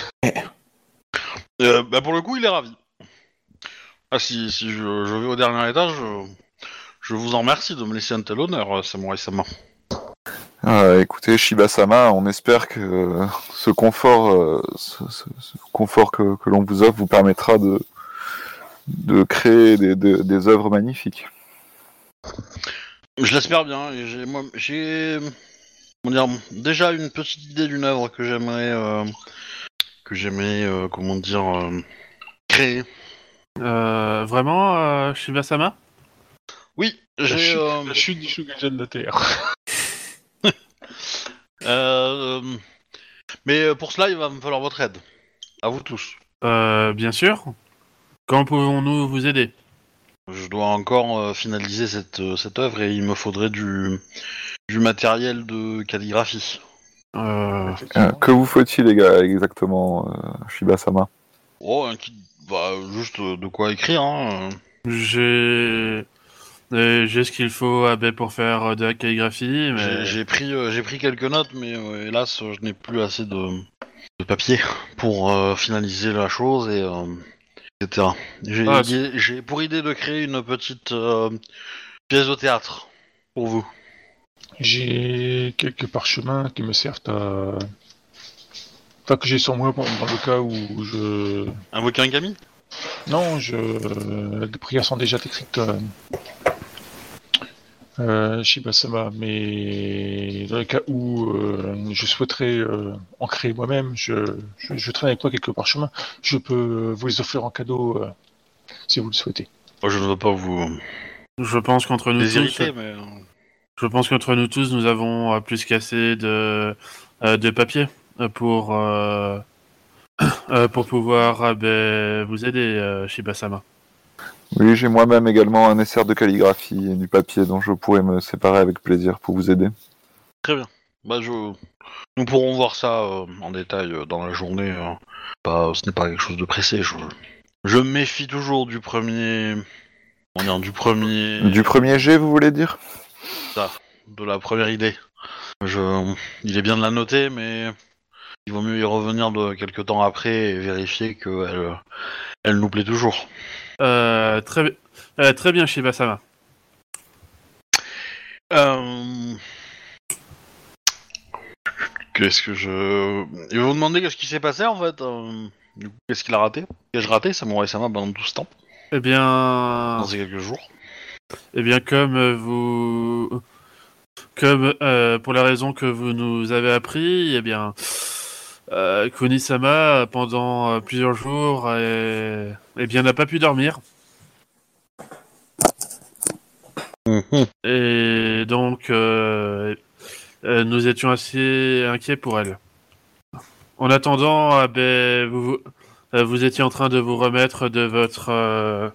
Euh, bah pour le coup, il est ravi. Ah, si, si je, je vais au dernier étage, je, je vous en remercie de me laisser un tel honneur, euh, Samurai-sama. Euh, écoutez, Shiba-sama, on espère que euh, ce confort, euh, ce, ce- ce confort que, que l'on vous offre vous permettra de, de créer des, des, des œuvres magnifiques. Je l'espère bien, et j'ai, moi, j'ai comment dire, déjà une petite idée d'une œuvre que j'aimerais, euh, que j'aimerais, euh, comment dire, euh, créer. Euh, vraiment, euh, Shiba-sama? Oui, La j'ai... chute, euh, la chute du Shugenja de la Terre. euh, mais euh, pour cela, il va me falloir votre aide. À vous tous. Euh, bien sûr. Quand pouvons-nous vous aider? Je dois encore euh, finaliser cette, euh, cette œuvre et il me faudrait du, du matériel de calligraphie. Euh, Euh, Effectivement. que vous faut-il, les gars, exactement, euh, Shiba-sama? Oh, un kit, bah, juste euh, de quoi écrire, hein. j'ai... euh, j'ai ce qu'il faut à B pour faire euh, de la calligraphie, mais... J'ai, j'ai pris, euh, j'ai pris quelques notes, mais euh, hélas, je n'ai plus assez de, de papier pour euh, finaliser la chose et euh, et cetera. J'ai, Ah, idée- j'ai pour idée de créer une petite euh, pièce de théâtre pour vous. J'ai quelques parchemins qui me servent à... Enfin, que j'ai sur moi bon, dans le cas où je... Invoquer un kami? Non, je... les prières sont déjà écrites. Euh... Euh, Shiba-sama, mais dans le cas où euh, je souhaiterais euh, en créer moi-même, je, je, je traîne avec moi quelques parchemins. Je peux vous les offrir en cadeau euh, si vous le souhaitez. Moi, je ne veux pas vous Je pense qu'entre nous tous... désirriter, mais... euh, Je pense qu'entre nous tous, nous avons euh, plus qu'assez de, euh, de papier euh, pour, euh, euh, pour pouvoir euh, ben, vous aider, euh, Shiba-sama. Oui, j'ai moi-même également un essai de calligraphie et du papier dont je pourrais me séparer avec plaisir pour vous aider. Très bien. Bah, je... Nous pourrons voir ça euh, en détail euh, dans la journée. euh. Pas... Ce n'est pas quelque chose de pressé. Je, je me méfie toujours du premier... Comment dire, du premier... Du premier jet, vous voulez dire? de la première idée. Je... Il est bien de la noter, mais il vaut mieux y revenir de quelques temps après et vérifier qu'elle elle nous plaît toujours. Euh, très, bi- euh, très bien, Shiba-sama. Euh... Qu'est-ce que je... Il va vous demander qu'est-ce qui s'est passé en fait. euh, Du coup, qu'est-ce qu'il a raté? Qu'ai-je raté Samurai-sama pendant tout ce temps? Eh bien, Dans ces quelques jours. eh bien, comme euh, vous, comme euh, pour la raison que vous nous avez appris, eh bien, euh, Kuni-sama pendant euh, plusieurs jours, eh, eh bien, n'a pas pu dormir. Mhm. Et donc, euh, euh, nous étions assez inquiets pour elle. En attendant, ah ben, vous, vous, euh, vous étiez en train de vous remettre de votre... euh,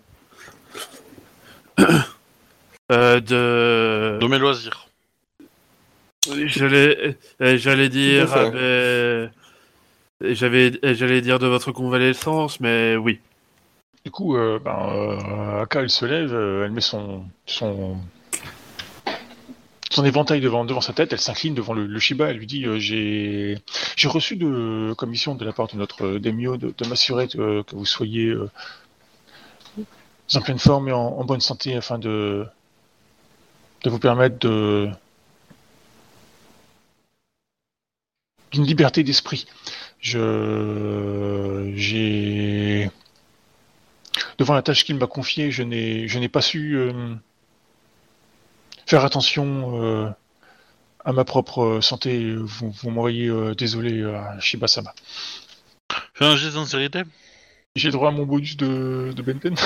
euh, de... De mes loisirs. J'allais, euh, j'allais dire... Tout à fait. ah ben, j'avais, j'allais dire de votre convalescence, mais oui. Du coup, euh, ben, euh, Aka, elle se lève, euh, elle met son, son, son éventail devant, devant sa tête, elle s'incline devant le, le Shiba, elle lui dit euh, j'ai, j'ai reçu de commission de la part de notre euh, daimyo de, de m'assurer que, que vous soyez euh, en pleine forme et en, en bonne santé afin de, de vous permettre de d'une liberté d'esprit. Je j'ai devant la tâche qu'il m'a confiée, je n'ai je n'ai pas su euh, faire attention euh, à ma propre santé. Vous, vous m'envoyez euh, désolé euh, Shiba-sama. Fais un jet de sincérité. J'ai le droit à mon bonus de, de Benten.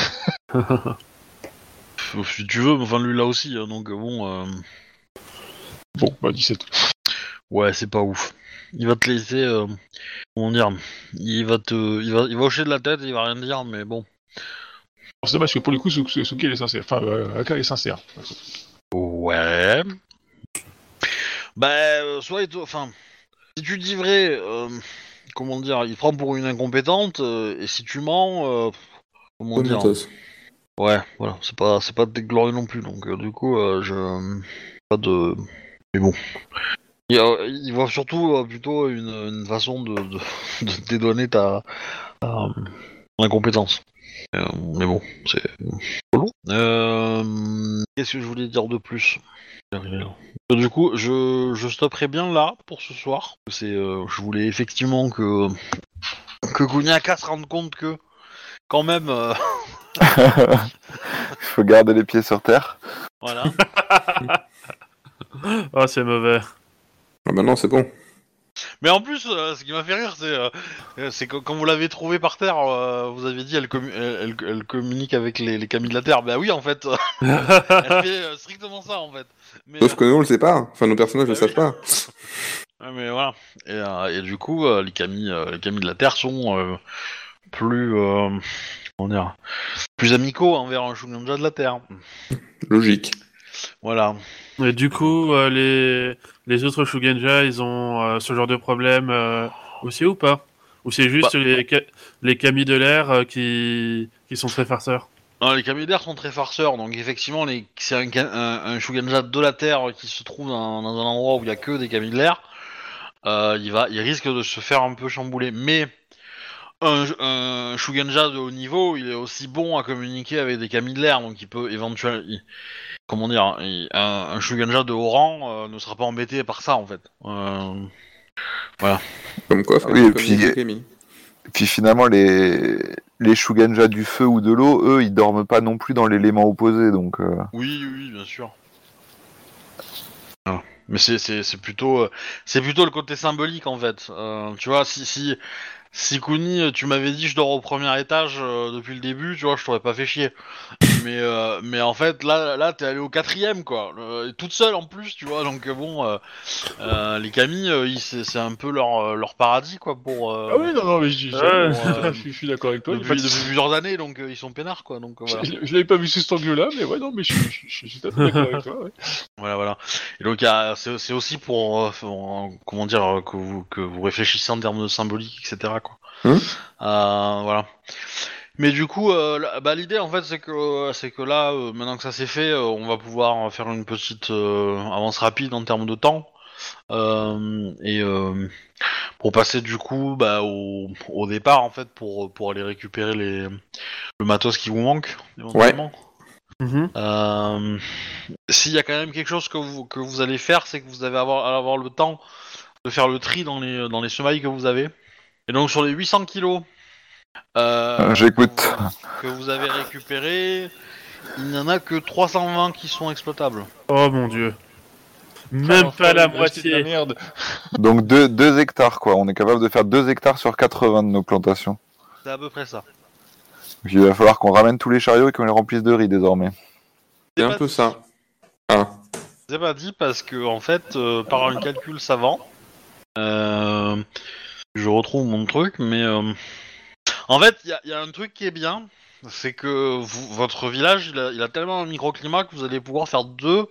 Si tu veux, enfin lui là aussi, hein, donc bon... Euh... Bon, bah dix-sept. Ouais, c'est pas ouf. Il va te laisser... Euh... Comment dire? Il va te... Il va, il va hocher de la tête, il va rien dire, mais bon... C'est dommage que pour le coup, Suki Suki, elle est sincère. Enfin, euh, Aka est sincère. Ouais. Bah, euh, soit, il te- enfin, si tu dis vrai, euh, comment dire, il te prend pour une incompétente, euh, et si tu mens, euh, comment Bonne dire, menteuse. ouais, voilà, c'est pas, c'est pas de glorieux non plus, donc euh, du coup, euh, je, pas de, mais bon, il, euh, il voit surtout euh, plutôt une, une façon de, de, de dédouaner ta, ta, euh, incompétence. Euh, mais bon, c'est relou. Euh, qu'est-ce que je voulais dire de plus? Euh, Du coup, je, je stopperai bien là pour ce soir. C'est, euh, je voulais effectivement que que Kuniaka se rende compte que quand même, euh, Il faut garder les pieds sur terre. voilà. Oh, c'est mauvais. Ah bah non, c'est bon. Mais en plus, euh, ce qui m'a fait rire, c'est euh, euh, c'est que quand vous l'avez trouvé par terre, euh, vous aviez dit elle, commu- elle, elle- elle communique avec les, les Camille de la Terre. Bah oui, en fait, elle fait euh, strictement ça en fait. Mais, Sauf que nous, on le sait pas. Enfin, nos personnages Bah le savent oui. pas. Ouais, mais voilà. Et, euh, et du coup, euh, les Camille, euh, les Camille de la Terre sont euh, plus, euh, comment dire, plus amicaux envers un Shugenja de la Terre. Logique. Voilà. Et du coup, euh, les, les autres Shugenja, ils ont euh, ce genre de problème euh, aussi ou pas? Ou c'est juste Bah. les, ca- les Camille de l'air euh, qui, qui sont très farceurs? Non, les Camille d'air sont très farceurs, donc effectivement, les... c'est un, ca- un, un Shugenja de la Terre qui se trouve dans, dans un endroit où il y a que des Camille de l'air. Euh, il va, il risque de se faire un peu chambouler. Mais un, un Shugenja de haut niveau, il est aussi bon à communiquer avec des Camille de l'air, donc il peut éventuellement, il- comment dire, il- un, un Shugenja de haut rang euh, ne sera pas embêté par ça en fait. Euh, voilà. Comme quoi, Oui, fallait et pas puis- communiquer avec Camille. Puis finalement, les, les Shugenja du feu ou de l'eau, eux, ils dorment pas non plus dans l'élément opposé, donc... euh, Oui, oui, bien sûr. Ah. Mais c'est, c'est, c'est plutôt, euh, c'est plutôt le côté symbolique en fait. Euh, tu vois, si, si, si Kuni, tu m'avais dit je dors au premier étage euh, depuis le début, tu vois, je t'aurais pas fait chier. Mais, euh, mais en fait, là, là, t'es allé au quatrième, quoi. Euh, et toute seule en plus, tu vois. Donc euh, bon, euh, euh, les Camille, euh, ils- c'est, c'est un peu leur, euh, leur paradis, quoi, pour. Euh, Ah oui, non, non, mais je, je- Ouais. pour, euh, je suis- je suis d'accord avec toi. y a depuis, pas de- depuis plusieurs années, donc euh, ils sont peinards, quoi. Donc euh, Je, voilà. je- je l'avais pas vu sous cet angle-là, mais ouais, non, mais je, je, je, je suis tout à fait d'accord avec toi. Ouais. Voilà, voilà. Et donc, il y a- c'est, c'est aussi pour, euh, pour, euh, comment dire, euh, que vous, que vous réfléchissez en termes de symbolique, et cetera, quoi. Hum. Euh, voilà. Mais du coup, euh, la- bah, l'idée en fait, c'est que, euh, c'est que là, euh, maintenant que ça s'est fait, euh, on va pouvoir faire une petite euh, avance rapide en termes de temps. Euh, et euh, pour passer du coup bah, au, au départ en fait, pour, pour aller récupérer les, le matos qui vous manque, éventuellement. Mhm. Euh, S'il y a quand même quelque chose que vous, que vous allez faire, c'est que vous allez avoir, avoir le temps de faire le tri dans les, dans les semailles que vous avez. Et donc sur les huit cents kilos euh, Euh, j'écoute. que, vous, que vous avez récupéré, il n'y en a que trois cent vingt qui sont exploitables. Oh mon dieu. Ah, Même enfin, pas la il a acheté de la moitié. merde. Donc deux, deux hectares, quoi. On est capable de faire deux hectares sur quatre-vingts de nos plantations. C'est à peu près ça. Donc il va falloir qu'on ramène tous les chariots et qu'on les remplisse de riz désormais. C'est pas un peu dit. ça. Ah. C'est pas dit parce que en fait, euh, par un calcul savant, euh, je retrouve mon truc, mais euh, en fait, il y, y a un truc qui est bien, c'est que vous, votre village, il a, il a tellement un microclimat que vous allez pouvoir faire deux,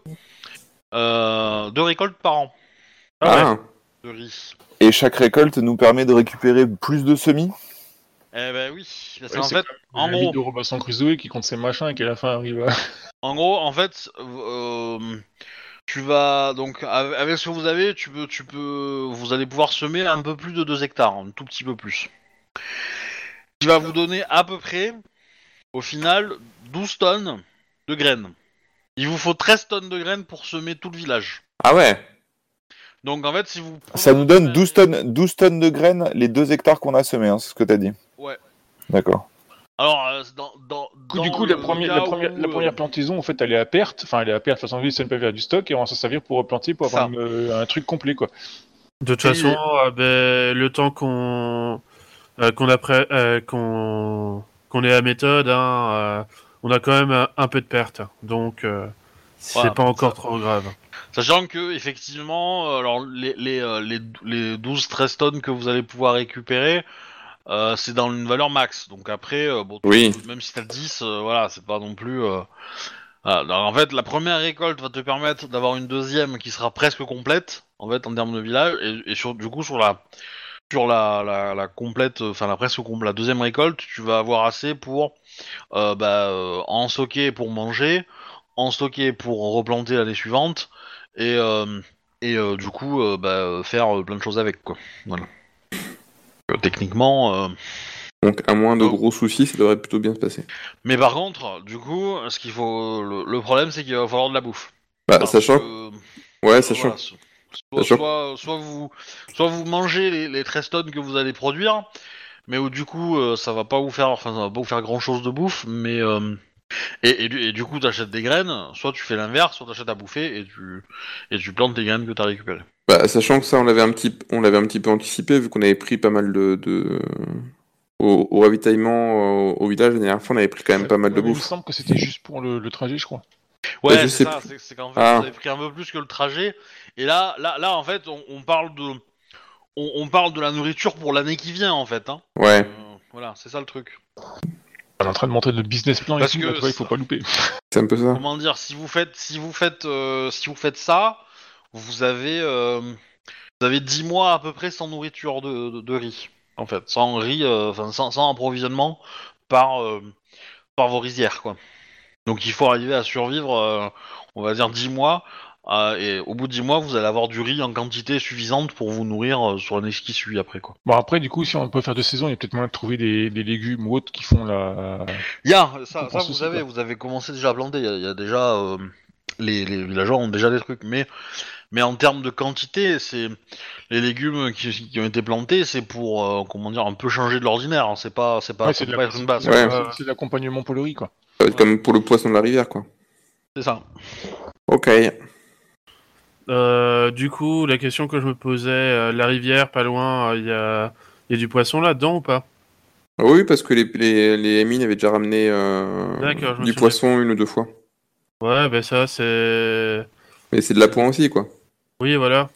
euh, deux récoltes par an Ah ouais. Ah. de riz. Et chaque récolte nous permet de récupérer plus de semis. Eh ben oui, parce Ouais, qu'en c'est fait, en Un gros, mythe de Robinson Crusoe qui compte ses machins et qui à la fin arrive à... en gros, en fait, euh, tu vas donc av- avec ce que vous avez, tu peux, tu peux, vous allez pouvoir semer un peu plus de deux hectares, un tout petit peu plus. Qui va vous donner à peu près, au final, douze tonnes de graines. Il vous faut treize tonnes de graines pour semer tout le village. Ah ouais. Donc en fait, si vous prenez Ça nous donne un- douze tonnes, douze tonnes de graines, les deux hectares qu'on a semés, hein, c'est ce que t'as dit. Ouais. D'accord. Alors euh, dans, dans, Du coup, du dans coup, le la première, cas la première, où, la euh, première plantaison, en fait, elle est à perte. Enfin, elle est à perte. De toute façon, oui, ça ne peut pas faire du stock et on va s'en servir pour planter, pour avoir Ça. une, euh, un truc complet, quoi. De toute Et- façon, euh, ben, le temps qu'on euh, qu'on appré- euh, qu'on qu'on ait la méthode, hein, euh, on a quand même un, un peu de perte. Donc, euh, c'est Voilà, pas encore ça- trop grave. Sachant que effectivement, euh, alors les les euh, les, les douze treize tonnes que vous allez pouvoir récupérer, euh, c'est dans une valeur max. Donc après, euh, bon, tu- Oui. même si t'as dix, euh, voilà, c'est pas non plus. Euh, voilà. Alors, en fait, la première récolte va te permettre d'avoir une deuxième qui sera presque complète, en fait, en termes de village, et, et sur, du coup, sur la sur la, la, la complète, enfin la presque complète, la deuxième récolte, tu vas avoir assez pour euh, bah, euh, en stocker pour manger, en stocker pour replanter l'année suivante, et euh, et euh, du coup, euh, bah, euh, faire euh, plein de choses avec, quoi. Voilà. Euh, techniquement. Euh, Donc, à moins de Oh. gros soucis, ça devrait plutôt bien se passer. Mais par contre, du coup, ce qu'il faut, le, le problème, c'est qu'il va falloir de la bouffe. Bah, Parce sachant. que, Ouais, euh, sachant. voilà, so- soit, sachant- soit, soit vous, soit vous mangez les, les treize tonnes que vous allez produire, mais où du coup, euh, ça va pas vous faire, enfin, ça va pas vous faire grand chose de bouffe, mais euh, et, et, du- et du coup, t'achètes des graines. Soit tu fais l'inverse, soit t'achètes à bouffer et tu et tu plantes les graines que t'as récupérées. Bah, sachant que ça, on l'avait un petit, on l'avait un petit peu anticipé, vu qu'on avait pris pas mal de. de... Au, au ravitaillement, au, au village, la dernière fois, on avait pris quand même Ouais, pas mal de ouais, mais Il me bouffe. semble que c'était juste pour le, le trajet, je crois. Ouais, Bah, je c'est sais ça. plus. C'est c'est qu'en fait, Ah. vous avez pris un peu plus que le trajet. Et là, là, là, en fait, on, on parle de, on, on parle de la nourriture pour l'année qui vient, en fait. Hein. Ouais. Euh, voilà, c'est ça le truc. On est en train de montrer le business plan Parce et tout, que là, tu vois, il faut ça- pas louper. C'est un peu ça. Comment dire, si vous faites, si vous faites, euh, si vous faites ça, vous avez, euh, vous avez dix mois à peu près sans nourriture de, de, de riz, en fait, sans riz, euh, enfin sans, sans approvisionnement par, euh, par vos rizières, quoi. Donc il faut arriver à survivre, euh, on va dire dix mois, euh, et au bout de dix mois, vous allez avoir du riz en quantité suffisante pour vous nourrir euh, sur l'année qui suit après, quoi. Bon, après, du coup, si on peut faire de saison, il y a peut-être moyen de trouver des, des légumes ou autres qui font la. Il y a, ça, Faut ça pas vous souci, avez, quoi. vous avez commencé déjà à planter, il y a, il y a déjà, euh, les, les villageois ont déjà des trucs, mais Mais en termes de quantité, c'est les légumes qui, qui ont été plantés, c'est pour euh, comment dire un peu changer de l'ordinaire. Hein. C'est pas, c'est pas, Ouais, ça c'est de peut la- pas être une base. c'est- Ouais. c'est- c'est de l'accompagnement pour le riz, quoi. Ça va être comme pour le poisson de la rivière, quoi. C'est ça. Ok. Euh, du coup, la question que je me posais, euh, la rivière, pas loin, il y, a... y a du poisson là-dedans ou pas? Ah oui, parce que les, les, les mines avaient déjà ramené euh, D'accord, je me du souviens. poisson une ou deux fois. Ouais, ben ça, c'est... Mais c'est de la pointe aussi, quoi. Oui, voilà.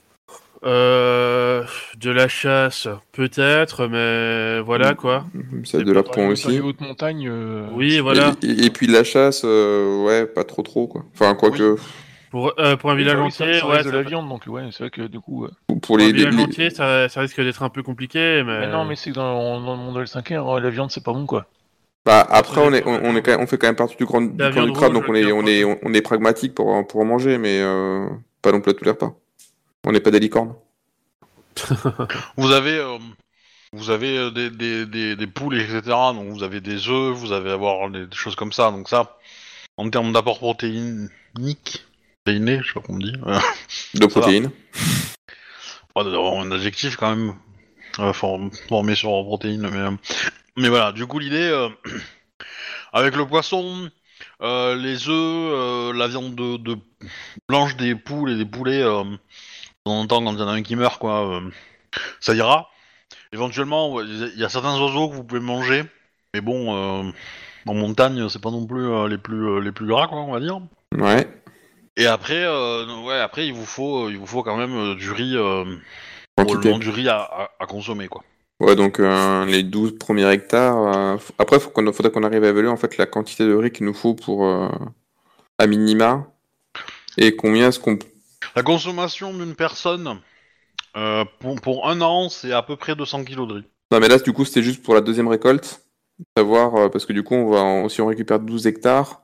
Euh, de la chasse, peut-être, mais voilà, quoi. C'est C'est de la pas- pointe Dans aussi. les hautes montagnes. euh, Oui, c'est- voilà. Et, et- et puis de la chasse, euh, ouais, pas trop trop, quoi. Enfin, quoique, Pour, euh, pour un Oui, village bah oui, ça, entier, ça ouais, reste de ça la fait- viande, donc ouais, c'est vrai que du coup. euh, pour pour les... un les- village les- entier, ça, ça risque d'être un peu compliqué, mais... Mais non, mais c'est que dans, dans le monde de L cinq R, la viande, c'est pas bon, quoi. Bah, après, Ça on, est, dépend de on, la on, est viande. quand même- on fait quand même partie du, grand, du La clan du viande crabe, rouge, donc on est, qui est on, est, en on, on est pragmatique pour, pour en manger, mais euh, pas non plus à tous les repas. On n'est pas des licornes. Vous avez, euh, vous avez euh, des, des, des, des poules, et cetera. Donc vous avez des œufs, vous avez avoir des, des choses comme ça. Donc ça, en termes d'apport protéinique, protéiné, je sais pas comment on dit. Euh, De Ça va. protéines. pas d'avoir un adjectif quand même euh, for- formé sur protéines, mais euh, mais voilà. Du coup, l'idée euh, avec le poisson, euh, les œufs, euh, la viande de, de blanche des poules et des poulets. Euh, de temps en temps, quand il y en a un qui meurt, quoi, euh, ça ira. Éventuellement, ouais, il y a certains oiseaux que vous pouvez manger, mais bon, euh, en montagne, c'est pas non plus euh, les plus euh, les plus gras, quoi, on va dire. Ouais. Et après, euh, ouais, après, il vous faut, il vous faut quand même euh, du riz, euh, Quantité. probablement du riz à, à, à consommer, quoi. Ouais, donc euh, les douze premiers hectares. euh, f- Après, il qu'on, faudrait qu'on arrive à évaluer en fait la quantité de riz qu'il nous faut pour euh, à minima. Et combien est-ce qu'on. La consommation d'une personne euh, pour, pour un an, c'est à peu près deux cents kilos de riz. Non, mais là, du coup, c'était juste pour la deuxième récolte. Savoir, euh, parce que du coup, on va en- si on récupère douze hectares,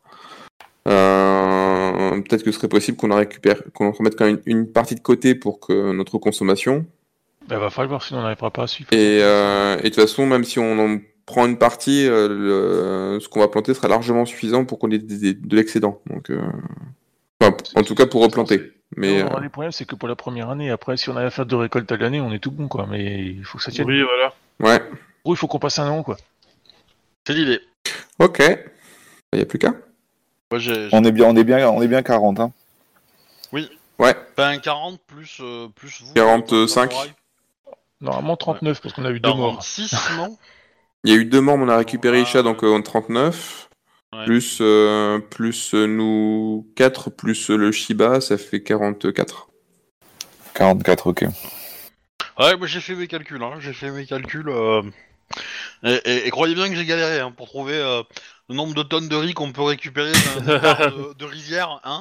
euh, peut-être que ce serait possible qu'on en récupère, qu'on remette quand même une, une partie de côté pour que notre consommation. Bah, va falloir, sinon on n'arrivera pas à suivre. Et, euh, et de toute façon, même si on en prend une partie, euh, le- ce qu'on va planter sera largement suffisant pour qu'on ait des- des- de l'excédent. Donc, euh, enfin, en tout cas, pour replanter. Mais Non, euh, le problème, c'est que pour la première année, après, si on arrive à faire deux récoltes à l'année, on est tout bon, quoi. Mais il faut que ça tienne. Oui, voilà. ouais, En gros, il faut qu'on passe un an, quoi. C'est l'idée. ok. Il n'y a plus qu'à. Moi, j'ai, j'ai On est bien, on est bien, on est bien quarante, hein. Ouais, fait un quarante plus, euh, plus vous. quarante-cinq. Samouraï. Normalement, trente-neuf, parce qu'on a eu deux morts. quarante-six, non? il y a eu deux morts, mais on a récupéré Ah, Isha, donc ouais. euh, en trente-neuf. Ouais. Plus, euh, plus euh, nous quatre, plus euh, le Shiba, ça fait quarante-quatre. quarante-quatre, ok. Ouais, moi j'ai fait mes calculs, hein. J'ai fait mes calculs. Euh... Et, et- et croyez bien que j'ai galéré hein, pour trouver euh, le nombre de tonnes de riz qu'on peut récupérer d'un hectare de, de rizière, hein.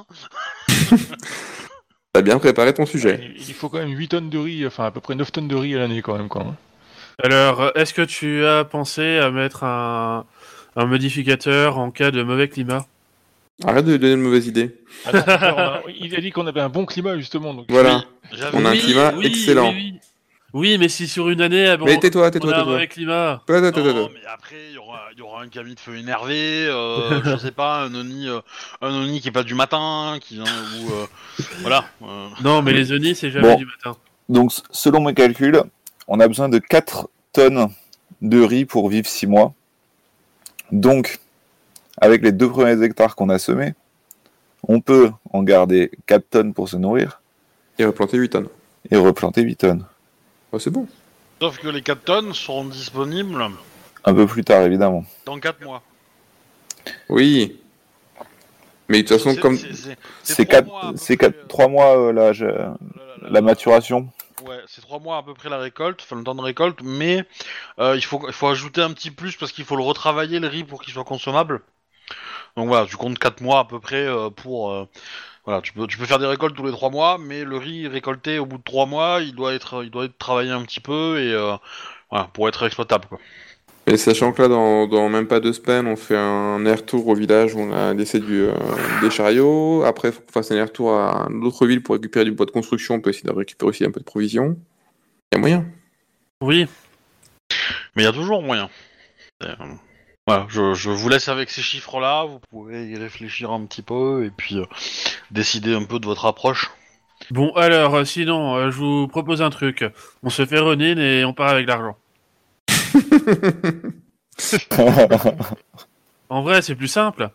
T'as bien préparé ton sujet. Il, il faut quand même huit tonnes de riz, enfin à peu près neuf tonnes de riz à l'année quand même. Quand même. Alors, est-ce que tu as pensé à mettre un, un modificateur en cas de mauvais climat? Arrête de donner de mauvaises idées. Attends, on a- il a dit qu'on avait un bon climat justement. Donc... Voilà. Oui, j'avais- On a un Oui, climat oui, excellent. Oui, oui. Oui, mais si sur une année, ah bon, Mais tais-toi, on tais-toi, a un tais-toi. mauvais climat. Toi, toi, toi, toi, Non, toi. mais après, il y aura, il y aura un cami de feu énervé, euh, je sais pas, un Oni, euh, un Oni qui est pas du matin, qui vient, ou... euh, voilà. euh. Non, mais les Oni, c'est jamais Bon. du matin. Donc, s- selon mes calculs, on a besoin de quatre tonnes de riz pour vivre six mois. Donc, avec les deux premiers hectares qu'on a semés, on peut en garder quatre tonnes pour se nourrir Et replanter huit tonnes. et replanter huit tonnes. Oh, c'est bon. Sauf que les quatre tonnes seront disponibles Un peu plus tard, évidemment. dans quatre mois. Oui. Mais de toute façon, C'est- comme... c'est- c'est- C'est trois quatre, mois à peu c'est près, quatre, trois mois euh, là, je- euh, la- la maturation. Ouais, c'est trois mois à peu près la récolte, enfin le temps de récolte, mais euh, il faut il faut ajouter un petit plus parce qu'il faut le retravailler le riz pour qu'il soit consommable. Donc voilà, tu comptes quatre mois à peu près euh, pour euh, voilà, tu peux tu peux faire des récoltes tous les trois mois, mais le riz récolté au bout de trois mois, il doit être il doit être travaillé un petit peu et euh, voilà pour être exploitable quoi. Et sachant que là, dans, dans même pas deux semaines, on fait un air-tour au village où on a laissé du, euh, des chariots. Après, il faut qu'on fasse un air-tour à une autre ville pour récupérer du bois de construction. On peut essayer de récupérer aussi un peu de provisions. Il y a moyen. Oui. Mais il y a toujours moyen. Euh, Voilà, je, je vous laisse avec ces chiffres-là, vous pouvez y réfléchir un petit peu et puis euh, décider un peu de votre approche. Bon, alors, euh, sinon, euh, je vous propose un truc. On se fait Ronin et on part avec l'argent. En vrai, c'est plus simple.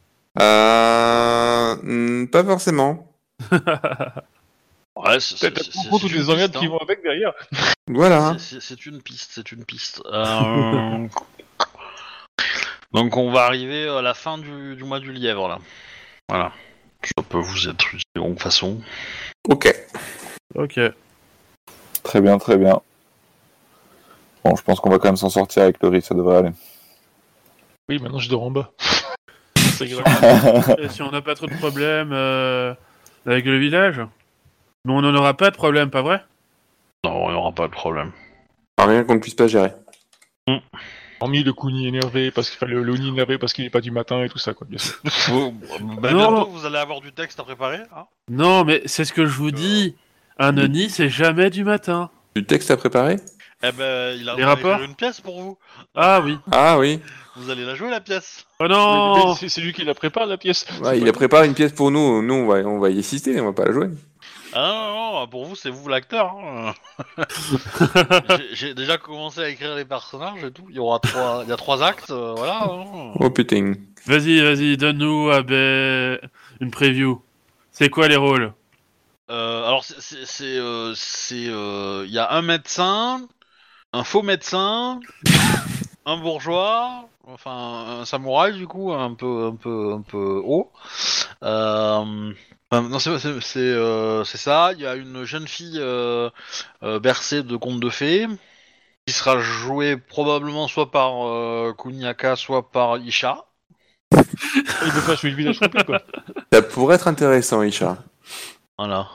euh, hmm, pas forcément. Ouais, c'est T'as t'as c'est- pas c'est- compte c'est toutes une les emmerdades piste, qui hein. vont avec derrière. Voilà. C'est- C'est c'est une piste, c'est une piste. Euh, Donc on va arriver à la fin du, du mois du lièvre là. Voilà. Ça peut vous être utile de longue façon. Ok. Ok. Très bien, très bien. Bon, je pense qu'on va quand même s'en sortir avec le riz, ça devrait aller. Oui, maintenant je dors en bas. C'est grave. Et si on n'a pas trop de problèmes euh, avec le village? Mais on n'en aura pas de problème, pas vrai? Non, il n'y aura pas de problème. Rien qu'on ne puisse pas gérer. Hormis le Kuni énervé, parce qu'il fallait le Oni énervé parce qu'il n'est pas du matin et tout ça, quoi, bien sûr. Vous- bah, Non. bientôt vous allez avoir du texte à préparer. Hein. Non, mais c'est ce que je vous dis. Un Oni, c'est jamais du matin. Du texte à préparer? Eh ben, il a Les il a rapports écrit une pièce pour vous. Ah oui. Ah oui. Vous allez la jouer la pièce. Oh Mais- non. mais c'est c'est lui qui la prépare, la pièce. Ouais, C'est il pas- a préparé une pièce pour nous. Nous, on va, on va y assister, on va pas la jouer. Ah non, non, pour vous c'est vous l'acteur. Hein. J'ai- J'ai déjà commencé à écrire les personnages et tout. Il y aura trois, il y a trois actes, euh, voilà. Hein. Oh putain. Vas-y, vas-y, donne-nous ah ben, une preview. C'est quoi les rôles? Euh, alors c'est, c'est, c'est, euh, c'est, euh, il y a un médecin, un faux médecin, un bourgeois, enfin un samouraï du coup, un peu, un peu, un peu haut. Euh, enfin, non, c'est, c'est, c'est, euh, c'est ça. Il y a une jeune fille euh, euh, bercée de contes de fées qui sera jouée probablement soit par euh, Kuniaka, soit par Isha. Il veut pas jouer le village complet, quoi. Ça pourrait être intéressant, Isha. Voilà.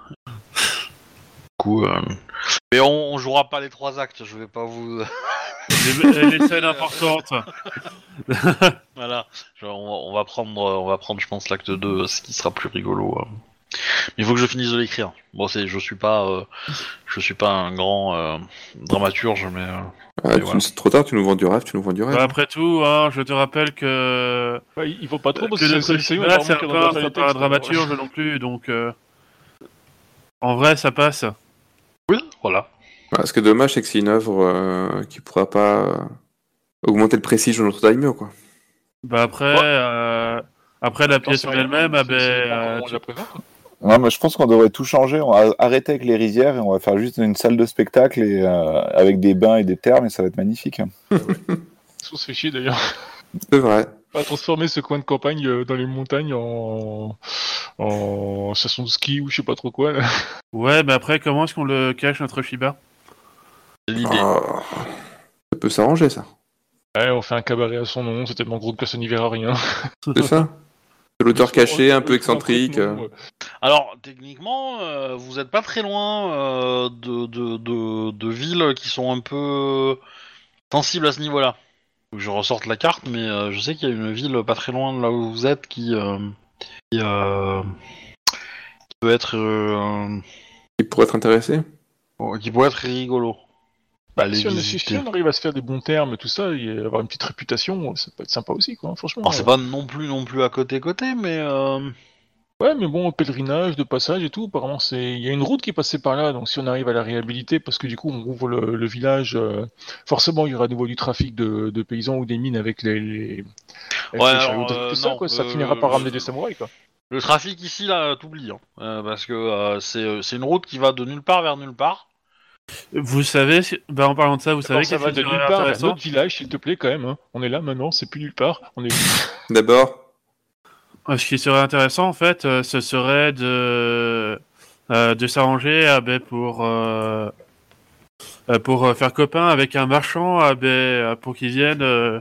Du coup, euh, mais on, on jouera pas les trois actes. Je vais pas vous. Les, les scènes importantes. Voilà, genre, on, va, on va prendre, euh, on va prendre, je pense, l'acte deux, ce qui sera plus rigolo. euh. Mais il faut que je finisse de l'écrire. Bon, c'est, je suis pas, euh, je suis pas un grand euh, dramaturge, mais euh, Ah, Et tu- voilà. C'est trop tard, tu nous vends du rêve, tu nous vends du rêve. Bah, après tout, hein, je te rappelle que, Ouais, il faut pas trop, parce que que notre c'est- c'est cinéma, vraiment c'est un qu'il y peu en a un- dans les c'est pas un textes, dramaturge non plus, donc euh, en vrai, ça passe. oui, voilà. Voilà, ce qui est dommage, c'est que c'est une œuvre euh, qui pourra pas euh, augmenter le prestige de notre daimyo, quoi. Bah après, Ouais. euh, après la pièce en elle-même, ah ben, euh, tu- Non, mais je pense qu'on devrait tout changer. On va arrêter avec les rizières et on va faire juste une salle de spectacle et, euh, avec des bains et des thermes et ça va être magnifique. On se fait chier d'ailleurs. C'est vrai. On va transformer ce coin de campagne euh, dans les montagnes en, en station de ski ou je sais pas trop quoi. Là. ouais, mais après, comment est-ce qu'on le cache notre Shiba? C'est l'idée. Ah, Ça peut s'arranger, ça. Ouais, on fait un cabaret à son nom, c'est tellement gros que personne n'y verra rien. C'est ça. C'est l'auteur caché, un peu excentrique. Non, euh. Alors, techniquement, euh, vous êtes pas très loin euh, de, de, de, de villes qui sont un peu sensibles à ce niveau-là. Faut que je ressorte la carte, mais euh, je sais qu'il y a une ville pas très loin de là où vous êtes qui, euh, qui, euh, qui peut être euh, Il pourrait être intéressé. euh, qui pourrait être rigolo. Bah, Allez si, on, si- visiter. si on arrive à se faire des bons termes et tout ça, et avoir une petite réputation, ça peut être sympa aussi, quoi, franchement. Alors c'est euh. pas non plus non plus à côté côté, mais euh, Ouais, mais bon, pèlerinage, de passage et tout, apparemment, c'est... il y a une route qui est passée par là, donc si on arrive à la réhabiliter, parce que du coup, on rouvre le, le village, euh, forcément, il y aura à nouveau du trafic de, de paysans ou des mines avec les, les, avec Ouais, les chariots alors, et euh, tout ça, non, quoi, ça euh, finira par je- ramener des samouraïs, quoi. le trafic ici là t'oublies, hein, euh, parce que euh, c'est euh, c'est une route qui va de nulle part vers nulle part. Vous savez, si- bah, en parlant de ça, vous D'abord, savez ça qu'est-ce va qui de serait nulle part vers intéressant notre village, s'il te plaît, quand même, hein. On est là maintenant, c'est plus nulle part, on est... D'abord, Euh, Ce qui serait intéressant, en fait, euh, ce serait de, euh, de s'arranger ah, ben, pour, euh, euh, pour euh, faire copain avec un marchand ah, ben, euh, pour qu'il vienne euh,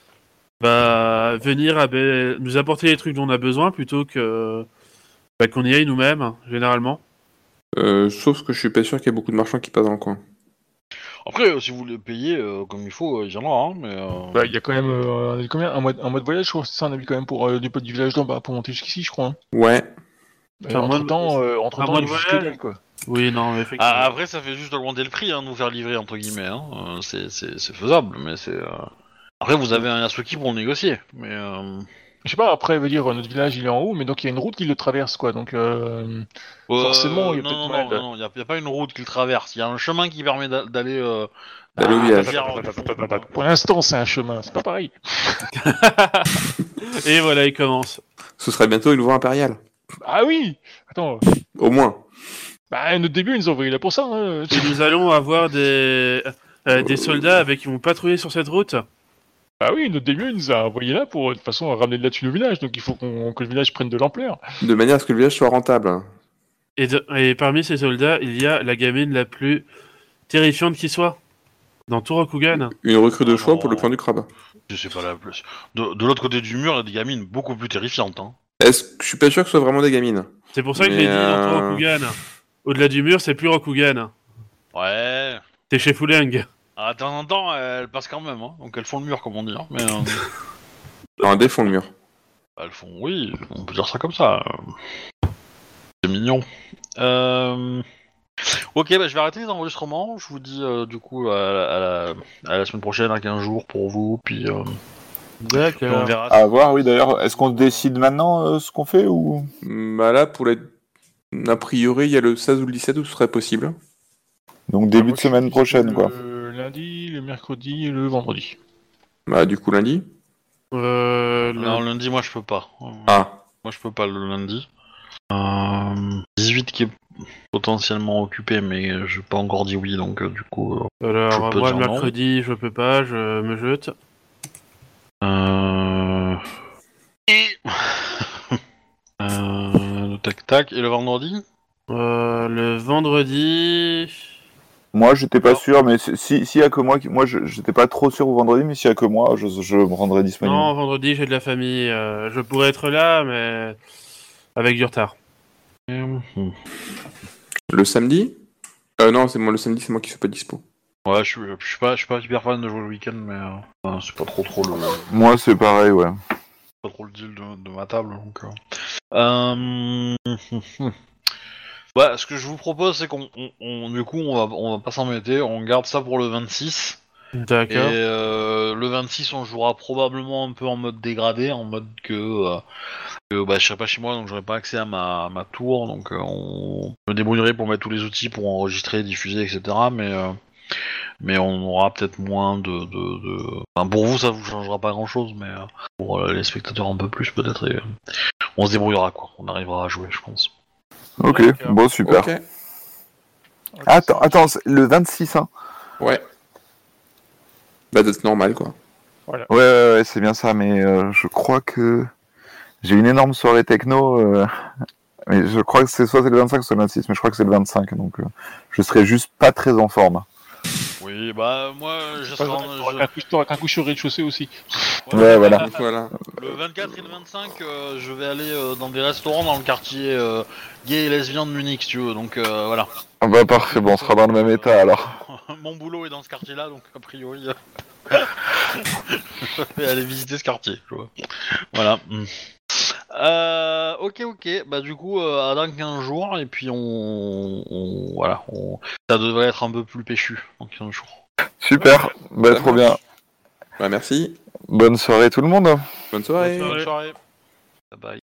bah, venir ah, ben, nous apporter les trucs dont on a besoin plutôt que bah, qu'on y aille nous-mêmes, hein, généralement. euh, sauf que je suis pas sûr qu'il y ait beaucoup de marchands qui passent dans le coin. Après, euh, si vous les payez euh, comme il faut, euh, il y en aura, hein, mais euh, Bah, il y a quand même, euh, on a dit combien un mois, de- un mois de voyage, je crois, c'est ça, on a vu quand même pour euh, des potes du village d'en bas, pour monter jusqu'ici, je crois. Hein. Ouais. Et Un mois de- entre-temps, euh, entre-temps, mois il de y a juste que voyage. dalle, quoi. Oui, non, mais effectivement. ah, après ça fait juste augmenter le prix, hein, de vous faire livrer entre guillemets. Hein. Euh, c'est c'est c'est faisable, mais c'est. euh, Après, vous avez un Yasuki pour négocier, mais. Euh... Je sais pas, après, veut dire, notre village, il est en haut, mais donc il y a une route qui le traverse, quoi, donc... Euh... Euh, Forcément, il y a non, peut-être non, moyen non, de- non, non, il n'y a, y a pas une route qu'il traverse. Il y a un chemin qui permet d'a- d'aller. Euh, D'aller au à- village. vers- Pour l'instant, c'est un chemin, c'est pas pareil. Et voilà, il commence. Ce serait bientôt une voie impériale. Ah oui. Attends, Au moins. bah, notre début, ils nous ont envoyé là pour ça, hein. Et nous allons avoir des, euh, des soldats avec qui vont patrouiller sur cette route. Bah oui, notre début, il nous a envoyé là pour, de toute façon, ramener de la thune au village, donc il faut qu'on, que le village prenne de l'ampleur. De manière à ce que le village soit rentable. hein. Et, de- et parmi ces soldats, il y a la gamine la plus terrifiante qui soit. Dans tout Rokugan. Une recrue de Oh choix non. pour le clan du crabe. Je sais pas la plus. De, de l'autre côté du mur, il y a des gamines beaucoup plus terrifiantes. Hein. Est-ce que je suis pas sûr que ce soit vraiment des gamines. C'est pour ça que je Mais, l'ai dit dans tout euh, Rokugan. Au-delà du mur, c'est plus Rokugan. Ouais. T'es chez Fuleng. Ah, de temps en temps, elles passent quand même, hein. Donc elles font le mur, comme on dit. Hein. Mais euh, Non, un défend le mur. elles font, oui, on peut dire ça comme ça. euh. C'est mignon. Euh... Ok, bah, je vais arrêter les enregistrements. Je vous dis euh, du coup à la, à, la, à la semaine prochaine, à quinze jours pour vous. Puis, euh, puis on D'accord. verra. À voir, oui, d'ailleurs. Est-ce qu'on décide maintenant euh, ce qu'on fait ou... Bah là, pour les... A priori, il y a le seize ou le dix-sept où ce serait possible. Donc début Moi, de je suis semaine dispo prochaine, quoi. Le lundi, le mercredi et le vendredi. Bah du coup, lundi. Euh, le- Non, lundi, moi je peux pas. Euh, Ah. Moi je peux pas le lundi. Euh, dix-huit qui est potentiellement occupé, mais je n'ai pas encore dit oui, donc euh, du coup. euh, Alors, Je peux moi, dire le non. mercredi, je peux pas, je me jette. Euh... Et... euh... Tac tac. Et le vendredi? Euh, le vendredi... Moi, j'étais pas Alors- sûr, mais si- si- s'il y a que moi, qui- moi, je- j'étais pas trop sûr au vendredi, mais s'il y a que moi, je, je me rendrai disponible. Non, vendredi, j'ai de la famille. euh, je pourrais être là, mais avec du retard. Mhm. Le samedi euh, Non, c'est moi le samedi, c'est moi qui suis pas dispo. Ouais, je suis, je suis pas, je suis pas hyper fan de jouer le week-end, mais euh, enfin, c'est pas trop trop le, Moi, c'est pareil, ouais. pas trop le deal de, de ma table, donc. Euh... euh, Ouais, ce que je vous propose, c'est qu'on, on, on- du coup, on va, on va pas s'embêter, on garde ça pour le vingt-six. Et D'accord. euh, le vingt-six, on jouera probablement un peu en mode dégradé, en mode que, euh, que bah, je serai pas chez moi, donc j'aurai pas accès à ma, à ma tour, donc euh, on je me débrouillerai pour mettre tous les outils pour enregistrer, diffuser, et cetera. Mais, euh, mais on aura peut-être moins de, de, de... Enfin, pour vous, ça vous changera pas grand-chose, mais euh, pour euh, les spectateurs un peu plus, peut-être, et, euh, on se débrouillera, quoi. On arrivera à jouer, je pense. Ok, D'accord. bon, super. Ok. Attends, attends, c'est le vingt-six, hein. Ouais. Bah c'est normal, quoi. Ouais, ouais, ouais, c'est bien ça, mais euh, je crois que j'ai une énorme soirée techno. euh, Mais je crois que c'est soit c'est le vingt-cinq, soit le vingt-six, mais je crois que c'est le vingt-cinq, donc euh, je serai juste pas très en forme. Oui, bah moi, je Pas serai vrai, en- t'auras je- qu'un coup- t'auras qu'un coup sur le rez-de-chaussée aussi. Ouais, voilà. Voilà. Le vingt-quatre et le vingt-cinq, euh, je vais aller euh, dans des restaurants dans le quartier euh, gay et lesbien de Munich, si tu veux. Donc euh, voilà. Ah bah parfait, bon, on sera dans le même état alors. Mon boulot est dans ce quartier-là, donc a priori, euh, je vais aller visiter ce quartier. Tu vois. Voilà. Mm. Euh, ok, ok. Bah du coup, euh, à dans quinze jours, et puis on, on- voilà, on- ça devrait être un peu plus péchu dans quinze jours. Super, bah Ça trop marche. bien. Bah, merci. Bonne soirée tout le monde. Bonne soirée. Bonne soirée. Bonne soirée. Bye bye.